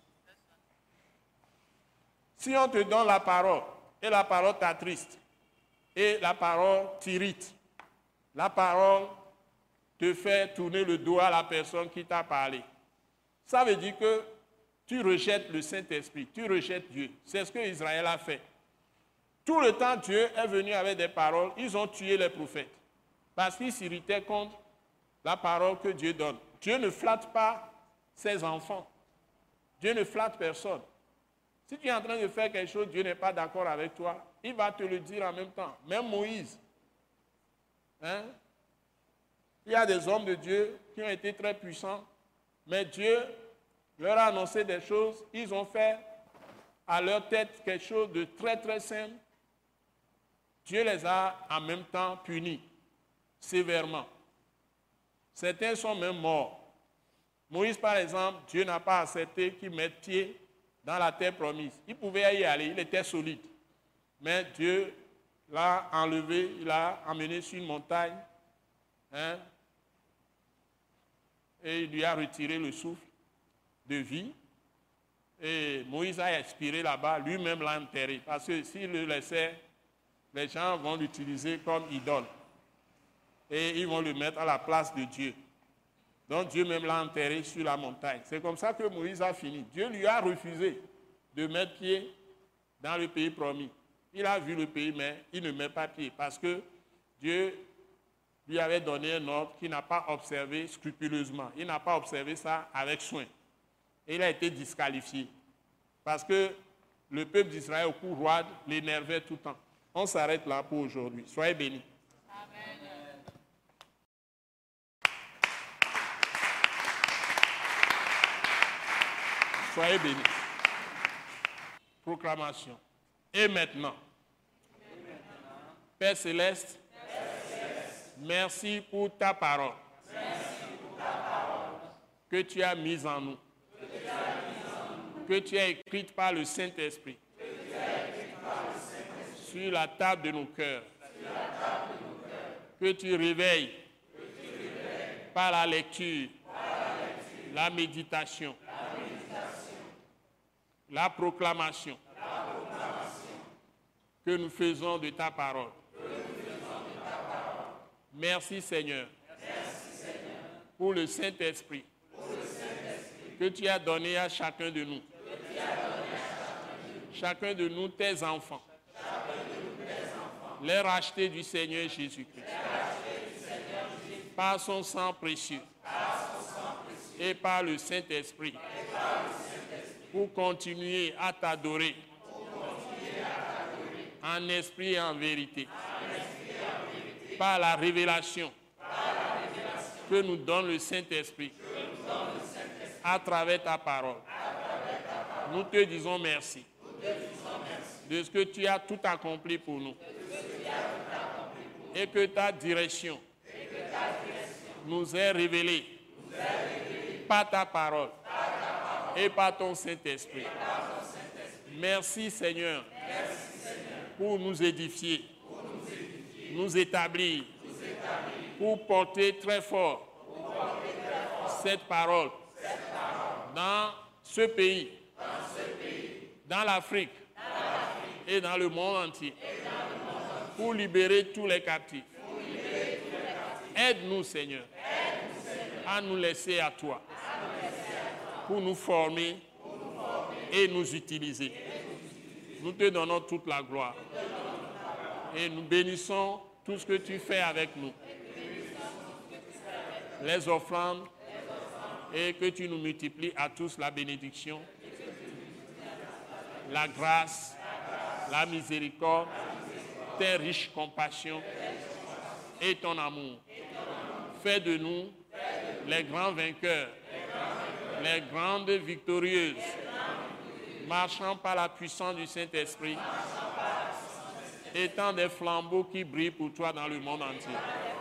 Si on te donne la parole, et la parole t'attriste, et la parole t'irrite, la parole te fait tourner le dos à la personne qui t'a parlé, ça veut dire que tu rejettes le Saint-Esprit, tu rejettes Dieu. C'est ce que Israël a fait. Tout le temps, Dieu est venu avec des paroles. Ils ont tué les prophètes parce qu'ils s'irritaient contre la parole que Dieu donne. Dieu ne flatte pas ses enfants. Dieu ne flatte personne. Si tu es en train de faire quelque chose, Dieu n'est pas d'accord avec toi, il va te le dire en même temps. Même Moïse. Hein? Il y a des hommes de Dieu qui ont été très puissants, mais Dieu leur a annoncé des choses. Ils ont fait à leur tête quelque chose de très très simple. Dieu les a en même temps punis, sévèrement. Certains sont même morts. Moïse, par exemple, Dieu n'a pas accepté qu'il mette pied dans la terre promise. Il pouvait y aller, il était solide. Mais Dieu l'a enlevé, il l'a emmené sur une montagne, hein, et il lui a retiré le souffle de vie. Et Moïse a expiré là-bas, lui-même l'a enterré. Parce que s'il le laissait, les gens vont l'utiliser comme idole. Et ils vont le mettre à la place de Dieu. Donc Dieu même l'a enterré sur la montagne. C'est comme ça que Moïse a fini. Dieu lui a refusé de mettre pied dans le pays promis. Il a vu le pays, mais il ne met pas pied parce que Dieu lui avait donné un ordre qu'il n'a pas observé scrupuleusement. Il n'a pas observé ça avec soin. Et il a été disqualifié parce que le peuple d'Israël au cours roi l'énervait tout le temps. On s'arrête là pour aujourd'hui. Soyez bénis. Amen. Soyez bénis. Proclamation. Et maintenant, Et maintenant Père Céleste, Père Céleste, merci pour ta parole, merci pour ta parole que tu as mise en nous, que tu as, en nous, que tu as écrite par le Saint-Esprit, sur la table de nos cœurs, que tu réveilles, que tu réveilles par, la lecture, par la lecture, la méditation, la, méditation, la, proclamation, la proclamation que nous faisons de ta parole. De ta parole. Merci Seigneur, Merci, Seigneur pour le Saint-Esprit Saint que tu as donné à chacun de nous, chacun de nous tes enfants, les rachetés du Seigneur Jésus-Christ, par son sang précieux et par le Saint-Esprit, pour continuer à t'adorer en esprit et en vérité, par la révélation que nous donne le Saint-Esprit à travers ta parole. Nous te disons merci de ce que tu as tout accompli pour nous. Et que ta direction nous est révélée par ta parole et par ton Saint-Esprit. Merci Seigneur pour nous édifier, nous établir, pour porter très fort cette parole dans ce pays, dans l'Afrique et dans le monde entier. Pour libérer tous les captifs. Aide-nous, Seigneur, à nous laisser à toi, pour nous former et nous utiliser. Nous te donnons toute la gloire et nous bénissons tout ce que tu fais avec nous. Les offrandes et que tu nous multiplies à tous la bénédiction, la grâce, la miséricorde, tes riches compassions et ton amour. Fais de nous les grands vainqueurs, les grandes victorieuses, marchant par la puissance du Saint-Esprit, étant des flambeaux qui brillent pour toi dans le monde entier.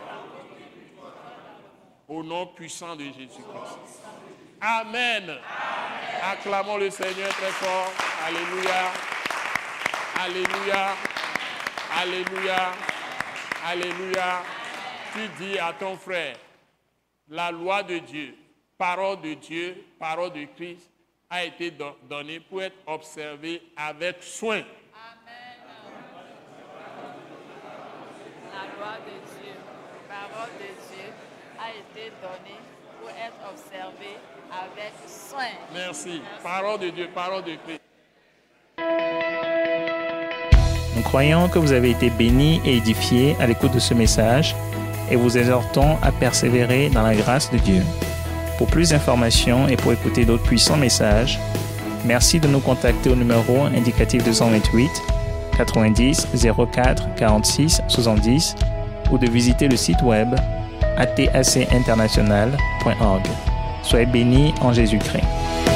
Au nom puissant de Jésus-Christ. Amen. Amen. Acclamons le Seigneur très fort. Alléluia. Alléluia. Alléluia, alléluia. Tu dis à ton frère, la loi de Dieu, parole de Dieu, parole de Christ, a été do- donnée pour être observée avec soin. Amen. La loi de Dieu, parole de Dieu, a été donnée pour être observée avec soin. Merci. Merci. Parole de Dieu, parole de Christ. Nous croyons que vous avez été bénis et édifiés à l'écoute de ce message et vous exhortons à persévérer dans la grâce de Dieu. Pour plus d'informations et pour écouter d'autres puissants messages, merci de nous contacter au numéro indicatif deux cent vingt-huit quatre-vingt-dix zéro quatre quarante-six soixante-dix ou de visiter le site web a t a c international point org. Soyez bénis en Jésus-Christ.